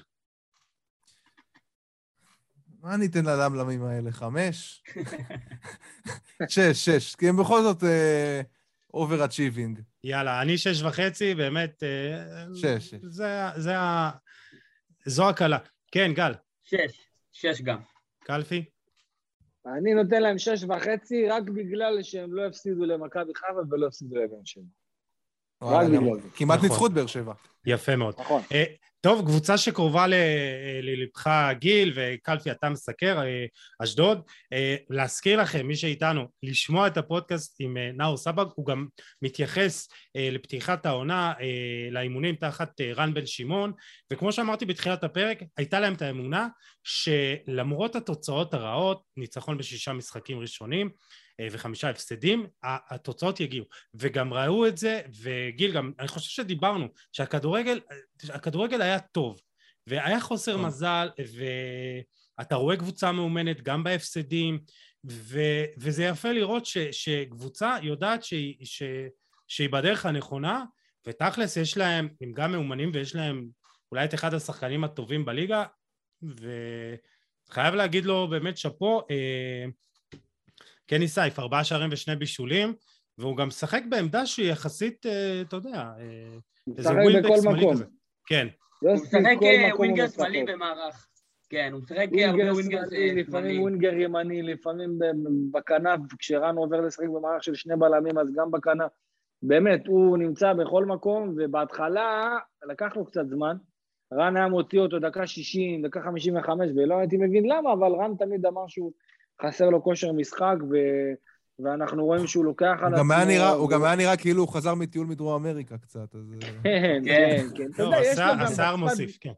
מה ניתן ללמלמים האלה? חמש? שש, שש. כי הם בכל זאת אובר-אצ'יבינג. יאללה, אני שש וחצי, באמת... שש, שש. זה ה... זו הקלה. כן, גל. שש, שש גם. קלפי? אני נותן להם שש וחצי, רק בגלל שהם לא הפסידו למכבי חיפה ולא הפסידו לבאר שבע. רק בגלל זה. כמעט ניצחו את באר שבע. יפה מאוד. נכון. טוב, קבוצה שקרובה ללבך גיל, וקלפי אתה מסקר, אשדוד. להזכיר לכם, מי שאיתנו, לשמוע את הפודקאסט עם נאור סבג, הוא גם מתייחס לפתיחת העונה, לאימונים תחת רן בן שמעון, וכמו שאמרתי בתחילת הפרק, הייתה להם את האמונה, שלמרות התוצאות הרעות, ניצחון בשישה משחקים ראשונים, וחמישה הפסדים, התוצאות יגיעו, וגם ראו את זה, וגיל גם, אני חושב שדיברנו, שהכדורגל, הכדורגל היה טוב, והיה חוסר מזל, ואתה רואה קבוצה מאומנת גם בהפסדים, ו- וזה יפה לראות ש- שקבוצה יודעת שהיא, ש- שהיא בדרך הנכונה, ותכלס יש להם, הם גם מאומנים, ויש להם אולי את אחד השחקנים הטובים בליגה, וחייב להגיד לו באמת שפו, קני סייף, ארבעה שערים ושני בישולים, והוא גם שחק בעמדה שהיא יחסית, אתה יודע, איזה ווינגבק שמאלי כזה. כן. הוא משחק ווינגר שמאלי במערך. כן, הוא משחק הרבה ווינגר שמאלי. לפעמים ווינגר ימני, לפעמים בכנף, כשרן עובר לשחק במערך של שני בלמים, אז גם בכנף. באמת, הוא נמצא בכל מקום, ובהתחלה לקח לו קצת זמן. רן היה מוציא אותו דקה שישים, דקה חמישים וחמש, ולא הייתי מבין למה, אבל רן תמיד אמר שהוא חסר לו כושר משחק, ו... ואנחנו רואים שהוא לוקח על עצמו... הוא גם היה נראה כאילו הוא חזר מטיול מדרום אמריקה קצת, אז... כן, כן, כן. טוב, השיער מוסיף, כן.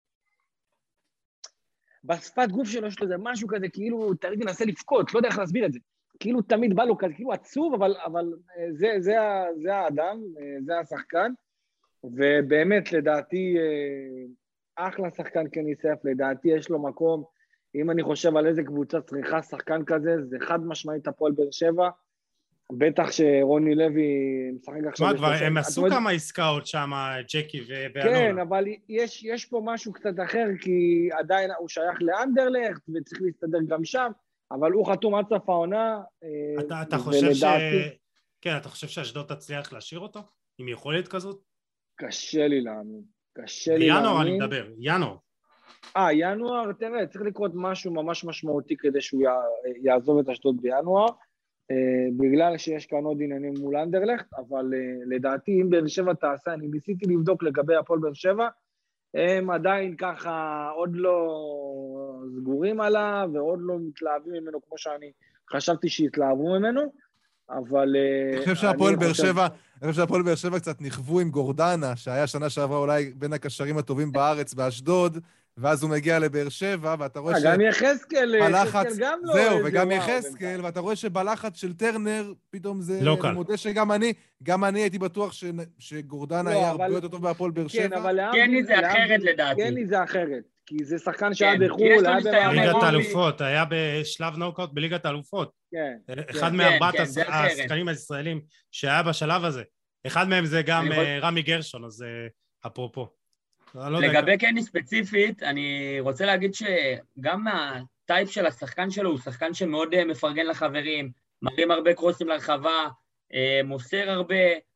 בשפת גוף שלו יש לו זה משהו כזה, כאילו, תמיד מנסה לפקוט, לא יודע איך להסביר את זה. כאילו תמיד בא לו כזה, כאילו עצוב, אבל, אבל זה, זה, זה האדם, זה השחקן, ובאמת, לדעתי, אחלה שחקן קני סייף, לדעתי יש לו מקום, אם אני חושב על איזה קבוצה צריכה שחקן כזה, זה חד משמעית הפועל באר שבע, בטח שרוני לוי משחק עכשיו... מה כבר, הם עשו כמה עסקאות שם, ג'קי ובאנולה. כן, אבל יש, יש פה משהו קצת אחר, כי עדיין הוא שייך לאנדרלכט, וצריך להסתדר גם שם, אבל הוא חתום עד סוף העונה, אתה, אתה חושב ש... כן, אתה חושב שאשדוד תצליח להשאיר אותו? עם יכולת כזאת? קשה לי להאמין. קשה לי להאמין. בינואר אני מדבר, ינואר. אה, ינואר, תראה, צריך לקרות משהו ממש משמעותי כדי שהוא יעזוב את אשדוד בינואר, בגלל שיש כאן עוד עניינים מול אנדרלכט, אבל לדעתי אם באר שבע תעשה, אני ניסיתי לבדוק לגבי הפועל באר שבע, הם עדיין ככה עוד לא סגורים עליו, ועוד לא מתלהבים ממנו כמו שאני חשבתי שהתלהבו ממנו, אבל... אני חושב שהפועל באר שבע, אני חושב שהפועל באר שבע קצת נכוו עם גורדנה, שהיה שנה שעברה אולי בין הקשרים הטובים בארץ באשדוד, ואז הוא מגיע לבאר שבע, ואתה רואה ש... גם יחזקאל, יחזקאל גם לא... זהו, וגם יחזקאל, ואתה רואה שבלחץ של טרנר, פתאום זה... לא קל. אני מודה שגם אני, גם אני הייתי בטוח שגורדנה היה הרבה יותר טוב בהפועל באר שבע. כן, אבל קני זה אחרת לדעתי. קני זה אחרת, כי זה שחקן שהיה בחו"ל, היה בליגת האלופות, היה בשלב נוקאוט בליגת האלופות. כן. אחד מארבעת השחקנים הישראלים שהיה בשלב הזה. אחד מהם זה גם רמי גרשון, אז אפרופו. לגבי קני ספציפית, אני רוצה להגיד שגם הטייפ של השחקן שלו הוא שחקן שמאוד מפרגן לחברים, מרים הרבה קרוסים לרחבה, מוסר הרבה,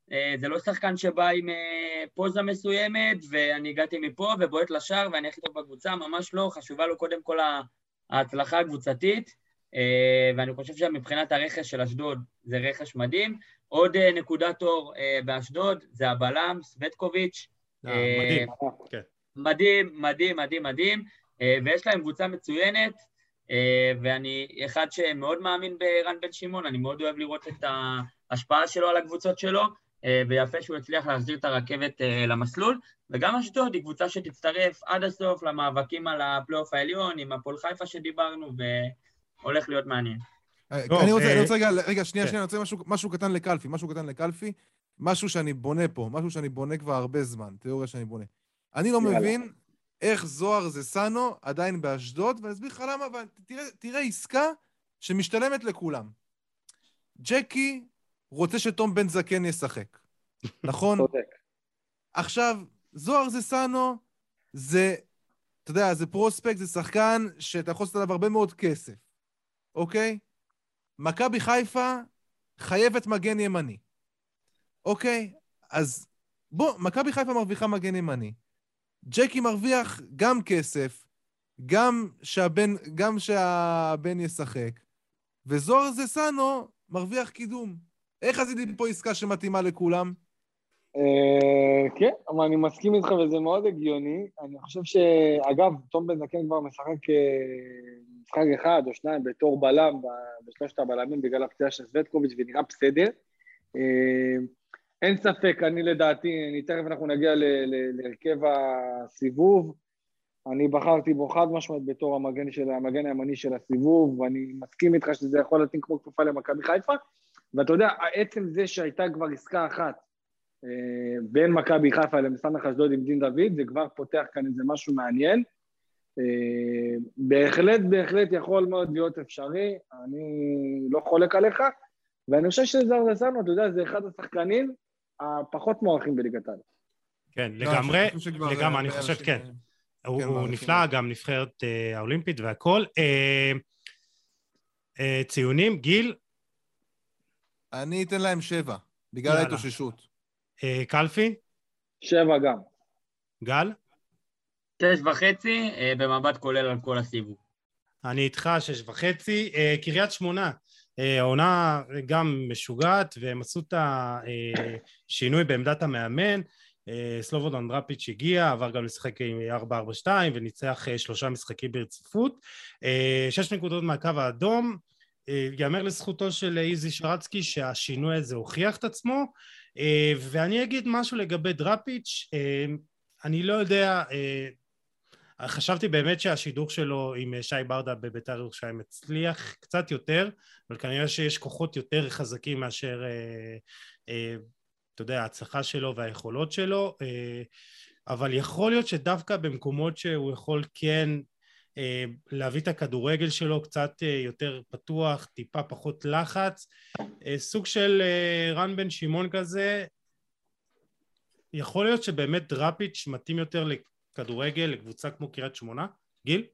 זה לא שחקן שבא עם פוזה מסוימת, ואני הגעתי מפה ובועט לשער, ואני הכי טוב בקבוצה, ממש לא, חשובה לו קודם כל ההצלחה הקבוצתית, ואני חושב שמבחינת הרכש של אשדוד זה רכש מדהים. עוד נקודת אור באשדוד, זה הבלם, סווטקוביץ'. מדהים, כן. מדהים, מדהים, מדהים, מדהים, ויש להם קבוצה מצוינת, ואני אחד שמאוד מאמין ברן בן שמעון, אני מאוד אוהב לראות את ההשפעה שלו על הקבוצות שלו, ויפה שהוא הצליח להחזיר את הרכבת למסלול, וגם אשדוד היא קבוצה שתצטרף עד הסוף למאבקים על הפלייאוף העליון, עם הפועל חיפה שדיברנו, והולך להיות מעניין. אני רוצה רגע, רגע, שנייה, שנייה, אני רוצה משהו קטן לקלפי, משהו קטן לקלפי, משהו שאני בונה פה, משהו שאני בונה כבר הרבה זמן, תיאוריה שאני בונה. אני לא מבין איך זוהר זה סאנו עדיין באשדוד, ואני אסביר לך למה, אבל תראה, תראה עסקה שמשתלמת לכולם. ג'קי רוצה שתום בן זקן ישחק, נכון? עכשיו, זוהר זה סאנו, זה, אתה יודע, זה פרוספקט, זה שחקן שאתה יכול לעשות עליו הרבה מאוד כסף, אוקיי? מכבי חיפה חייבת מגן ימני, אוקיי? אז בוא, מכבי חיפה מרוויחה מגן ימני. ג'קי מרוויח גם כסף, גם שהבן, גם שהבן ישחק, וזוהר זה סאנו מרוויח קידום. איך עשיתי פה עסקה שמתאימה לכולם? כן, אבל אני מסכים איתך וזה מאוד הגיוני. אני חושב שאגב, תום בן זקן כבר משחק משחק אחד או שניים בתור בלם, בשלושת הבלמים בגלל הפציעה של סווטקוביץ' ונראה בסדר. אין ספק, אני לדעתי, אני תכף אנחנו נגיע להרכב הסיבוב, אני בחרתי בו חד משמעית בתור המגן של המגן הימני של הסיבוב, ואני מסכים איתך שזה יכול להתאים כמו כפופה למכבי חיפה, ואתה יודע, עצם זה שהייתה כבר עסקה אחת בין מכבי חיפה למסמך אשדוד עם דין דוד, זה כבר פותח כאן איזה משהו מעניין, בהחלט, בהחלט יכול מאוד להיות אפשרי, אני לא חולק עליך, ואני חושב שזוהר זה סאנו, אתה יודע, זה אחד השחקנים הפחות מוערכים בליגת העל. כן, לגמרי, לגמרי, אני חושב, כן. הוא נפלא, גם נבחרת האולימפית והכל. ציונים, גיל? אני אתן להם שבע, בגלל ההתאוששות. קלפי? שבע גם. גל? שש וחצי, במבט כולל על כל הסיבוב. אני איתך שש וחצי. קריית שמונה, העונה גם משוגעת, והם עשו את השינוי בעמדת המאמן. סלובודן דראפיץ' הגיע, עבר גם לשחק עם ארבע ארבע שתיים, וניצח שלושה משחקים ברציפות. שש נקודות מהקו האדום. יאמר לזכותו של איזי שרצקי שהשינוי הזה הוכיח את עצמו, ואני אגיד משהו לגבי דראפיץ', אני לא יודע, חשבתי באמת שהשידוך שלו עם שי ברדה בבית"ר ירושלים הצליח קצת יותר, אבל כנראה שיש כוחות יותר חזקים מאשר, אתה יודע, ההצלחה שלו והיכולות שלו, אבל יכול להיות שדווקא במקומות שהוא יכול כן להביא את הכדורגל שלו קצת יותר פתוח, טיפה פחות לחץ, סוג של רן בן שמעון כזה, יכול להיות שבאמת דראפיץ' מתאים יותר לכדורגל, לקבוצה כמו קריית שמונה. גיל?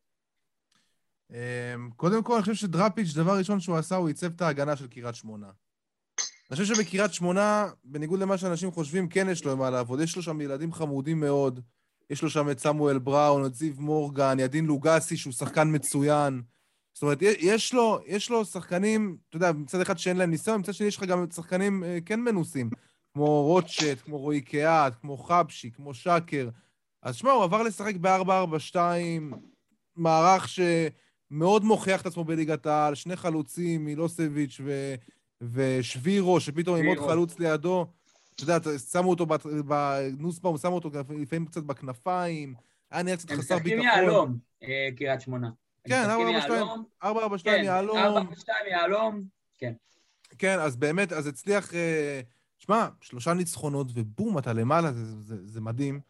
קודם כל, אני חושב שדראפיץ', דבר ראשון שהוא עשה, הוא ייצב את ההגנה של קריית שמונה. אני חושב שבקריית שמונה, בניגוד למה שאנשים חושבים, כן יש לו מה לעבוד, יש לו שם ילדים חמודים מאוד, יש לו שם את סמואל בראון, את זיו מורגן, ידין לוגסי, שהוא שחקן מצוין. זאת אומרת, יש לו, יש לו שחקנים, אתה יודע, מצד אחד שאין להם ניסיון, מצד שני יש לך גם שחקנים כן מנוסים, כמו רוטשט, כמו רועי קהת, כמו חבשי, כמו שקר. אז שמע, הוא עבר לשחק ב-ארבע ארבע שתיים, מערך שמאוד מוכיח את עצמו בליגת העל, שני חלוצים, מילוסביץ' ו... ושבירו, שפתאום עם עוד חלוץ לידו, אתה יודע, שמו אותו בנוסבאום, שמו אותו לפעמים קצת בכנפיים, היה נראה קצת חסר ביטחון. הם משחקים יעלום, קריית שמונה. כן, ארבע ארבע שתיים יעלום. ארבע ארבע שתיים יעלום, כן. כן, אז באמת, אז הצליח, שמע, שלושה ניצחונות, ובום, אתה למעלה, זה מדהים.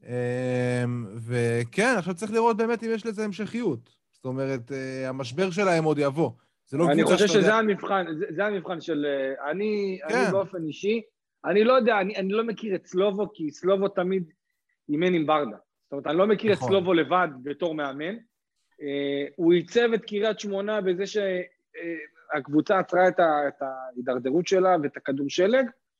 וכן, עכשיו צריך לראות באמת אם יש לזה המשכיות. זאת אומרת, המשבר שלהם עוד יבוא. אני חושב שזה המבחן, זה המבחן של... אני באופן אישי, אני לא יודע, אני לא מכיר את סלובו, כי סלובו תמיד אימן עם ברדה. זאת אומרת, אני לא מכיר את סלובו לבד בתור מאמן. הוא ייצב את קריית שמונה בזה שהקבוצה עצרה את ההידרדרות שלה ואת הכדור שלג,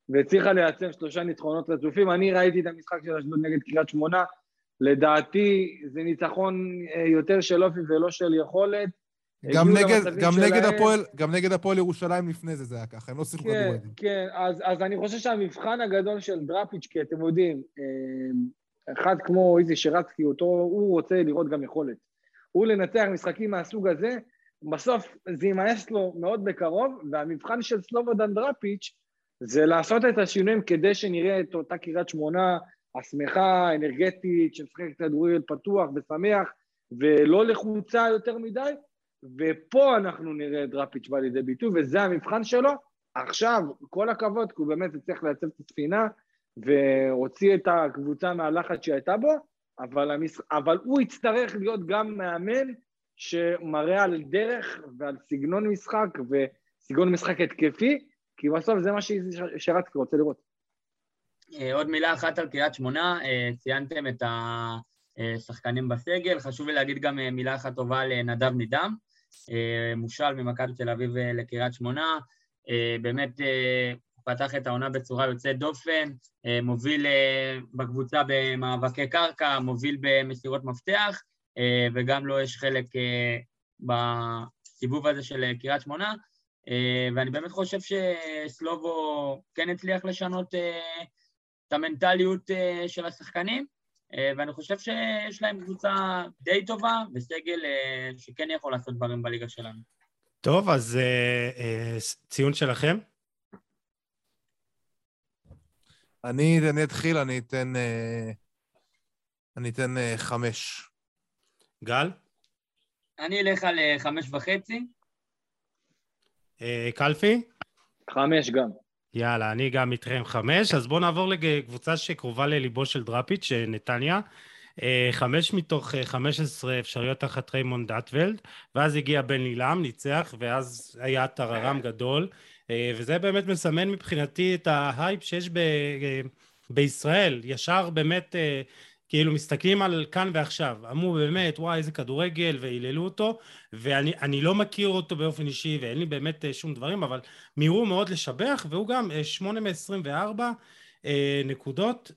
והצליחה לייצר שלושה ניצחונות רצופים. אני ראיתי את המשחק של אשדוד נגד קריית שמונה, לדעתי זה ניצחון יותר של אופי ולא של יכולת. גם נגד, גם נגד הפועל, גם נגד הפועל ירושלים לפני זה זה היה ככה, הם לא שיחקו כדורגל. כן, אז, אז אני חושב שהמבחן הגדול של דראפיץ', כי אתם יודעים, אחד כמו איזי שרצקי, אותו, הוא רוצה לראות גם יכולת. הוא לנצח משחקים מהסוג הזה, בסוף זה יימאס לו מאוד בקרוב, והמבחן של סלובודן דראפיץ' זה לעשות את השינויים כדי שנראה את אותה קריית שמונה, השמחה, האנרגטית, שמשחקת כדורגל פתוח ושמח, ולא לחוצה יותר מדי, ופה אנחנו נראה את דראפיץ' בא לידי ביטוי, וזה המבחן שלו. עכשיו, כל הכבוד, כי הוא באמת צריך לייצב את הספינה, והוציא את הקבוצה מהלחץ שהייתה בו, אבל, המש... אבל הוא יצטרך להיות גם מאמן, שמראה על דרך ועל סגנון משחק, וסגנון משחק התקפי, כי בסוף זה מה שרצקי רוצה לראות. עוד מילה אחת על קריית שמונה, ציינתם את השחקנים בסגל, חשוב לי להגיד גם מילה אחת טובה על נדב נידם, מושל ממכבי תל אביב לקריית שמונה, באמת הוא פתח את העונה בצורה יוצאת דופן, מוביל בקבוצה במאבקי קרקע, מוביל במסירות מפתח, וגם לו יש חלק בסיבוב הזה של קריית שמונה, ואני באמת חושב שסלובו כן הצליח לשנות את המנטליות של השחקנים, ואני חושב שיש להם קבוצה די טובה, וסגל שכן יכול לעשות דברים בליגה שלנו. טוב, אז ציון שלכם? אני, אני אתחיל, אני אתן, אני אתן חמש. גל? אני אלך על חמש וחצי. קלפי? חמש גם. יאללה, אני גם איתכם חמש, אז בואו נעבור לקבוצה שקרובה לליבו של דראפיץ', נתניה. חמש מתוך חמש עשרה אפשרויות תחת ריימונד דאטוולד, ואז הגיע בן לילם, ניצח, ואז היה טררם גדול, וזה באמת מסמן מבחינתי את ההייפ שיש ב, בישראל, ישר באמת כאילו מסתכלים על כאן ועכשיו, אמרו באמת וואי איזה כדורגל והיללו אותו, ואני אני לא מכיר אותו באופן אישי ואין לי באמת שום דברים, אבל מירו מאוד לשבח, והוא גם שמונה מ-עשרים וארבע נקודות.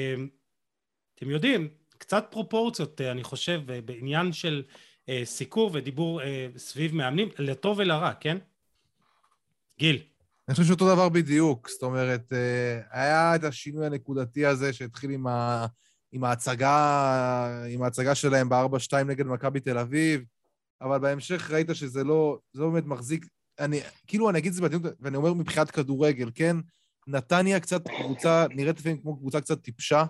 אתם יודעים, קצת פרופורציות אני חושב בעניין של סיקור ודיבור סביב מאמנים, לטוב ולרע, כן? גיל. אני חושב שאותו דבר בדיוק, זאת אומרת, היה את השינוי הנקודתי הזה שהתחיל עם ה... עם ההצגה, עם ההצגה שלהם ב-ארבע שתיים נגד מכבי תל אביב, אבל בהמשך ראית שזה לא, זה לא באמת מחזיק, אני, כאילו אני אגיד את זה בדיוק, ואני אומר מבחינת כדורגל, כן? נתניה קצת קבוצה, נראית לפעמים כמו קבוצה קצת טיפשה,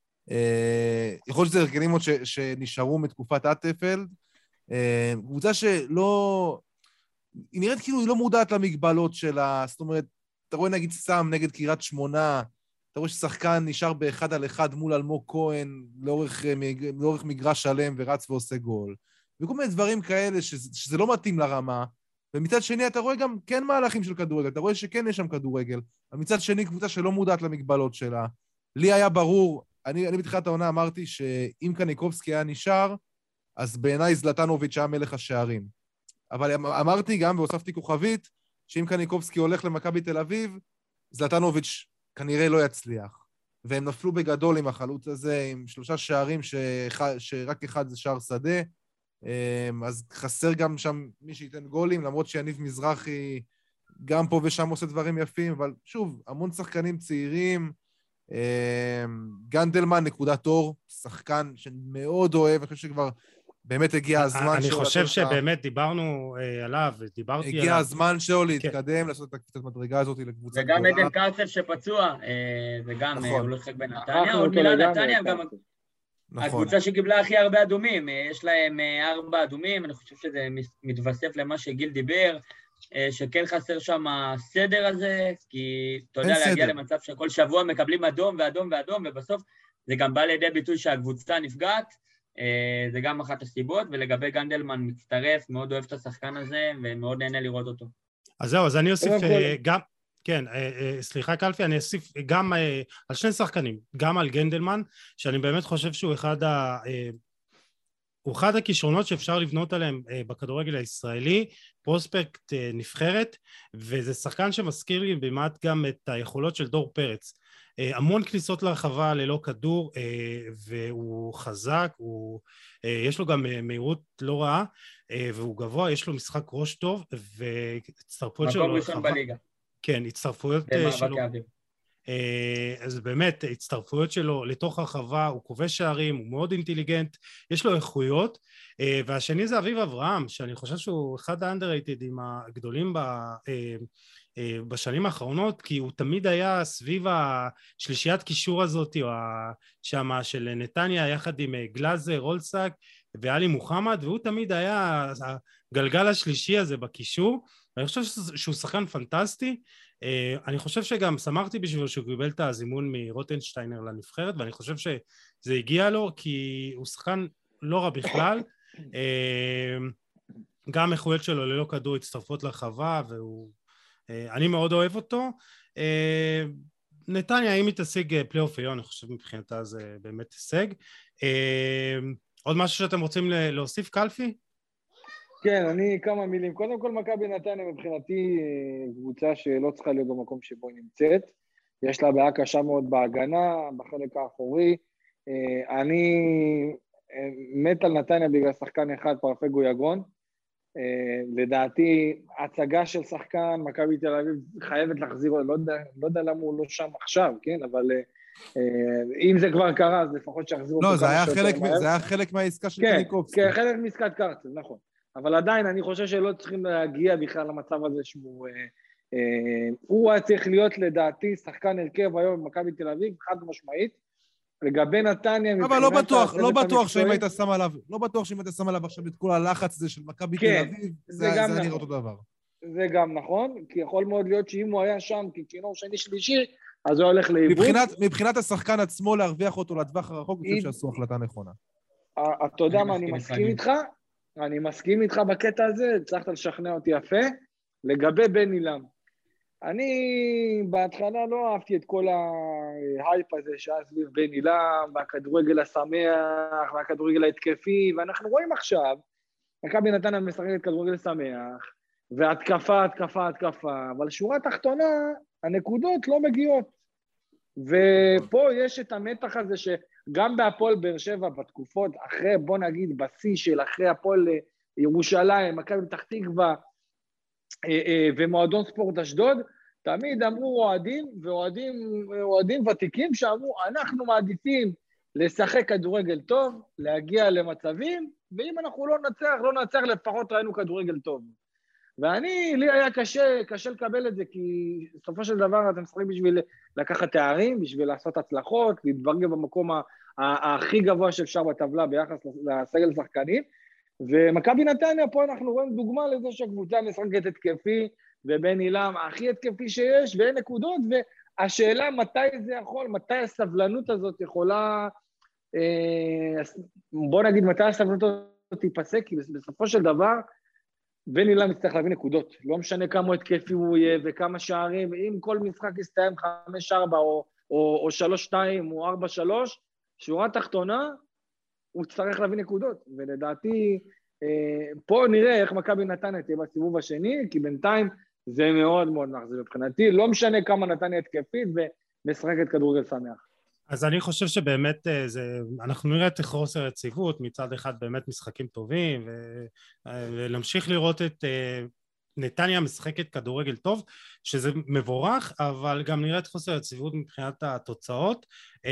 אה, יכול להיות שזה הרגלים עוד ש, שנשארו מתקופת אטפלד, אה, קבוצה שלא, היא נראית כאילו היא לא מודעת למגבלות שלה, זאת אומרת, אתה רואה נגיד סתם נגד קריית שמונה, אתה רואה ששחקן נשאר באחד על אחד מול אלמוג כהן לאורך, לאורך מגרש שלם ורץ ועושה גול. וכל מיני דברים כאלה שזה, שזה לא מתאים לרמה, ומצד שני אתה רואה גם כן מהלכים של כדורגל, אתה רואה שכן יש שם כדורגל, אבל מצד שני קבוצה שלא מודעת למגבלות שלה. לי היה ברור, אני, אני בתחילת העונה אמרתי שאם קניקובסקי היה נשאר, אז בעיניי זלטנוביץ' היה מלך השערים. אבל אמרתי גם, והוספתי כוכבית, שאם קניקובסקי הולך למכבי תל אביב, זלטנוביץ' כנראה לא יצליח. והם נפלו בגדול עם החלוץ הזה, עם שלושה שערים שח... שרק אחד זה שער שדה, אז חסר גם שם מי שייתן גולים, למרות שיניב מזרחי גם פה ושם עושה דברים יפים, אבל שוב, המון שחקנים צעירים, גנדלמן נקודת אור, שחקן שמאוד אוהב, אני חושב שכבר באמת הגיע הזמן אני חושב שבאמת דיברנו עליו, דיברתי עליו. הגיע הזמן שלו להתקדם, לעשות את הקפיצת מדרגה הזאת לקבוצה גדולה. וגם עדן קרצב שפצוע, וגם הוא לא שחק בנתניה. עוד מילה נתניה, גם הקבוצה שקיבלה הכי הרבה אדומים, יש להם ארבע אדומים, אני חושב שזה מתווסף למה שגיל דיבר, שכן חסר שם הסדר הזה, כי אתה יודע להגיע למצב שכל שבוע מקבלים אדום ואדום ואדום, ובסוף זה גם בא לידי ביטוי שהקבוצה נפגעת, זה גם אחת הסיבות, ולגבי גנדלמן מצטרף, מאוד אוהב את השחקן הזה, ומאוד נהנה לראות אותו. אז זהו, אז אני אוסיף גם, כן, סליחה קלפי, אני אוסיף גם על שני שחקנים, גם על גנדלמן, שאני באמת חושב שהוא אחד ה... הוא אחד הכישרונות שאפשר לבנות עליהם בכדורגל הישראלי, פרוספקט נבחרת, וזה שחקן שמזכיר לי במעט גם את היכולות של דור פרץ. המון כניסות לרחבה ללא כדור, והוא חזק, הוא, יש לו גם מהירות לא רעה, והוא גבוה, יש לו משחק ראש טוב, והצטרפויות שלו לרחבה. מקום ראשון בליגה. כן, הצטרפויות שלו. אז באמת, הצטרפויות שלו לתוך הרחבה, הוא כובש שערים, הוא מאוד אינטליגנט, יש לו איכויות, והשני זה אביב אברהם, שאני חושב שהוא אחד האנדררייטדים הגדולים בשנים האחרונות, כי הוא תמיד היה סביב השלישיית קישור הזאת, או שמה של נתניה, יחד עם גלאזר, רולסק ואלי מוחמד, והוא תמיד היה הגלגל השלישי הזה בקישור, ואני חושב שהוא שחקן פנטסטי. אני חושב שגם שמחתי בשביל שהוא קיבל את הזימון מרוטנשטיינר לנבחרת, ואני חושב שזה הגיע לו, כי הוא שחקן לא רע בכלל, גם איכויות שלו ללא כדור הצטרפות לרחבה, ואני מאוד אוהב אותו. נתניה, אם היא תשיג פלייאוף עליון, אני חושב מבחינתה זה באמת הישג. עוד משהו שאתם רוצים להוסיף, קלפי? כן, אני כמה מילים. קודם כל, מכבי נתניה מבחינתי קבוצה שלא צריכה להיות במקום שבו היא נמצאת. יש לה בעיה קשה מאוד בהגנה, בחלק האחורי. אני מת על נתניה בגלל שחקן אחד, פרפגו יגון. לדעתי, הצגה של שחקן, מכבי תל אביב חייבת להחזיר, לא יודע, לא יודע למה הוא לא שם עכשיו, כן? אבל אם זה כבר קרה, אז לפחות שיחזירו... לא, זה היה חלק, זה היה חלק מהעסקה של קניקובסקי. כן, חלק מעסקת קרצב, נכון. אבל עדיין אני חושב שלא צריכים להגיע בכלל למצב הזה שהוא... הוא היה צריך להיות לדעתי שחקן הרכב היום במכבי תל אביב, חד משמעית, לגבי נתניה... אבל לא בטוח, לא בטוח שאם היית שם עליו, לא בטוח שאם היית שם עליו עכשיו את כל הלחץ הזה של מכבי תל אביב, זה היה נראה אותו דבר. זה גם נכון, כי יכול מאוד להיות שאם הוא היה שם ככינור שני שלישי, אז הוא הולך לאיבוד. מבחינת השחקן עצמו להרוויח אותו לטווח הרחוק, אני חושב שעשו החלטה נכונה. אתה יודע מה, אני מסכים איתך, אני מסכים איתך בקטע הזה, הצלחת לשכנע אותי יפה, לגבי בן אילם. אני בהתחלה לא אהבתי את כל ההייפ הזה שהיה סביב בן אילם, והכדורגל השמח, והכדורגל ההתקפי, ואנחנו רואים עכשיו, מכבי נתניה משחקת כדורגל שמח, והתקפה, התקפה, התקפה, אבל שורה תחתונה, הנקודות לא מגיעות. ופה יש את המתח הזה שגם בהפועל באר שבע, בתקופות אחרי, בוא נגיד, בשיא של אחרי הפועל ירושלים, מכבי פתח תקווה, ומועדון ספורט אשדוד, תמיד אמרו אוהדים, ואוהדים אוהדים ותיקים שאמרו, אנחנו מעדיפים לשחק כדורגל טוב, להגיע למצבים, ואם אנחנו לא נצח, לא נצח, לפחות ראינו כדורגל טוב. ואני, לי היה קשה, קשה לקבל את זה, כי בסופו של דבר אתם משחקים בשביל לקחת תארים, בשביל לעשות הצלחות, להתברג במקום הכי גבוה שאפשר בטבלה ביחס לסגל שחקנים, ומכבי נתניה, פה אנחנו רואים דוגמה לזה שהקבוצה משחקת התקפי, ובן אילם הכי התקפי שיש, ואין נקודות, והשאלה מתי זה יכול, מתי הסבלנות הזאת יכולה, בוא נגיד מתי הסבלנות הזאת תיפסק, כי בסופו של דבר, בן אילם יצטרך להביא נקודות, לא משנה כמה התקפי הוא יהיה, וכמה שערים, אם כל משחק יסתיים חמש ארבע, או, או, או שלוש שתיים, או ארבע שלוש, שורה תחתונה, הוא צריך להביא נקודות, ולדעתי, פה נראה איך מכבי נתניה תהיה בסיבוב השני, כי בינתיים זה מאוד מאוד מחזיר מבחינתי, לא משנה כמה נתניה התקפית, ומשחקת כדורגל שמח. אז אני חושב שבאמת זה, אנחנו נראה את חוסר יציבות, מצד אחד באמת משחקים טובים, ו, ונמשיך לראות את נתניה משחקת כדורגל טוב, שזה מבורך, אבל גם נראה את חוסר יציבות מבחינת התוצאות.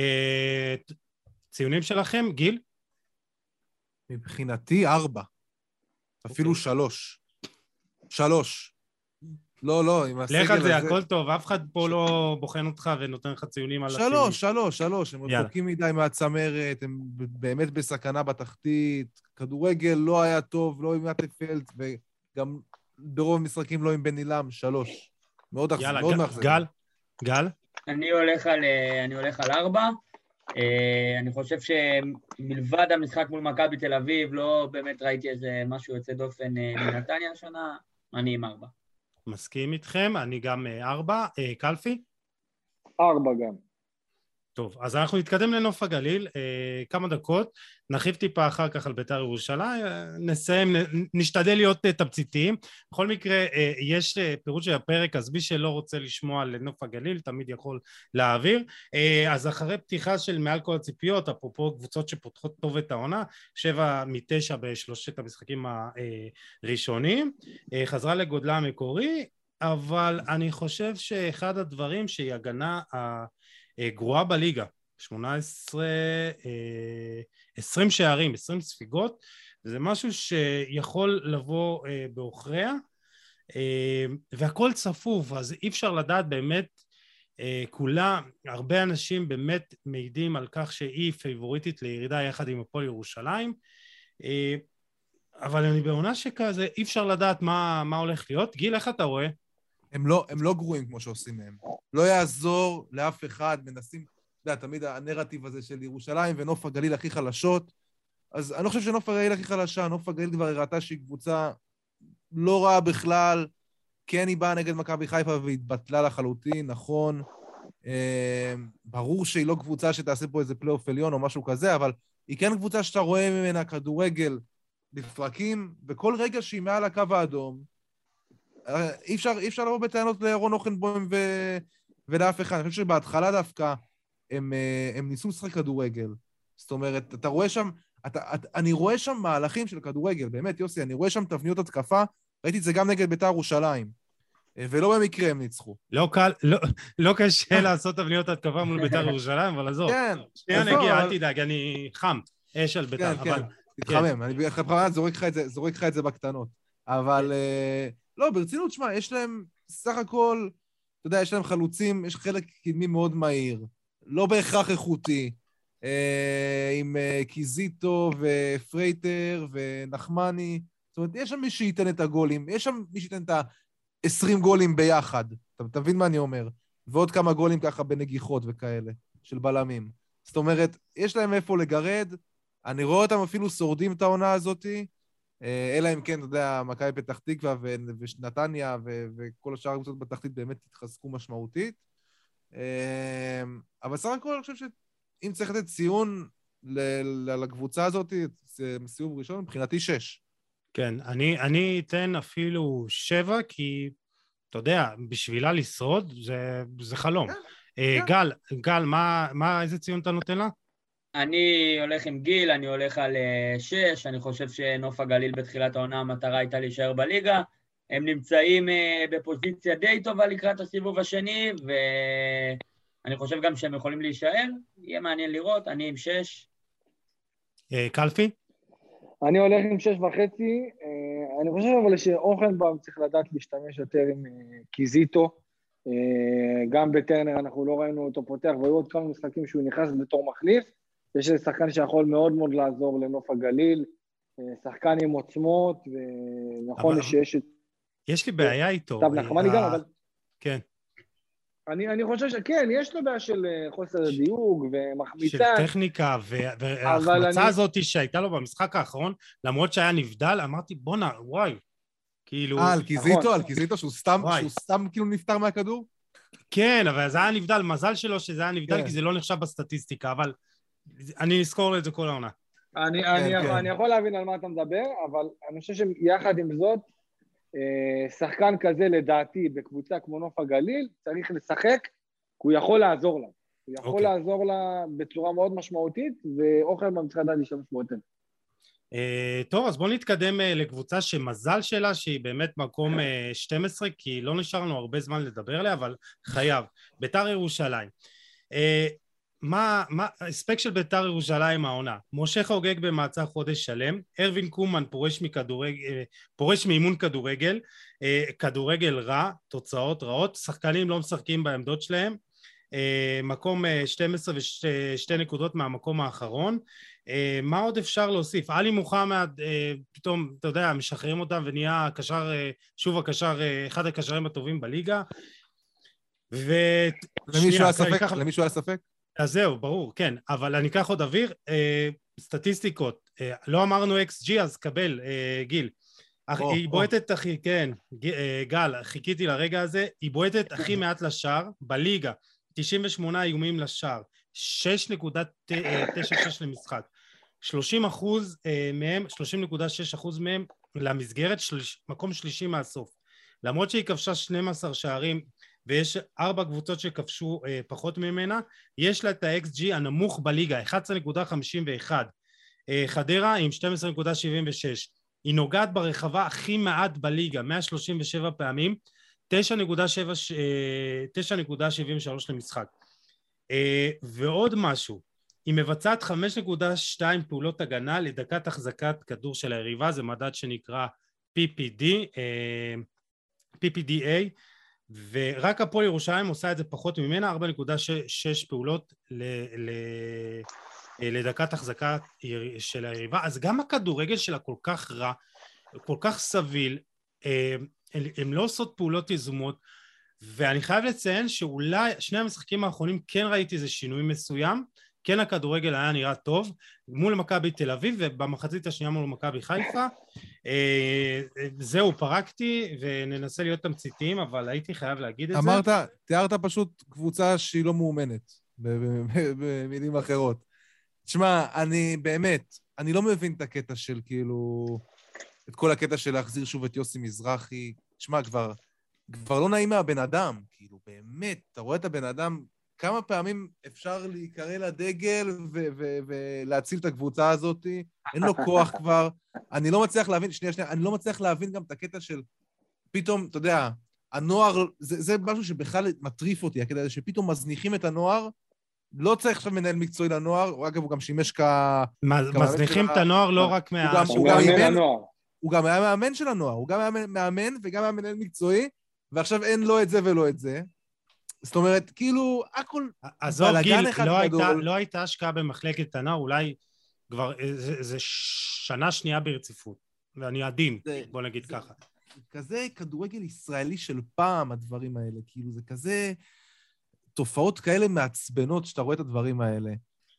ציונים שלכם, גיל? מבחינתי ארבע, אפילו שלוש. שלוש. לא, לא, עם הסגל הזה... לך על זה, הכל טוב, אף אחד פה לא בוחן אותך ונותן לך ציונים על הציונים. שלוש, שלוש, שלוש, הם רחוקים מדי מהצמרת, הם באמת בסכנה בתחתית, כדורגל לא היה טוב, לא עם נטפלד, וגם ברוב המשחקים לא עם בן אילם, שלוש. מאוד מאכזב. יאללה, גל, גל? אני הולך על, אני הולך על ארבע. אני חושב שמלבד המשחק מול מכבי תל אביב, לא באמת ראיתי איזה משהו יוצא דופן מנתניה השנה, אני עם ארבע. מסכים איתכם, אני גם ארבע. קלפי? ארבע גם. טוב, אז אנחנו נתקדם לנוף הגליל, אה, כמה דקות, נרחיב טיפה אחר כך על בית"ר ירושלים, אה, נסיים, נשתדל להיות אה, תמציתיים. בכל מקרה, אה, יש אה, פירוט של הפרק, אז מי שלא רוצה לשמוע על נוף הגליל, תמיד יכול להעביר. אה, אז אחרי פתיחה של מעל כל הציפיות, אפרופו קבוצות שפותחות טוב את העונה, שבע מתשע בשלושת המשחקים הראשונים, אה, חזרה לגודלה המקורי, אבל אני חושב שאחד הדברים שהיא הגנה ה... גרועה בליגה, שמונה עשרה, עשרים שערים, עשרים ספיגות, וזה משהו שיכול לבוא באוכריה, והכל צפוף, אז אי אפשר לדעת באמת, כולה, הרבה אנשים באמת מעידים על כך שהיא פייבוריטית לירידה יחד עם הפועל ירושלים, אבל אני בעונה שכזה, אי אפשר לדעת מה, מה הולך להיות. גיל, איך אתה רואה? הם לא, הם לא גרועים כמו שעושים מהם. לא יעזור לאף אחד, מנסים, אתה יודע, תמיד הנרטיב הזה של ירושלים ונוף הגליל הכי חלשות, אז אני לא חושב שנוף הגליל הכי חלשה, נוף הגליל כבר הראתה שהיא קבוצה לא רעה בכלל, כן היא באה נגד מכבי חיפה והתבטלה לחלוטין, נכון, אה, ברור שהיא לא קבוצה שתעשה פה איזה פלייאוף עליון או משהו כזה, אבל היא כן קבוצה שאתה רואה ממנה כדורגל לפרקים, וכל רגע שהיא מעל הקו האדום, אי אפשר, אי אפשר לבוא בטענות לרון אוכנבוים ו... ולאף אחד. אני חושב שבהתחלה דווקא הם, הם ניסו לשחק כדורגל. זאת אומרת, אתה רואה שם, אתה, אתה, אני רואה שם מהלכים של כדורגל, באמת, יוסי, אני רואה שם תבניות התקפה, ראיתי את זה גם נגד בית"ר ירושלים, ולא במקרה הם ניצחו. לא קל, לא, לא קשה לעשות תבניות התקפה מול בית"ר ירושלים, אבל עזוב. כן. שנייה נגיע, אל תדאג, אני חם, אש על בית"ר. כן, כן, תתחמם, אני בכוונה זורק לך את זה בקטנות. אבל... לא, ברצינות, שמה, יש להם סך הכל, אתה יודע, יש להם חלוצים, יש חלק קדמי מאוד מהיר, לא בהכרח איכותי, אה, עם אה, קיזיטו ופרייטר ונחמני, זאת אומרת, יש שם מי שייתן את הגולים, יש שם מי שייתן את ה-עשרים גולים ביחד, אתה, אתה מבין מה אני אומר? ועוד כמה גולים ככה בנגיחות וכאלה, של בלמים. זאת אומרת, יש להם איפה לגרד, אני רואה אותם אפילו שורדים את העונה הזאתי, אלא אם כן, אתה יודע, מכבי פתח תקווה ונתניה וכל השאר הקבוצות בתחתית באמת התחזקו משמעותית. אבל סך הכל אני חושב שאם צריך לתת ציון לקבוצה הזאת, סיבוב ראשון, מבחינתי שש. כן, אני, אני אתן אפילו שבע, כי אתה יודע, בשבילה לשרוד זה, זה חלום. כן, כן. גל, גל, מה, מה, איזה ציון אתה נותן לה? אני הולך עם גיל, אני הולך על שש, אני חושב שנוף הגליל בתחילת העונה המטרה הייתה להישאר בליגה, הם נמצאים בפוזיציה די טובה לקראת הסיבוב השני, ואני חושב גם שהם יכולים להישאר, יהיה מעניין לראות, אני עם שש. קלפי? אני הולך עם שש וחצי, אני חושב אבל שאוכנבאום צריך לדעת להשתמש יותר עם קיזיטו, גם בטרנר אנחנו לא ראינו אותו פותח, והיו עוד כמה משחקים שהוא נכנס בתור מחליף, יש שחקן שיכול מאוד מאוד לעזור לנוף הגליל, שחקן עם עוצמות, ונכון שיש את... יש לי בעיה איתו. טוב, נחמני גם, אבל... כן. אני, אני חושב שכן, יש לו בעיה של חוסר דיוק ומחמיצה. של טכניקה, וההחמצה אני... הזאת שהייתה לו במשחק האחרון, למרות שהיה נבדל, אמרתי, בונה, וואי, כאילו... אה, על קיזיטו, על קיזיטו, שהוא סתם, שהוא סתם כאילו נפטר מהכדור? כן, אבל זה היה נבדל, מזל שלו שזה היה נבדל, כי זה לא נחשב בסטטיסטיקה, אבל אני אזכור את זה כל העונה. אני, אני, אני יכול להבין על מה אתה מדבר, אבל אני חושב שיחד עם זאת, שחקן כזה לדעתי בקבוצה כמו נוף הגליל צריך לשחק, כי הוא יכול לעזור לה. הוא יכול okay. לעזור לה בצורה מאוד משמעותית, ואוכנבאום צריך לדעת להשתמש בו יותר. Uh, טוב, אז בואו נתקדם uh, לקבוצה שמזל שלה שהיא באמת מקום uh, שתים עשרה, כי לא נשאר לנו הרבה זמן לדבר עליה, אבל חייב. בית"ר ירושלים. Uh, מה, מה, הספק של בית"ר ירושלים העונה? משה חוגג במעצר חודש שלם, ארווין קומן פורש מכדורגל, פורש מאימון כדורגל, כדורגל רע, תוצאות רעות, שחקנים לא משחקים בעמדות שלהם, מקום שתים עשרה ושתי נקודות מהמקום האחרון. מה עוד אפשר להוסיף? עלי מוחמד, פתאום, אתה יודע, משחררים אותם ונהיה הקשר, שוב הקשר, אחד הקשרים הטובים בליגה. למישהו היה ספק? למישהו היה ספק? אז זהו, ברור, כן, אבל אני אקח עוד אוויר, אה, סטטיסטיקות, אה, לא אמרנו אקס ג'י, אז קבל, אה, גיל. אח, או, היא בועטת הכי, כן, ג, אה, גל, חיכיתי לרגע הזה, היא בועטת הכי מעט לשער, בליגה, תשעים ושמונה איומים לשער, שש נקודה תשע שש למשחק. שלושים אחוז מהם, שלושים נקודה שש אחוז מהם למסגרת, שליש, מקום שלישי מהסוף. למרות שהיא כבשה שנים עשר שערים, ויש ארבע קבוצות שכבשו אה, פחות ממנה, יש לה את ה-אקס ג'י הנמוך בליגה, אחת עשרה נקודה חמישים ואחת. אה, חדרה עם שתים עשרה נקודה שבעים ושש. היא נוגעת ברחבה הכי מעט בליגה, מאה שלושים ושבע פעמים, תשע נקודה שבעים ושלוש למשחק. אה, ועוד משהו, היא מבצעת חמש נקודה שתיים פעולות הגנה לדקת החזקת כדור של היריבה, זה מדד שנקרא פי פי די, אה, פי פי די איי, ורק הפועל ירושלים עושה את זה פחות ממנה, ארבע נקודה שש פעולות ל, ל, לדקת החזקה של היריבה. אז גם הכדורגל שלה כל כך רע, כל כך סביל, הם לא עושות פעולות יזומות, ואני חייב לציין שאולי שני המשחקים האחרונים כן ראיתי איזה שינוי מסוים, כן הכדורגל היה נראה טוב, מול מכבי תל אביב, ובמחצית השנייה מול מכבי חיפה. זהו, פרקתי, וננסה להיות תמציתיים, אבל הייתי חייב להגיד את זה. אמרת, תיארת פשוט קבוצה שהיא לא מאומנת, במילים אחרות. תשמע, אני באמת, אני לא מבין את הקטע של כאילו, את כל הקטע של להחזיר שוב את יוסי מזרחי. תשמע, כבר, כבר לא נעים מהבן אדם, כאילו, באמת, אתה רואה את הבן אדם, כמה פעמים אפשר להיקרא לדגל ו- ו- ולהציל את הקבוצה הזאת, אין לו כוח כבר, אני לא מצליח להבין, שנייה, שנייה, אני לא מצליח להבין גם את הקטע של, פתאום, אתה יודע, הנוער, זה, זה משהו שבכלל מטריף אותי, הקטע הזה שפתאום מזניחים את הנוער, לא צריך עכשיו מנהל מקצועי לנוער, אגב, הוא גם שימש כ... מזניחים את הנוער לא רק מה... הוא גם מאמן הנוער. הוא גם היה מאמן של הנוער, הוא גם היה מאמן וגם היה מנהל מקצועי, ועכשיו אין לא את זה ולא את זה. זאת אומרת, כאילו, הכל... עזוב, גיל, לא הייתה, לא הייתה השקעה במחלקת הנוער, אולי כבר איזה שנה שנייה ברציפות, ואני עדין, בוא נגיד זה, ככה. זה כזה כדורגל ישראלי של פעם, הדברים האלה, כאילו, זה כזה תופעות כאלה מעצבנות שאתה רואה את הדברים האלה.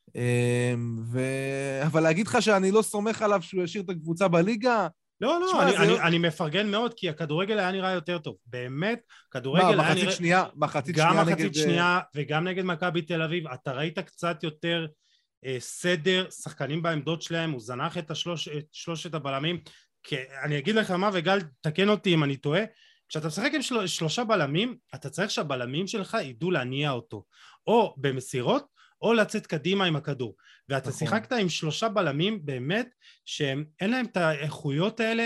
ו... אבל להגיד לך שאני לא סומך עליו שהוא ישאיר את הקבוצה בליגה, לא, לא, אני, אני, אני מפרגן מאוד, כי הכדורגל היה נראה יותר טוב. באמת, כדורגל מה, היה מחצית נראה... שנייה, מחצית גם שנייה מחצית נגד... שנייה וגם נגד מכבי תל אביב, אתה ראית קצת יותר אה, סדר, שחקנים בעמדות שלהם, הוא זנח את, השלוש, את שלושת הבלמים, כי אני אגיד לך מה, וגל, תקן אותי אם אני טועה, כשאתה משחק עם של, שלושה בלמים, אתה צריך שהבלמים שלך ידעו להניע אותו, או במסירות, או לצאת קדימה עם הכדור. ואתה נכון. שיחקת עם שלושה בלמים באמת, שאין להם את האיכויות האלה,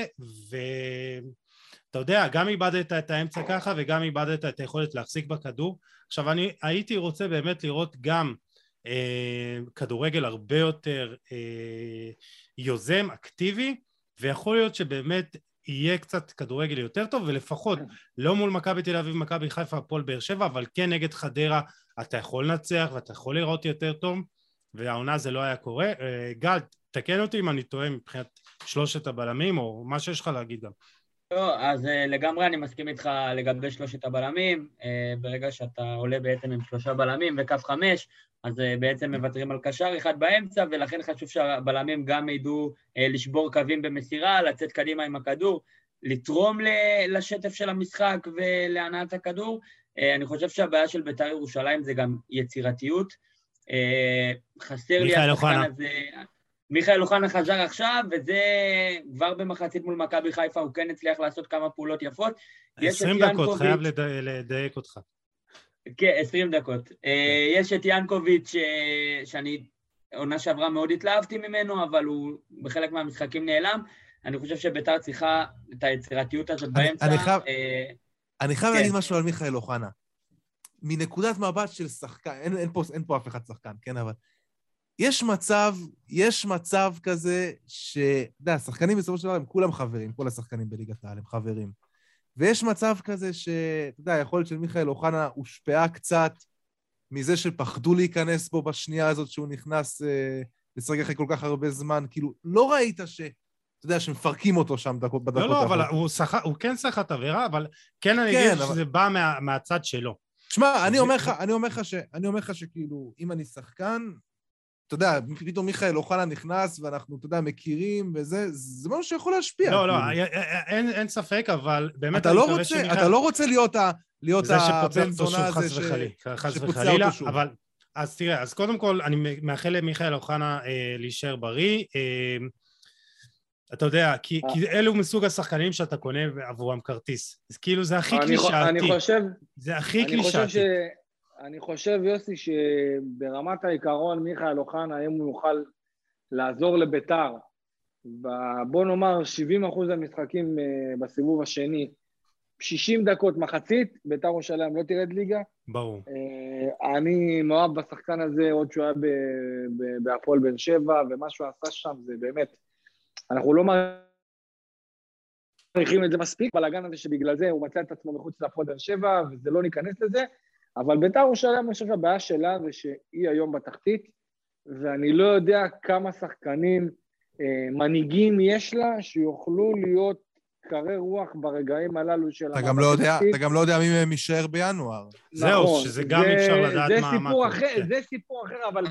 ואתה יודע, גם איבדת את האמצע ככה, וגם איבדת את היכולת להחזיק בכדור. עכשיו, אני הייתי רוצה באמת לראות גם אה, כדורגל הרבה יותר אה, יוזם, אקטיבי, ויכול להיות שבאמת יהיה קצת כדורגל יותר טוב, ולפחות לא מול מכבי תל אביב, מכבי חיפה, הפועל באר שבע, אבל כן נגד חדרה, אתה יכול לנצח ואתה יכול לראות יותר טוב, והעונה זה לא היה קורה. גל, תקן אותי אם אני טועה מבחינת שלושת הבלמים, או מה שיש לך להגיד גם. לא, אז לגמרי אני מסכים איתך לגבי שלושת הבלמים, ברגע שאתה עולה בעצם עם שלושה בלמים וקו חמש, אז בעצם מוותרים על קשר אחד באמצע, ולכן חשוב שהבלמים גם ידעו לשבור קווים במסירה, לצאת קדימה עם הכדור, לתרום לשטף של המשחק ולהנעת הכדור. אני חושב שהבעיה של בית"ר ירושלים זה גם יצירתיות. חסר לי השחקן הזה... מיכאל אוחנה חזר עכשיו, וזה כבר במחצית מול מכבי חיפה, הוא כן הצליח לעשות כמה פעולות יפות. עשרים דקות, חייב לדייק אותך. כן, עשרים דקות. יש את ינקוביץ' שאני עונה שעברה מאוד התלהבתי ממנו, אבל הוא בחלק מהמשחקים נעלם. אני חושב שבית"ר צריכה את היצירתיות הזאת באמצע. אני חייב להגיד משהו על מיכאל אוחנה. מנקודת מבט של שחקן, אין פה אף אחד שחקן, כן, אבל... יש מצב, יש מצב כזה ש... אתה יודע, השחקנים בסופו של דבר הם כולם חברים, כל השחקנים בליגת העל הם חברים. ויש מצב כזה ש... אתה יודע, היכולת של מיכאל אוחנה הושפעה קצת מזה שפחדו להיכנס בו בשנייה הזאת שהוא נכנס אה, לשחק אחרי כל כך הרבה זמן. כאילו, לא ראית ש... אתה יודע, שמפרקים אותו שם בדקות. לא, לא, אבל הוא, שח... הוא כן שחק את עבירה, אבל כן אני כן, אגיד אבל... שזה בא מה... מהצד שלו. תשמע, אני אומר לך, אני אומר לך ש... אני אומר לך שכאילו, אם אני שחקן... אתה יודע, פתאום מיכאל אוחנה נכנס, ואנחנו, אתה יודע, מכירים, וזה, זה משהו שיכול להשפיע. לא, לא, אין, אין ספק, אבל באמת... אתה לא רוצה, אתה לא רוצה להיות ה... להיות הבן זונה הזה שפוצע אותו שוב. אבל אז תראה, אז קודם כל, אני מאחל למיכאל אוחנה אה, להישאר בריא. אה, אתה יודע, כי, כי אלו מסוג השחקנים שאתה קונה עבורם כרטיס. אז כאילו זה הכי קלישאתי. אני חושב... זה הכי אני חושב ש... קלישאתי. אני חושב, יוסי, שברמת העיקרון, מיכאל אוחנה, האם הוא יוכל לעזור לביתר, בוא נאמר שבעים אחוז המשחקים בסיבוב השני, שישים דקות מחצית, ביתר ירושלים לא תרד ליגה. ברור. אני מאוהב בשחקן הזה, עוד שהוא היה בהפועל באר שבע, ומה שהוא עשה שם זה באמת, אנחנו לא מעריכים את זה מספיק, בלגן הזה שבגלל זה הוא מצא את עצמו מחוץ להפועל באר שבע, וזה לא ניכנס לזה, אבל ביתר ירושלים, אני חושב שהבעיה שלה זה שהיא היום בתחתית, ואני לא יודע כמה שחקנים מנהיגים יש לה, שיוכלו להיות קרי רוח ברגעים הללו של אתה גם לא יודע, אתה גם לא יודע מי מהם יישאר בינואר. זהו, שזה גם אי אפשר לדעת מה... זה סיפור אחר, אבל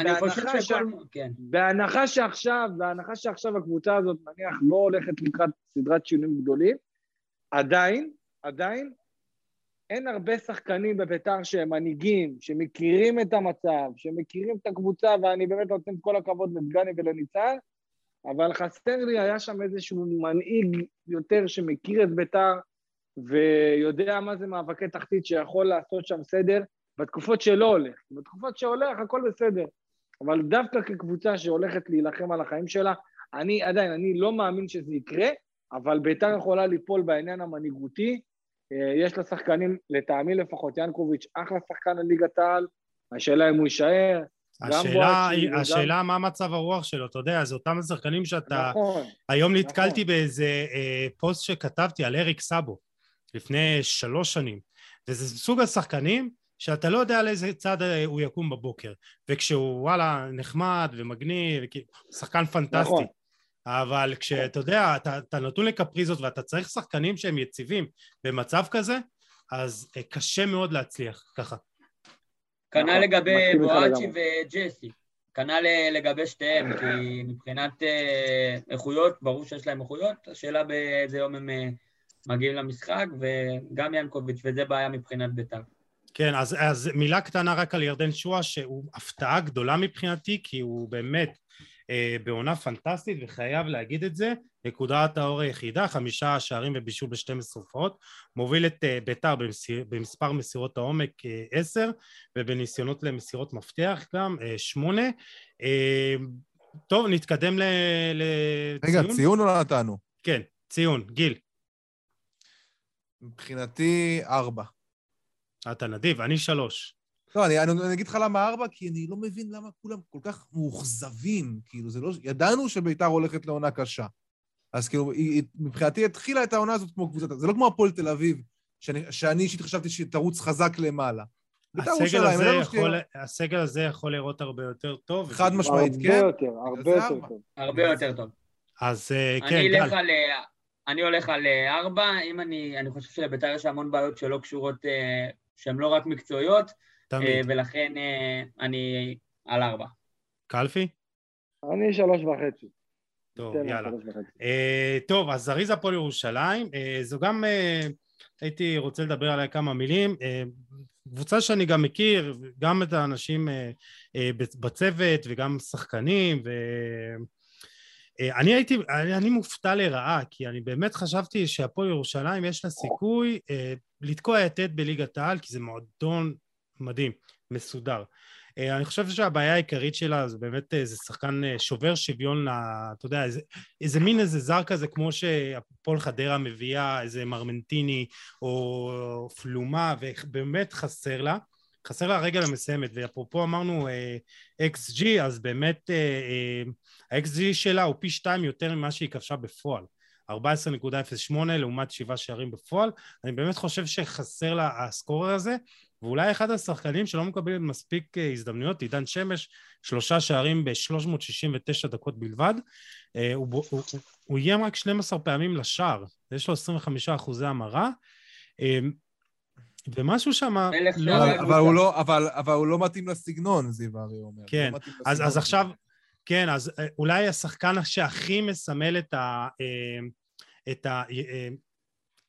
בהנחה שעכשיו, בהנחה שעכשיו הקבוצה הזאת, נניח, לא הולכת לקראת סדרת שינויים גדולים, עדיין, עדיין, אין הרבה שחקנים בביתר שהם מנהיגים, שמכירים את המצב, שמכירים את הקבוצה, ואני באמת נותן כל הכבוד לדגני ולניצן, אבל חסר לי, היה שם איזשהו מנהיג יותר שמכיר את ביתר, ויודע מה זה מאבקי תחתית שיכול לעשות שם סדר, בתקופות שלא הולך. בתקופות שהולך, הכל בסדר. אבל דווקא כקבוצה שהולכת להילחם על החיים שלה, אני עדיין, אני לא מאמין שזה יקרה, אבל ביתר יכולה ליפול בעניין המנהיגותי, יש לה שחקנים, לטעמי לפחות, ינקוביץ', אחלה שחקן לליגת העל, השאלה אם הוא יישאר, השאלה, השאלה וגם... מה מצב הרוח שלו, אתה יודע, זה אותם השחקנים שאתה... נכון. היום נתקלתי נכון. באיזה אה, פוסט שכתבתי על אריק סאבו, לפני שלוש שנים, וזה סוג השחקנים שאתה לא יודע על איזה צד הוא יקום בבוקר, וכשהוא וואלה נחמד ומגניב, שחקן פנטסטי, נכון. אבל כשאתה יודע, אתה, אתה נתון לקפריזות ואתה צריך שחקנים שהם יציבים במצב כזה, אז אה, קשה מאוד להצליח ככה. כנ"ל לגבי בואצ'י וג'סי, כנ"ל לגבי שתיהם, כי מבחינת איכויות, ברור שיש להם איכויות, השאלה באיזה יום הם מגיעים למשחק, וגם ינקוביץ', וזה בעיה מבחינת ביתר. כן, אז, אז מילה קטנה רק על ירדן שואה, שהוא הפתעה גדולה מבחינתי, כי הוא באמת אה, בעונה פנטסטית, וחייב להגיד את זה, נקודת האור היחידה, חמישה שערים ובישול בשתי מסופות, מוביל את אה, ביתר במסיר, במספר מסירות העומק אה, עשר, ובניסיונות למסירות מפתח גם אה, שמונה. אה, טוב, נתקדם לציון. רגע, ציון או לא נתנו? כן, ציון, גיל. מבחינתי ארבע. אתה נדיב, אני שלוש. לא, אני, אני, אני אגיד לך למה ארבע, כי אני לא מבין למה כולם כל כך מאוכזבים, כאילו, זה לא... ידענו שביתר הולכת לעונה קשה. אז כאילו, היא, מבחינתי התחילה את העונה הזאת כמו קבוצת... זה לא כמו הפועל תל אביב, שאני, שאני אישית חשבתי שתרוץ חזק למעלה. הסגל הזה, יכול, הסגל הזה יכול לראות הרבה יותר טוב. חד משמעית, כן? הרבה יותר, הרבה יותר טוב. הרבה יותר טוב. אז כן, אני אלך על... אני הולך על ארבע, אם אני... אני חושב שלביתר יש המון בעיות שלא קשורות... שהן לא רק מקצועיות, תמיד. ולכן אני על ארבע. קלפי? אני שלוש וחצי. טוב, יאללה. טוב, אז זריז הפועל ירושלים, זו גם, הייתי רוצה לדבר עליה כמה מילים, קבוצה שאני גם מכיר, גם את האנשים בצוות וגם שחקנים, ו... אני הייתי, אני, אני מופתע לרעה, כי אני באמת חשבתי שהפועל ירושלים יש לה סיכוי אה, לתקוע יתד בליגת העל, כי זה מועדון מדהים, מסודר. אה, אני חושב שהבעיה העיקרית שלה זה באמת איזה שחקן אה, שובר שוויון, לה, אתה יודע, איזה, איזה מין איזה זר כזה, כמו שהפועל חדרה מביאה, איזה מרמנטיני או פלומה, ובאמת חסר לה. חסר לה הרגל המסיימת, ואפרופו אמרנו אקס ג'י, אז באמת ה-אקס ג'י שלה הוא פי שתיים יותר ממה שהיא כבשה בפועל, ארבע עשרה נקודה אפס שמונה לעומת שבעה שערים בפועל. אני באמת חושב שחסר לה הסקורר הזה, ואולי אחד השחקנים שלא מקבלים מספיק הזדמנויות, עידן שמש, שלושה שערים ב-שלוש מאות שישים ותשע דקות בלבד, הוא, הוא, הוא, הוא איים רק שנים עשר פעמים לשער, יש לו עשרים וחמישה אחוזי המרה, ומשהו שם... אבל הוא לא מתאים לסגנון, זיו ארי אומר. כן, אז עכשיו, כן, אז אולי השחקן שהכי מסמל את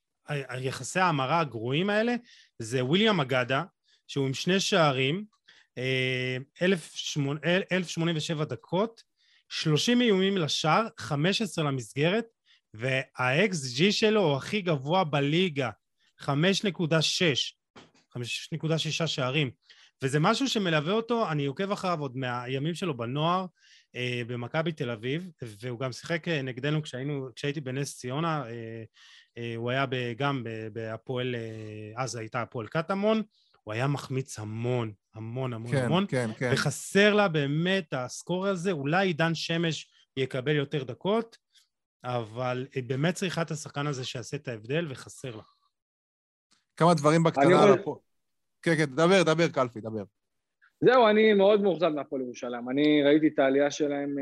היחסי ההמרה הגרועים האלה, זה וויליאם אגדה, שהוא עם שני שערים, אלף שמונים ושבע דקות, שלושים איומים לשער, חמש עשרה למסגרת, וה-אקס ג'י שלו הוא הכי גבוה בליגה, חמש נקודה שש, חמש נקודה שש שערים, וזה משהו שמלווה אותו, אני עוקב אחריו עוד מהימים שלו בנוער, אה, במכבי תל אביב, והוא גם שיחק נגדנו כשהיינו, כשהייתי בנס ציונה, אה, אה, הוא היה גם בהפועל, אה, אז הייתה הפועל קטמון, הוא היה מחמיץ המון, המון, המון, כן, המון, כן, כן. וחסר לה באמת הסקור הזה, אולי עידן שמש יקבל יותר דקות, אבל באמת צריכה את השחקן הזה שיעשה את ההבדל, וחסר לה. כמה דברים בקטנה על הפועל. כן, כן, דבר, דבר, קלפי, דבר. זהו, אני מאוד מאוכזב מהפועל ירושלים. אני ראיתי את העלייה שלהם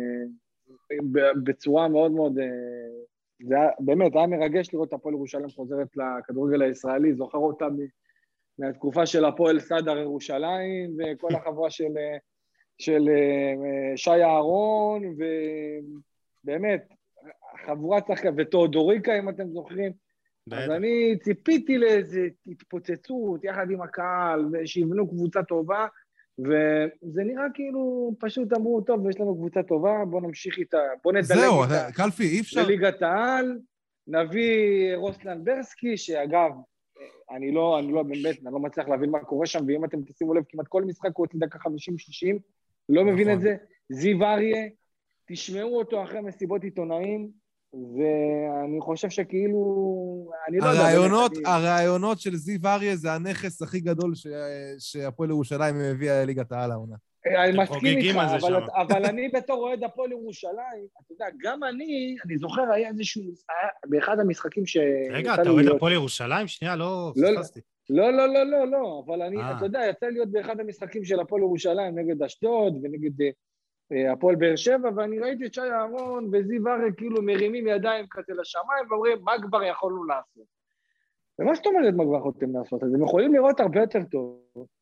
בצורה מאוד מאוד... זה היה, באמת, היה מרגש לראות את הפועל ירושלים חוזרת לכדורגל הישראלי, זוכר אותה מהתקופה של הפועל סדר ירושלים, וכל החברה של, של שי אהרון, ובאמת, חבורה צחקה, וטאודוריקה, אם אתם זוכרים. אז אני ציפיתי לאיזו התפוצצות יחד עם הקהל, ושיבנו קבוצה טובה, וזה נראה כאילו פשוט אמרו, טוב, יש לנו קבוצה טובה, בוא נמשיך איתה, בוא נדלג זהו, איתה. קלפי, אי אפשר... לליגת העל, נביא רוסלן ברסקי, שאגב, אני לא, אני לא באמת, אני לא מצליח להבין מה קורה שם, ואם אתם תשימו לב, כמעט כל משחק הוא דקה חמישים שישים, לא מבין את זה. זיו אריה, תשמעו אותו אחרי מסיבות עיתונאים, ואני חושב שכאילו... הרעיונות, הרעיונות של זיו אריה זה הנכס הכי גדול שהפועל ירושלים הביאה לליגת העל העונה. אני מסכים איתך, אבל אני בתור אוהד הפועל ירושלים, אתה יודע, גם אני, אני זוכר, היה איזשהו, באחד המשחקים ש... רגע, אתה אוהד הפועל ירושלים? שנייה, לא פספסתי. לא, לא, לא, לא, לא, אבל אני, אתה יודע, יצא להיות באחד המשחקים של הפועל ירושלים נגד אשדוד ונגד הפועל באר שבע, ואני ראיתי את שי אהרון וזיו אריה כאילו מרימים ידיים כזה לשמיים ואומרים, מה כבר יכולנו לעשות? ומה זאת אומרת מה כבר יכולתם לעשות? אז הם יכולים לראות הרבה יותר טוב,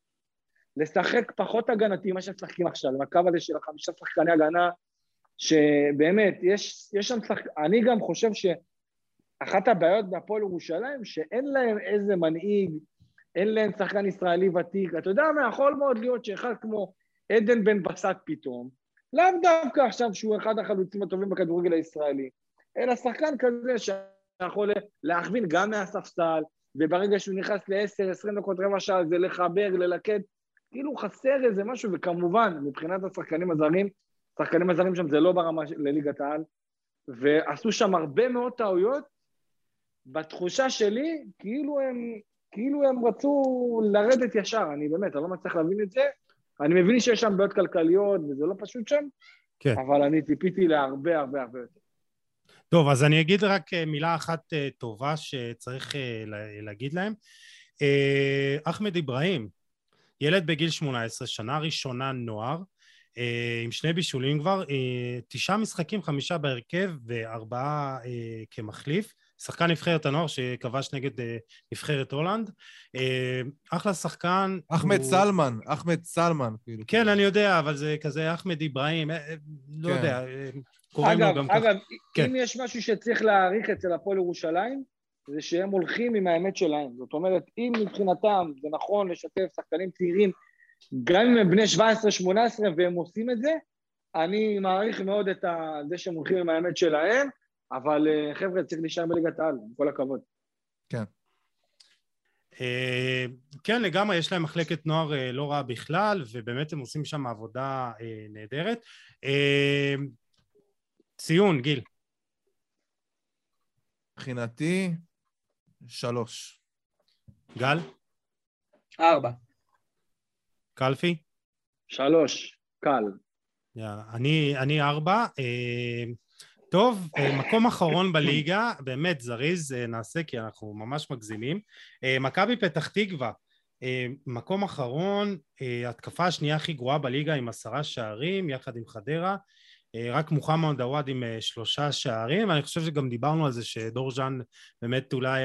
לשחק פחות הגנתי, מה ששחקים עכשיו, עם הקו הזה של החמישה שחקני הגנה, שבאמת, יש, יש שם שחק... אני גם חושב שאחת הבעיות בהפועל ירושלים, שאין להם איזה מנהיג, אין להם שחקן ישראלי ותיק, אתה יודע מה, יכול מאוד להיות שאחד כמו עדן בן בסט פתאום, לאו דווקא עכשיו שהוא אחד החלוצים הטובים בכדורגל הישראלי, אלא שחקן כזה שיכול להכווין גם מהספסל, וברגע שהוא נכנס ל-עשר עשרים דקות רבע שעה, זה לחבר, ללקד, כאילו חסר איזה משהו, וכמובן, מבחינת השחקנים הזרים, שחקנים הזרים שם זה לא ברמה לליגת העל, ועשו שם הרבה מאוד טעויות, בתחושה שלי, כאילו הם, כאילו הם רצו לרדת ישר, אני באמת, אני לא מצליח להבין את זה, אני מבין שיש שם בעיות כלכליות, וזה לא פשוט שם, כן. אבל אני ציפיתי להרבה הרבה הרבה יותר. טוב, אז אני אגיד רק מילה אחת טובה שצריך להגיד להם. אחמד אברהים, ילד בגיל שמונה עשרה, שנה ראשונה נוער, עם שני בישולים כבר, תשעה משחקים, חמישה בהרכב וארבעה כמחליף, שחקן נבחרת הנוער שכבש נגד נבחרת הולנד, אחלה שחקן. אחמד הוא... סלמן, אחמד סלמן. כן, אני יודע, אבל זה כזה אחמד אברהים, לא כן. יודע, קוראים אגב, לו גם אגב, כך. אם כן. יש משהו שצריך להעריך אצל הפועל ירושלים, זה שהם הולכים עם האמת שלהם. זאת אומרת, אם מבחינתם זה נכון לשתף שחקנים צעירים, גם אם הם בני שבע עשרה שמונה עשרה והם עושים את זה, אני מעריך מאוד את זה שהם הולכים עם האמת שלהם, אבל חבר'ה, צריך להישאר בליגת העל, עם כל הכבוד. כן. כן, לגמרי, יש להם מחלקת נוער לא רעה בכלל, ובאמת הם עושים שם עבודה נהדרת. ציון, גיל. מבחינתי, שלוש. גל? ארבע. קלפי? שלוש, קל. יאללה, אני, אני ארבע. טוב, מקום אחרון בליגה, באמת זריז נעשה כי אנחנו ממש מגזימים. מכבי פתח תקווה, מקום אחרון, התקפה השנייה הכי גרועה בליגה עם עשרה שערים, יחד עם חדרה, רק מוחמד עוואד עם שלושה שערים, ואני חושב שגם דיברנו על זה שדור ז'אן באמת אולי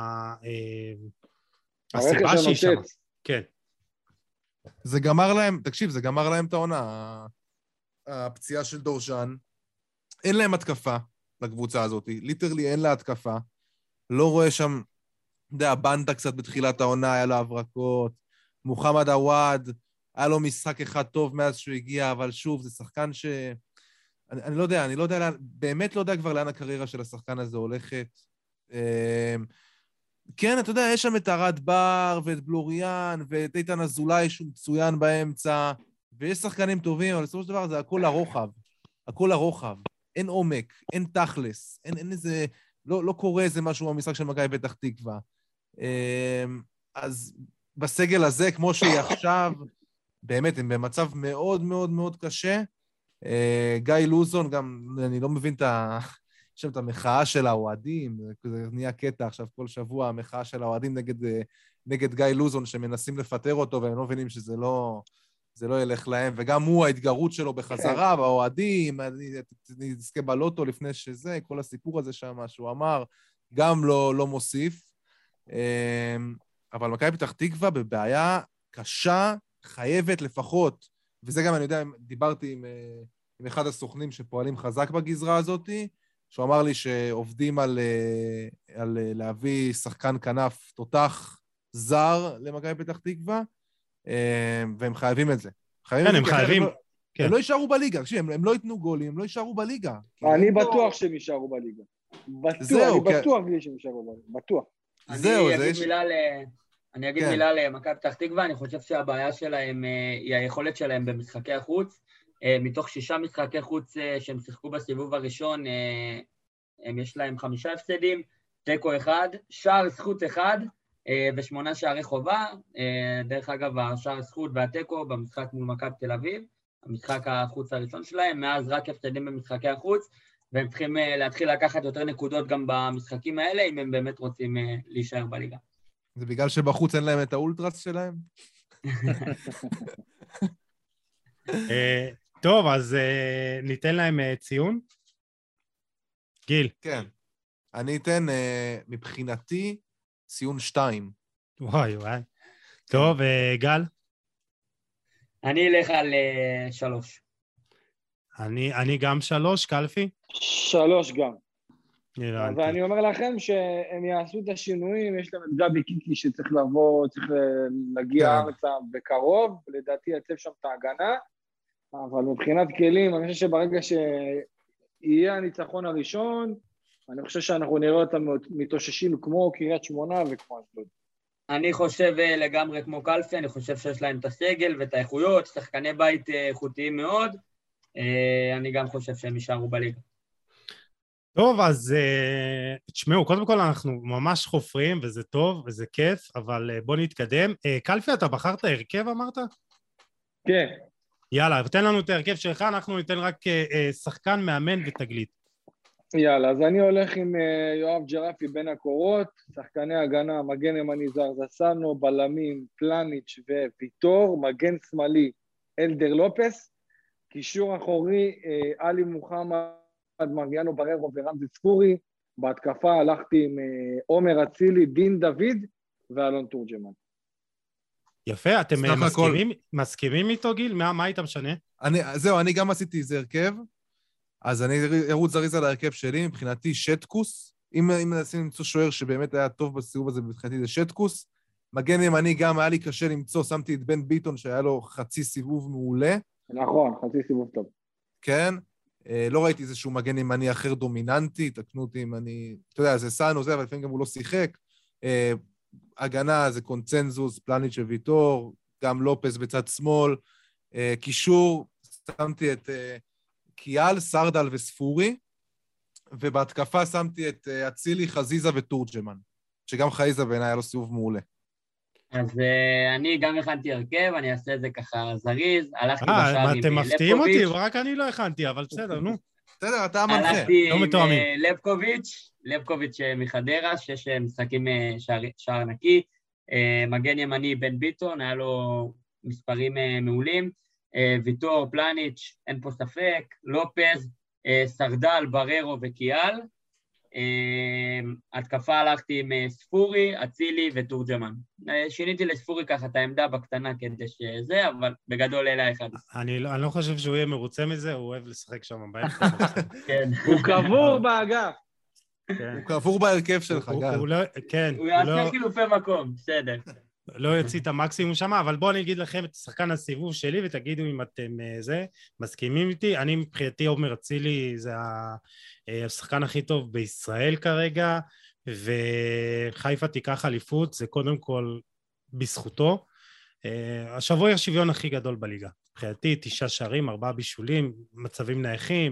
הסיבה שהיא שם. כן. זה גמר להם, תקשיב, זה גמר להם את העונה, הפציעה של דור ז'אן, אין להם התקפה לקבוצה הזאת, ליטרלי אין לה התקפה, לא רואה שם, אתה יודע, בנדה קצת בתחילת העונה, היה לו הברקות, מוחמד עוואד, היה לו משחק אחד טוב מאז שהוא הגיע, אבל שוב, זה שחקן ש... אני, אני לא יודע, אני לא יודע לאן, באמת לא יודע כבר לאן הקריירה של השחקן הזה הולכת. כן, אתה יודע, יש שם את ארד בר ואת בלוריאן ואת איתן אזולאי שהוא מצוין באמצע, ויש שחקנים טובים, אבל בסופו של דבר זה הכל הרוחב. הכל הרוחב. אין עומק, אין תכלס, אין, אין איזה... לא, לא קורה איזה משהו במשחק של מכבי פתח תקווה. אז בסגל הזה, כמו שהיא עכשיו, באמת, הם במצב מאוד מאוד מאוד קשה. גיא לוזון, גם, אני לא מבין את ה... יש שם את המחאה של האוהדים, זה נהיה קטע עכשיו כל שבוע, המחאה של האוהדים נגד, נגד גיא לוזון, שמנסים לפטר אותו, והם לא מבינים שזה לא, זה לא ילך להם, וגם הוא, ההתגרות שלו בחזרה, והאוהדים, אני נזכה בלוטו לפני שזה, כל הסיפור הזה שם, מה שהוא אמר, גם לא, לא מוסיף. אבל מכבי פתח תקווה בבעיה קשה, חייבת לפחות, וזה גם, אני יודע, דיברתי עם, עם אחד הסוכנים שפועלים חזק בגזרה הזאת, שהוא אמר לי שעובדים על, על להביא שחקן כנף תותח זר למכבי פתח תקווה, והם חייבים את זה. כן, הם חייבים. הם לא יישארו בליגה, הם לא ייתנו גולים, הם לא יישארו בליגה. אני בטוח שהם יישארו בליגה. בטוח, אני בטוח שהם יישארו בליגה, בטוח. אני אגיד מילה ל... אני אגיד מילה למכבי פתח תקווה, אני חושב שהבעיה שלהם היא היכולת שלהם במשחקי החוץ. מתוך שישה משחקי חוץ שהם שיחקו בסיבוב הראשון, הם יש להם חמישה הפסדים, תיקו אחד, שער זכות אחד ושמונה שערי חובה. דרך אגב, השער זכות והתיקו במשחק מול מכבי תל אביב, המשחק החוץ הראשון שלהם, מאז רק הפסדים במשחקי החוץ, והם צריכים להתחיל לקחת יותר נקודות גם במשחקים האלה, אם הם באמת רוצים להישאר בליגה. זה בגלל שבחוץ אין להם את האולטרס שלהם? טוב, אז ניתן להם ציון. גיל. כן. אני אתן מבחינתי ציון שתיים. וואי וואי. טוב, גל? אני אלך על שלוש. אני, אני גם שלוש, קלפי? שלוש גם. הבנתי. ואני אומר לכם שהם יעשו את השינויים, יש להם את גבי קיקי שצריך לבוא, צריך להגיע ארצה בקרוב, לדעתי יצב שם את ההגנה, אבל מבחינת כלים, אני חושב שברגע שיהיה הניצחון הראשון, אני חושב שאנחנו נראה אותם מתאוששים כמו קריית שמונה וכמו אשדוד. אני חושב לגמרי כמו קלפי, אני חושב שיש להם את הסגל ואת האיכויות, שחקני בית איכותיים מאוד, אני גם חושב שהם יישארו בליגה. טוב, אז תשמעו, קודם כל אנחנו ממש חופרים, וזה טוב, וזה כיף, אבל בוא נתקדם. קלפי, אתה בחרת הרכב, אמרת? כן. יאללה, תן לנו את ההרכב שלך, אנחנו ניתן רק שחקן, מאמן ותגלית. יאללה, אז אני הולך עם יואב ג'רפי בין הקורות, שחקני הגנה, מגן ימני זרזסנו, בלמים, פלניץ' וויטור, מגן שמאלי, אלדר לופס, קישור אחורי, אלי מוחמד, מריאנו בררו ורמזי ספורי, בהתקפה הלכתי עם עומר אצילי, דין דוד ואלון תורג'מן. יפה, אתם מסכימים, מסכימים איתו גיל? מה, מה היית משנה? אני, זהו, אני גם עשיתי איזה הרכב, אז אני ארוץ זריז על ההרכב שלי, מבחינתי שטקוס, אם, אם מנסים למצוא שוער שבאמת היה טוב בסיבוב הזה, מבחינתי זה שטקוס, מגן ימני גם היה לי קשה למצוא, שמתי את בן ביטון שהיה לו חצי סיבוב מעולה. נכון, חצי סיבוב טוב. כן, לא ראיתי איזשהו מגן ימני אחר דומיננטי, תקנו אותי אם אני, אתה יודע, זה סאנו זה, אבל לפעמים גם הוא לא שיחק. הגנה זה קונצנזוס, פלניץ' וויטור, גם לופס בצד שמאל, קישור, שמתי את קיאל, סרדל וספורי, ובהתקפה שמתי את אצילי, חזיזה וטורג'מן, שגם חזיזה בעיניי היה לו סיבוב מעולה. אז uh, אני גם הכנתי הרכב, אני אעשה את זה ככה זריז, הלכתי בשער עם לפקוביץ'. אתם מפתיעים אותי, רק אני לא הכנתי, אבל בסדר, נו. בסדר, אתה המנחה. הלכתי עם uh, לפקוביץ', לפקוביץ' מחדרה, שיש משחקים uh, שער, שער נקי, uh, מגן ימני בן ביטון, היה לו מספרים uh, מעולים, uh, ויטור, פלניץ', אין פה ספק, לופז, uh, סרדל, בררו וקיאל, התקפה הלכתי עם ספורי, אצילי וטורג'מן. שיניתי לספורי ככה את העמדה בקטנה כדי שזה, אבל בגדול אלה אחד. אני לא חושב שהוא יהיה מרוצה מזה, הוא אוהב לשחק שם באמצע. הוא קבור באגף. הוא קבור בהרכב שלך, גל. כן. הוא יעשה חילופי מקום, בסדר. לא יוציא את המקסימום שם, אבל בואו אני אגיד לכם את שחקן הסיבוב שלי, ותגידו אם אתם זה, מסכימים איתי. אני מבחינתי עומר אצילי זה השחקן הכי טוב בישראל כרגע, וחיפה תיקח אליפות, זה קודם כל בזכותו. השבוע השוויון הכי גדול בליגה. מבחינתי תשעה שערים, ארבעה בישולים, מצבים נייחים,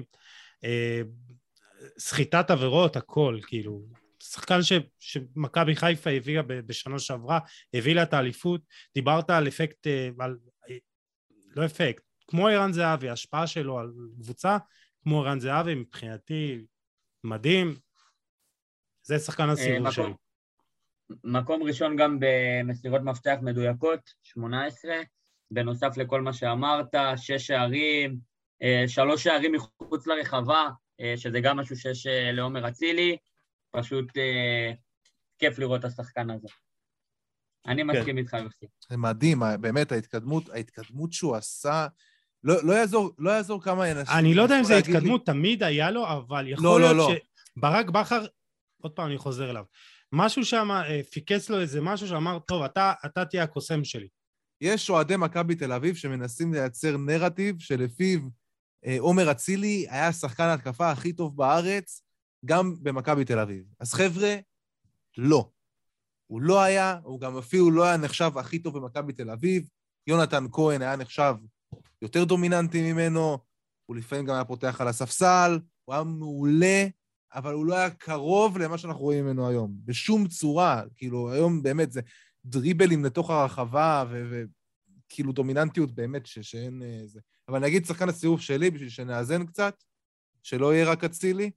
סחיטת עבירות, הכל, כאילו, שחקן ש, שמכבי חיפה הביאה בשנה שעברה, הביא לה את האליפות, דיברת על אפקט, על, לא אפקט, כמו ערן זהבי, ההשפעה שלו על קבוצה, כמו ערן זהבי, מבחינתי מדהים, זה שחקן הסיבוב שלי. מקום ראשון גם במסירות מפתח מדויקות, שמונה עשרה, בנוסף לכל מה שאמרת, שש שערים, שלוש שערים מחוץ לרחבה, שזה גם משהו שיש לעומר אצילי, פשוט כיף לראות את השחקן הזה. אני מסכים איתך, יוסי. זה מדהים, באמת, ההתקדמות, ההתקדמות שהוא עשה, לא, לא יעזור, לא יעזור כמה אנשים. אני לא יודע אם זה התקדמות, תמיד היה לו, אבל יכול להיות שברק בכר, עוד פעם אני חוזר אליו, משהו שם פיקס לו איזה משהו שאמר, טוב, אתה, אתה תהיה הקוסם שלי. יש אוהדי מכבי תל אביב שמנסים לייצר נרטיב שלפיו עומר אצילי היה השחקן ההתקפה הכי טוב בארץ, גם במכבי תל אביב. אז חבר'ה, לא. הוא לא היה, הוא גם אפילו לא היה נחשב הכי טוב במכבי תל אביב. יונתן כהן היה נחשב יותר דומיננטי ממנו, הוא לפעמים גם היה פותח על הספסל, הוא היה מעולה, אבל הוא לא היה קרוב למה שאנחנו רואים ממנו היום. בשום צורה, כאילו, היום באמת זה דריבלים לתוך הרחבה, וכאילו דומיננטיות באמת ש- שאין זה. אבל אני אגיד שחקן הסיבוב שלי, בשביל שנאזן קצת, שלא יהיה רק אצילי,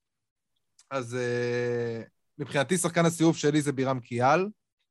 אז uh, מבחינתי שחקן הסיבוב שלי זה בירם קיאל,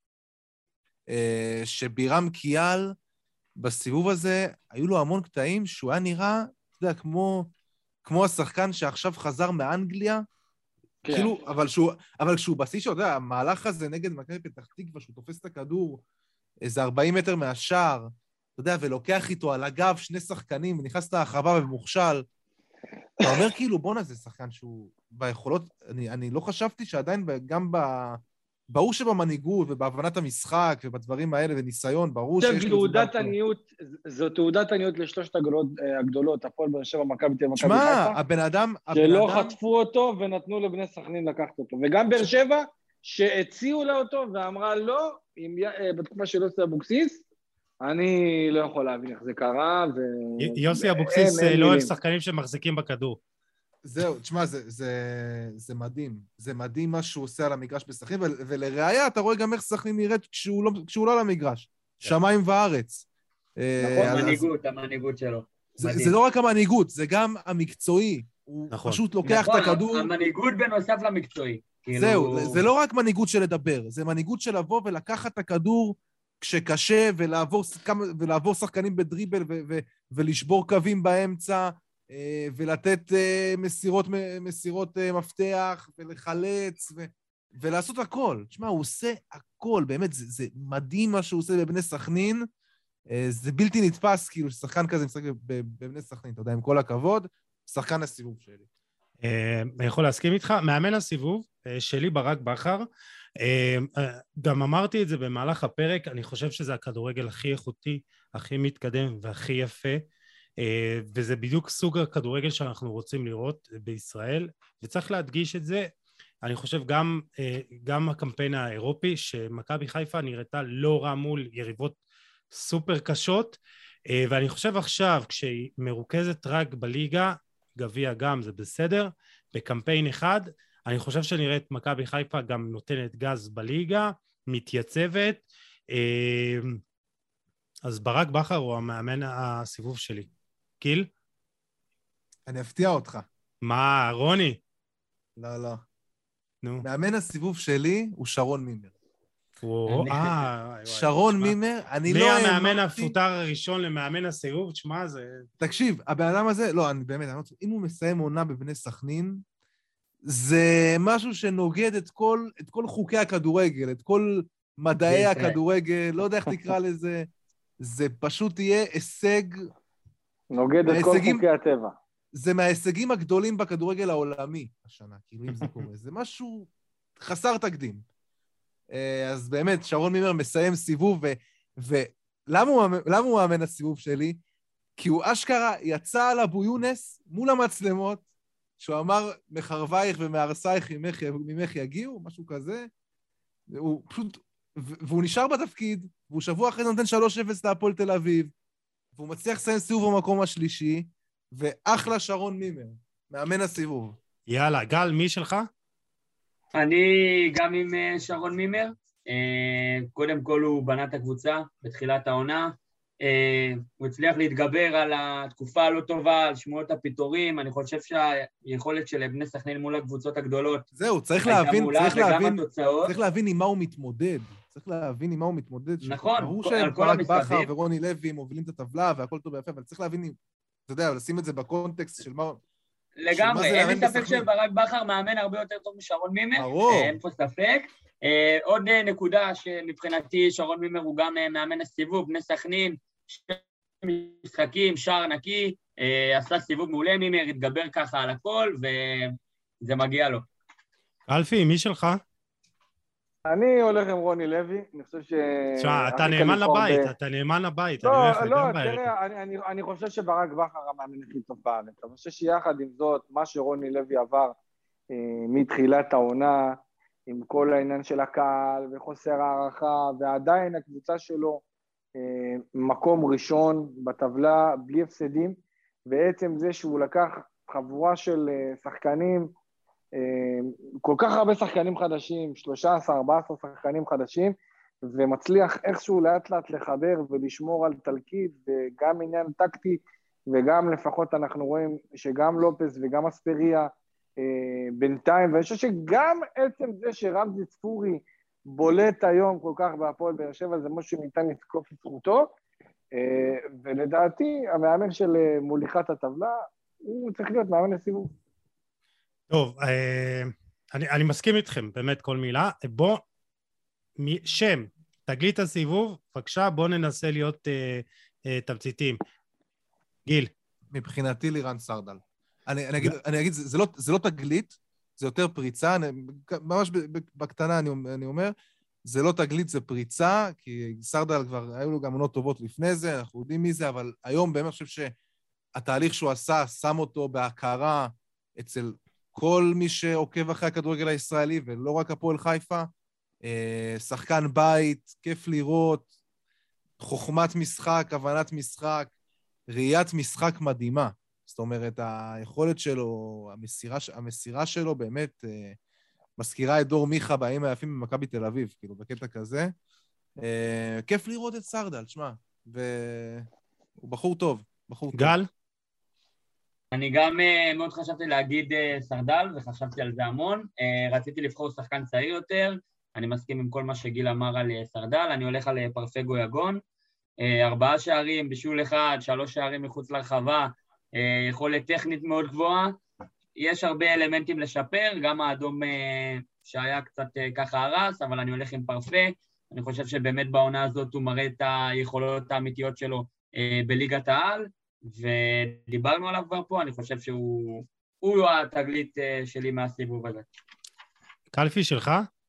uh, שבירם קיאל בסיבוב הזה, היו לו המון קטעים שהוא היה נראה, אתה יודע, כמו, כמו השחקן שעכשיו חזר מאנגליה, כן. כאילו, אבל, שהוא, אבל כשהוא בשיא שלו, אתה יודע, המהלך הזה נגד מכבי פתח תקווה, שהוא תופס את הכדור איזה ארבעים מטר מהשער, אתה יודע, ולוקח איתו על הגב שני שחקנים, ונכנס להרחבה ומוכשל, אתה אומר כאילו, בונה, זה שחקן שהוא ביכולות, אני, אני לא חשבתי שעדיין גם ב... ברור שבמנהיגות ובהבנת המשחק ובדברים האלה וניסיון, ברור שיש... תעודת עניות, זו תעודת עניות לשלושת הגדולות, הפועל באר שבע, מכבי תל אביב, מכבי חיפה. שמע, הבן אדם... שלא חטפו אותו ונתנו לבני סכנין לקחת אותו. וגם באר שבע, שהציעו לה אותו ואמרה לא, בתקופה של יוסי אבוקסיס, אני לא יכול להבין איך זה קרה, ו... יוסי אבוקסיס לא אוהב שחקנים שמחזיקים בכדור. זהו, תשמע, זה, זה, זה מדהים. זה מדהים מה שהוא עושה על המגרש בסכנין, ולראיה, אתה רואה גם איך סכנין נראית כשהוא לא, כשהוא לא על המגרש. שמיים וארץ. נכון, המנהיגות, המנהיגות שלו. זה, זה לא רק המנהיגות, זה גם המקצועי. הוא נכון. פשוט לוקח נכון, את הכדור... המנהיגות בנוסף למקצועי. זהו, כאילו... זה לא רק מנהיגות של לדבר, זה מנהיגות של לבוא ולקחת את הכדור כשקשה, ולעבור, ולעבור שחקנים בדריבל, ו, ו, ולשבור קווים באמצע, ולתת מסירות, מסירות מפתח, ולחלץ, ו, ולעשות הכל. תשמע, הוא עושה הכל, באמת, זה, זה מדהים מה שהוא עושה בבני סכנין, זה בלתי נתפס, כאילו, ששחקן כזה משחק בבני סכנין, אתה יודע, עם כל הכבוד, שחקן הסיבוב שלי. אני יכול להסכים איתך, מאמן הסיבוב שלי ברק בכר, גם אמרתי את זה במהלך הפרק, אני חושב שזה הכדורגל הכי איכותי, הכי מתקדם והכי יפה, וזה בדיוק סוג הכדורגל שאנחנו רוצים לראות בישראל, וצריך להדגיש את זה. אני חושב גם, גם הקמפיין האירופי, שמכבי חיפה נראתה לא רע מול יריבות סופר קשות, ואני חושב עכשיו, כשהיא מרוכזת רק בליגה, גביע גם זה בסדר, בקמפיין אחד, אני חושב שנראית מכבי חיפה גם נותנת גז בליגה, מתייצבת, אז ברק בכר הוא המאמן הסיבוב שלי. קיל? אני אפתיע אותך. מה, רוני? לא, לא. נו. מאמן הסיבוב שלי הוא שרון מימר. אה, שרון מימר, אני לא... מי המאמן הפוטר הראשון למאמן הסיבוב? תשמע, זה... תקשיב, הבן אדם הזה, לא, אני באמת, אם הוא מסיים עונה בבני סכנין, זה משהו שנוגד את כל, את כל חוקי הכדורגל, את כל מדעי הכדורגל, לא יודע איך תקרא לזה, זה פשוט יהיה הישג... נוגד את כל חוקי הטבע. זה מההישגים הגדולים בכדורגל העולמי השנה, כאילו אם זה קורה, זה משהו חסר תקדים. אז באמת, שרון מימר מסיים סיבוב, ולמה הוא, למה הוא מאמן הסיבוב שלי? כי הוא אשכרה יצא על אבו יונס מול המצלמות, שהוא אמר, מחרבייך ומהרסייך ממך יגיעו, משהו כזה. הוא פשוט, והוא נשאר בתפקיד, והוא שבוע אחרי זה נותן שלוש אפס להפועל תל אביב, והוא מצליח לסיים סיבוב במקום השלישי, ואחלה שרון מימר, מאמן הסיבוב. יאללה, גל, מי שלך? אני גם עם שרון מימר. קודם כל הוא בנה את הקבוצה בתחילת העונה, הוא הצליח להתגבר על התקופה הלא טובה, על שמועות הפיטורים. אני חושב שהיכולת של בני סכנין מול הקבוצות הגדולות... זהו, צריך להבין, צריך להבין, צריך להבין עם מה הוא מתמודד. צריך להבין עם מה הוא מתמודד. נכון, ברור שברק בכר ורוני לוי מובילים את הטבלה והכל טוב ויפה, אבל צריך להבין, אתה יודע, לשים את זה בקונטקסט של מה... לגמרי, אין לי ספק שברק בכר מאמן הרבה יותר טוב משרון מימר, אין פה ספק. עוד נקודה שמבחינתי שרון מימר הוא גם מאמן הסיבוב, בני סכנין, שני משחקים, שער נקי, עשה סיבוב מעולה, מימר התגבר ככה על הכל, וזה מגיע לו. אלפי, מי שלך? אני הולך עם רוני לוי, אני חושב ש... תשמע, אתה נאמן לבית, אתה נאמן לבית. לא, לא, תראה, אני חושב שברק בכר המאמן הכי טוב בארץ, אני חושב שיחד עם זאת, מה שרוני לוי עבר מתחילת העונה, עם כל העניין של הקהל וחוסר הערכה, ועדיין הקבוצה שלו מקום ראשון בטבלה, בלי הפסדים, בעצם זה שהוא לקח חבורה של שחקנים, כל כך הרבה שחקנים חדשים, שלושה עשר ארבעה עשר שחקנים חדשים, ומצליח איכשהו לאט לאט לחבר ולשמור על תלכיד, וגם עניין טקטי, וגם לפחות אנחנו רואים שגם לופס וגם אספריה, בינתיים, ואני חושב שגם עצם זה שרמזי צפורי בולט היום כל כך בהפועל באר שבע, זה משהו שניתן לתקוף את זכותו, ולדעתי המאמן של מוליכת הטבלה, הוא צריך להיות מאמן לסיבוב. טוב, אני, אני מסכים איתכם, באמת כל מילה. בוא, שם, תגלית הסיבוב, בבקשה, בוא ננסה להיות uh, uh, תמציתיים. גיל. מבחינתי לירן סרדל. אני, אני אגיד, אני אגיד, זה, זה, לא, זה לא תגלית, זה יותר פריצה, אני, ממש בקטנה אני, אני אומר, זה לא תגלית, זה פריצה, כי סרדל כבר, היו לו גם עונות טובות לפני זה, אנחנו יודעים מי זה, אבל היום באמת חושב שהתהליך שהוא עשה, שם אותו בהכרה אצל כל מי שעוקב אחרי הכדורגל הישראלי, ולא רק הפועל חיפה, שחקן בית, כיף לראות, חוכמת משחק, הבנת משחק, ראיית משחק מדהימה. זאת אומרת, היכולת שלו, המסירה, המסירה שלו באמת אה, מזכירה את דור מיכה בימים היפים במכבי תל אביב, כאילו, בקטע כזה. אה, כיף לראות את סרדל, שמה, והוא בחור טוב, בחור טוב. גל? אני גם uh, מאוד חשבתי להגיד uh, סרדל, וחשבתי על זה המון. Uh, רציתי לבחור שחקן צעיר יותר, אני מסכים עם כל מה שגיל אמר על uh, סרדל, אני הולך על uh, פרפגו יגון. Uh, ארבעה שערים, בישול אחד, שלוש שערים מחוץ לרחבה, uh, יכולת טכנית מאוד גבוהה. יש הרבה אלמנטים לשפר, גם האדום uh, שהיה קצת uh, ככה הרס, אבל אני הולך עם פרפה. אני חושב שבאמת בעונה הזאת הוא מראה את היכולות האמיתיות שלו uh, בליגת העל, ודיברנו עליו כבר פה, אני חושב שהוא הוא התגלית שלי מהסיבוב הזה. קלפי שלך?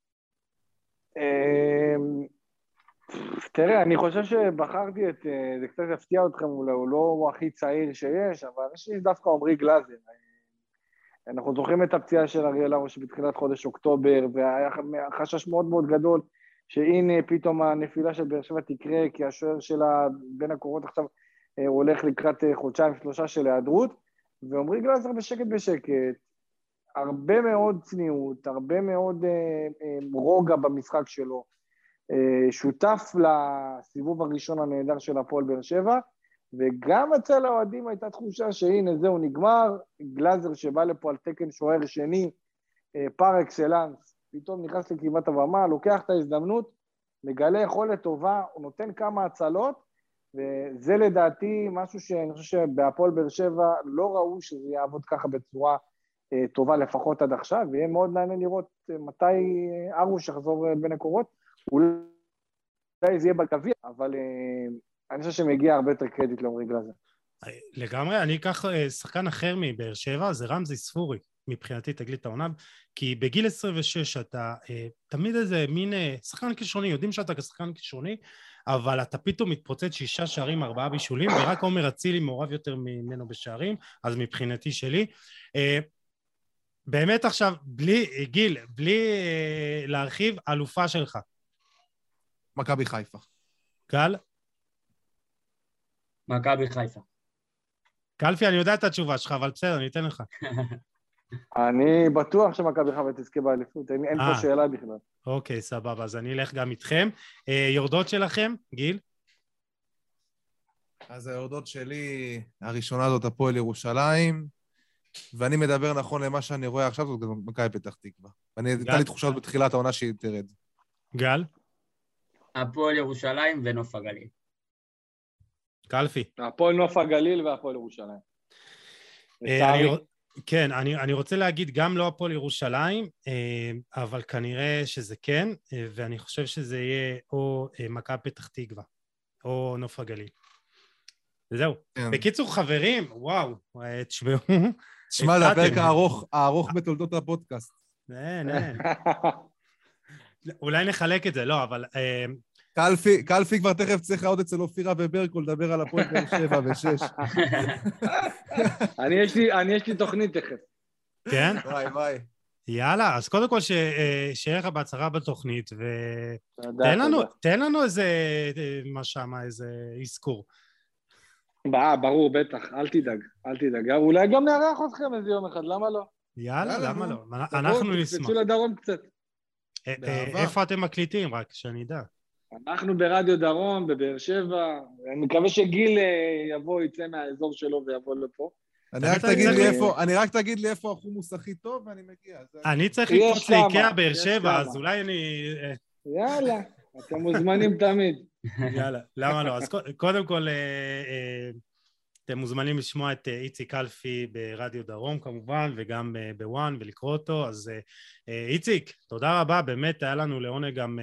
תראה, אני חושב שבחרתי את, זה קצת הפתיע אתכם, הוא לא הכי צעיר שיש, אבל יש לי דווקא עומרי גלאזר. אנחנו זוכרים את הפציעה של אריאל הרוש בתחילת חודש אוקטובר, והיה חשש מאוד מאוד גדול, שהנה פתאום הנפילה של באר שבע תקרה, כי השוער שלה בין הקורות עכשיו, הוא הולך לקראת חודשיים שלושה של היעדרות, ועומרי גלאזר בשקט בשקט, הרבה מאוד צניעות, הרבה מאוד רוגע במשחק שלו, שותף לסיבוב הראשון הנהדר של הפועל באר שבע, וגם אצל האוהדים הייתה תחושה שהנה זהו נגמר, גלאזר שבא לפה על תקן שוער שני, פר אקסלנס, פתאום נכנס לכיוות הבמה, לוקח את ההזדמנות, מגלה יכולת טובה, הוא נותן כמה הצלות, וזה לדעתי משהו שאני חושב שבהפועל באר שבע לא ראו שזה יעבוד ככה בצורה טובה לפחות עד עכשיו, ויהיה מאוד מעניין לראות מתי ארוש יחזור בין הקורות, אולי זה יהיה בגביע, אבל אני חושב שמגיע הרבה יותר קרדיט לעומרי גלאזר. לגמרי, אני אקח שחקן אחר מבאר שבע, זה רמזי ספורי. מבחינתי תגלית העונה, כי בגיל עשרים ושש אתה אה, תמיד איזה מין אה, שחקן כישרוני, יודעים שאתה כשחקן כישרוני, אבל אתה פתאום מתפוצץ שישה שערים, ארבעה בישולים, ורק עומר אצילי מעורב יותר ממנו בשערים, אז מבחינתי שלי. אה, באמת עכשיו, בלי, גיל, בלי אה, להרחיב, אלופה שלך. מכבי חיפה. גל? מכבי חיפה. קלפי, אני יודע את התשובה שלך, אבל בסדר, אני אתן לך. אני בטוח שמכבי חיפה תזכה באליפות, אין, אין פה שאלה בכלל. אוקיי, סבבה, אז אני אלך גם איתכם. אה, יורדות שלכם, גיל? אז היורדות שלי, הראשונה זאת הפועל ירושלים, ואני מדבר נכון למה שאני רואה עכשיו, זאת גם מכבי פתח תקווה. ואני הייתה לי תחושות בתחילת העונה שהיא תרד. גל? הפועל ירושלים ונוף הגליל. קלפי. הפועל נוף הגליל והפועל ירושלים. אני, כן, אני, אני רוצה להגיד גם לא הפועל ירושלים, אבל כנראה שזה כן, ואני חושב שזה יהיה או מכבי פתח תקווה, או נוף הגליל. וזהו. כן. בקיצור, חברים, וואו, תשמעו. תשמע, זה הפרק הארוך, הארוך בתולדות הפודקאסט. אין, אין. אולי נחלק את זה, לא, אבל... קלפי, קלפי כבר תכף צריך לעוד אצל אופירה וברקו לדבר על הפועל באר שבע ושש. אני יש לי, אני יש לי תוכנית תכף. כן? ביי, ביי. יאללה, אז קודם כל שיהיה לך בהצהרה בתוכנית, ותן לנו, תן לנו איזה, מה שמה, איזה אזכור. ברור, בטח, אל תדאג, אל תדאג. אולי גם נארח אתכם איזה יום אחד, למה לא? יאללה, למה לא? אנחנו נשמח. תקפצו לדרום קצת. איפה אתם מקליטים? רק שאני אדע. אנחנו ברדיו דרום, בבאר שבע. אני מקווה שגיל יבוא, יצא מהאזור שלו ויבוא לפה. אני רק תגיד לי איפה החומוס הכי טוב ואני מגיע. אני צריך לקפוץ לאיקאה באר שבע, אז אולי אני... יאללה, אתם מוזמנים תמיד. יאללה, למה לא? אז קודם כל, אתם מוזמנים לשמוע את איציק קלפי ברדיו דרום כמובן, וגם בוואן ולקרוא אותו. אז איציק, תודה רבה, באמת היה לנו לעונג גם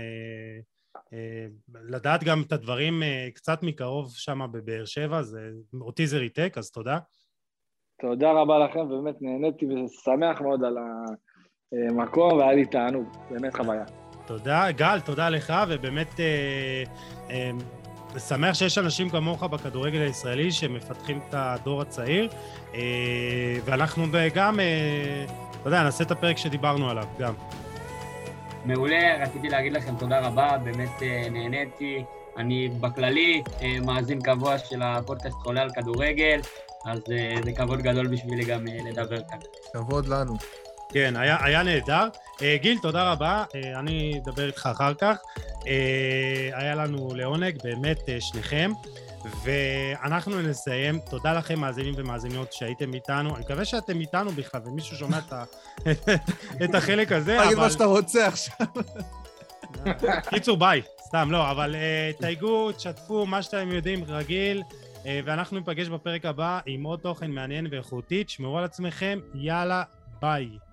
לדעת גם את הדברים קצת מקרוב שם בבאר שבע, אותי זה ריתק, אז תודה. תודה רבה לכם, באמת נהניתי ושמח מאוד על המקום, והיה לי תענוג, באמת חוויה. תודה, גל, תודה לך, ובאמת אה, אה, שמח שיש אנשים כמוך בכדורגל הישראלי שמפתחים את הדור הצעיר, אה, ואנחנו גם, אה, אתה יודע, נעשה את הפרק שדיברנו עליו, גם. מעולה, רציתי להגיד לכם תודה רבה, באמת אה, נהניתי, אני בכללי אה, מאזין קבוע של הפודקאסט חולה על כדורגל, אז אה, זה כבוד גדול בשבילי גם אה, לדבר כאן. כבוד לנו. כן, היה, היה נהדר. גיל, תודה רבה, אני אדבר איתך אחר כך. היה לנו לעונג, באמת שניכם, ואנחנו נסיים. תודה לכם, מאזינים ומאזינות, שהייתם איתנו. אני מקווה שאתם איתנו בכלל, ומישהו שומע את החלק הזה, אבל... תגיד מה שאתה רוצה עכשיו. קיצור, ביי. סתם, לא, אבל תייגו, תשתפו, מה שאתם יודעים, רגיל, ואנחנו ניפגש בפרק הבא עם עוד תוכן מעניין ואיכותי. תשמרו על עצמכם, יאללה, ביי.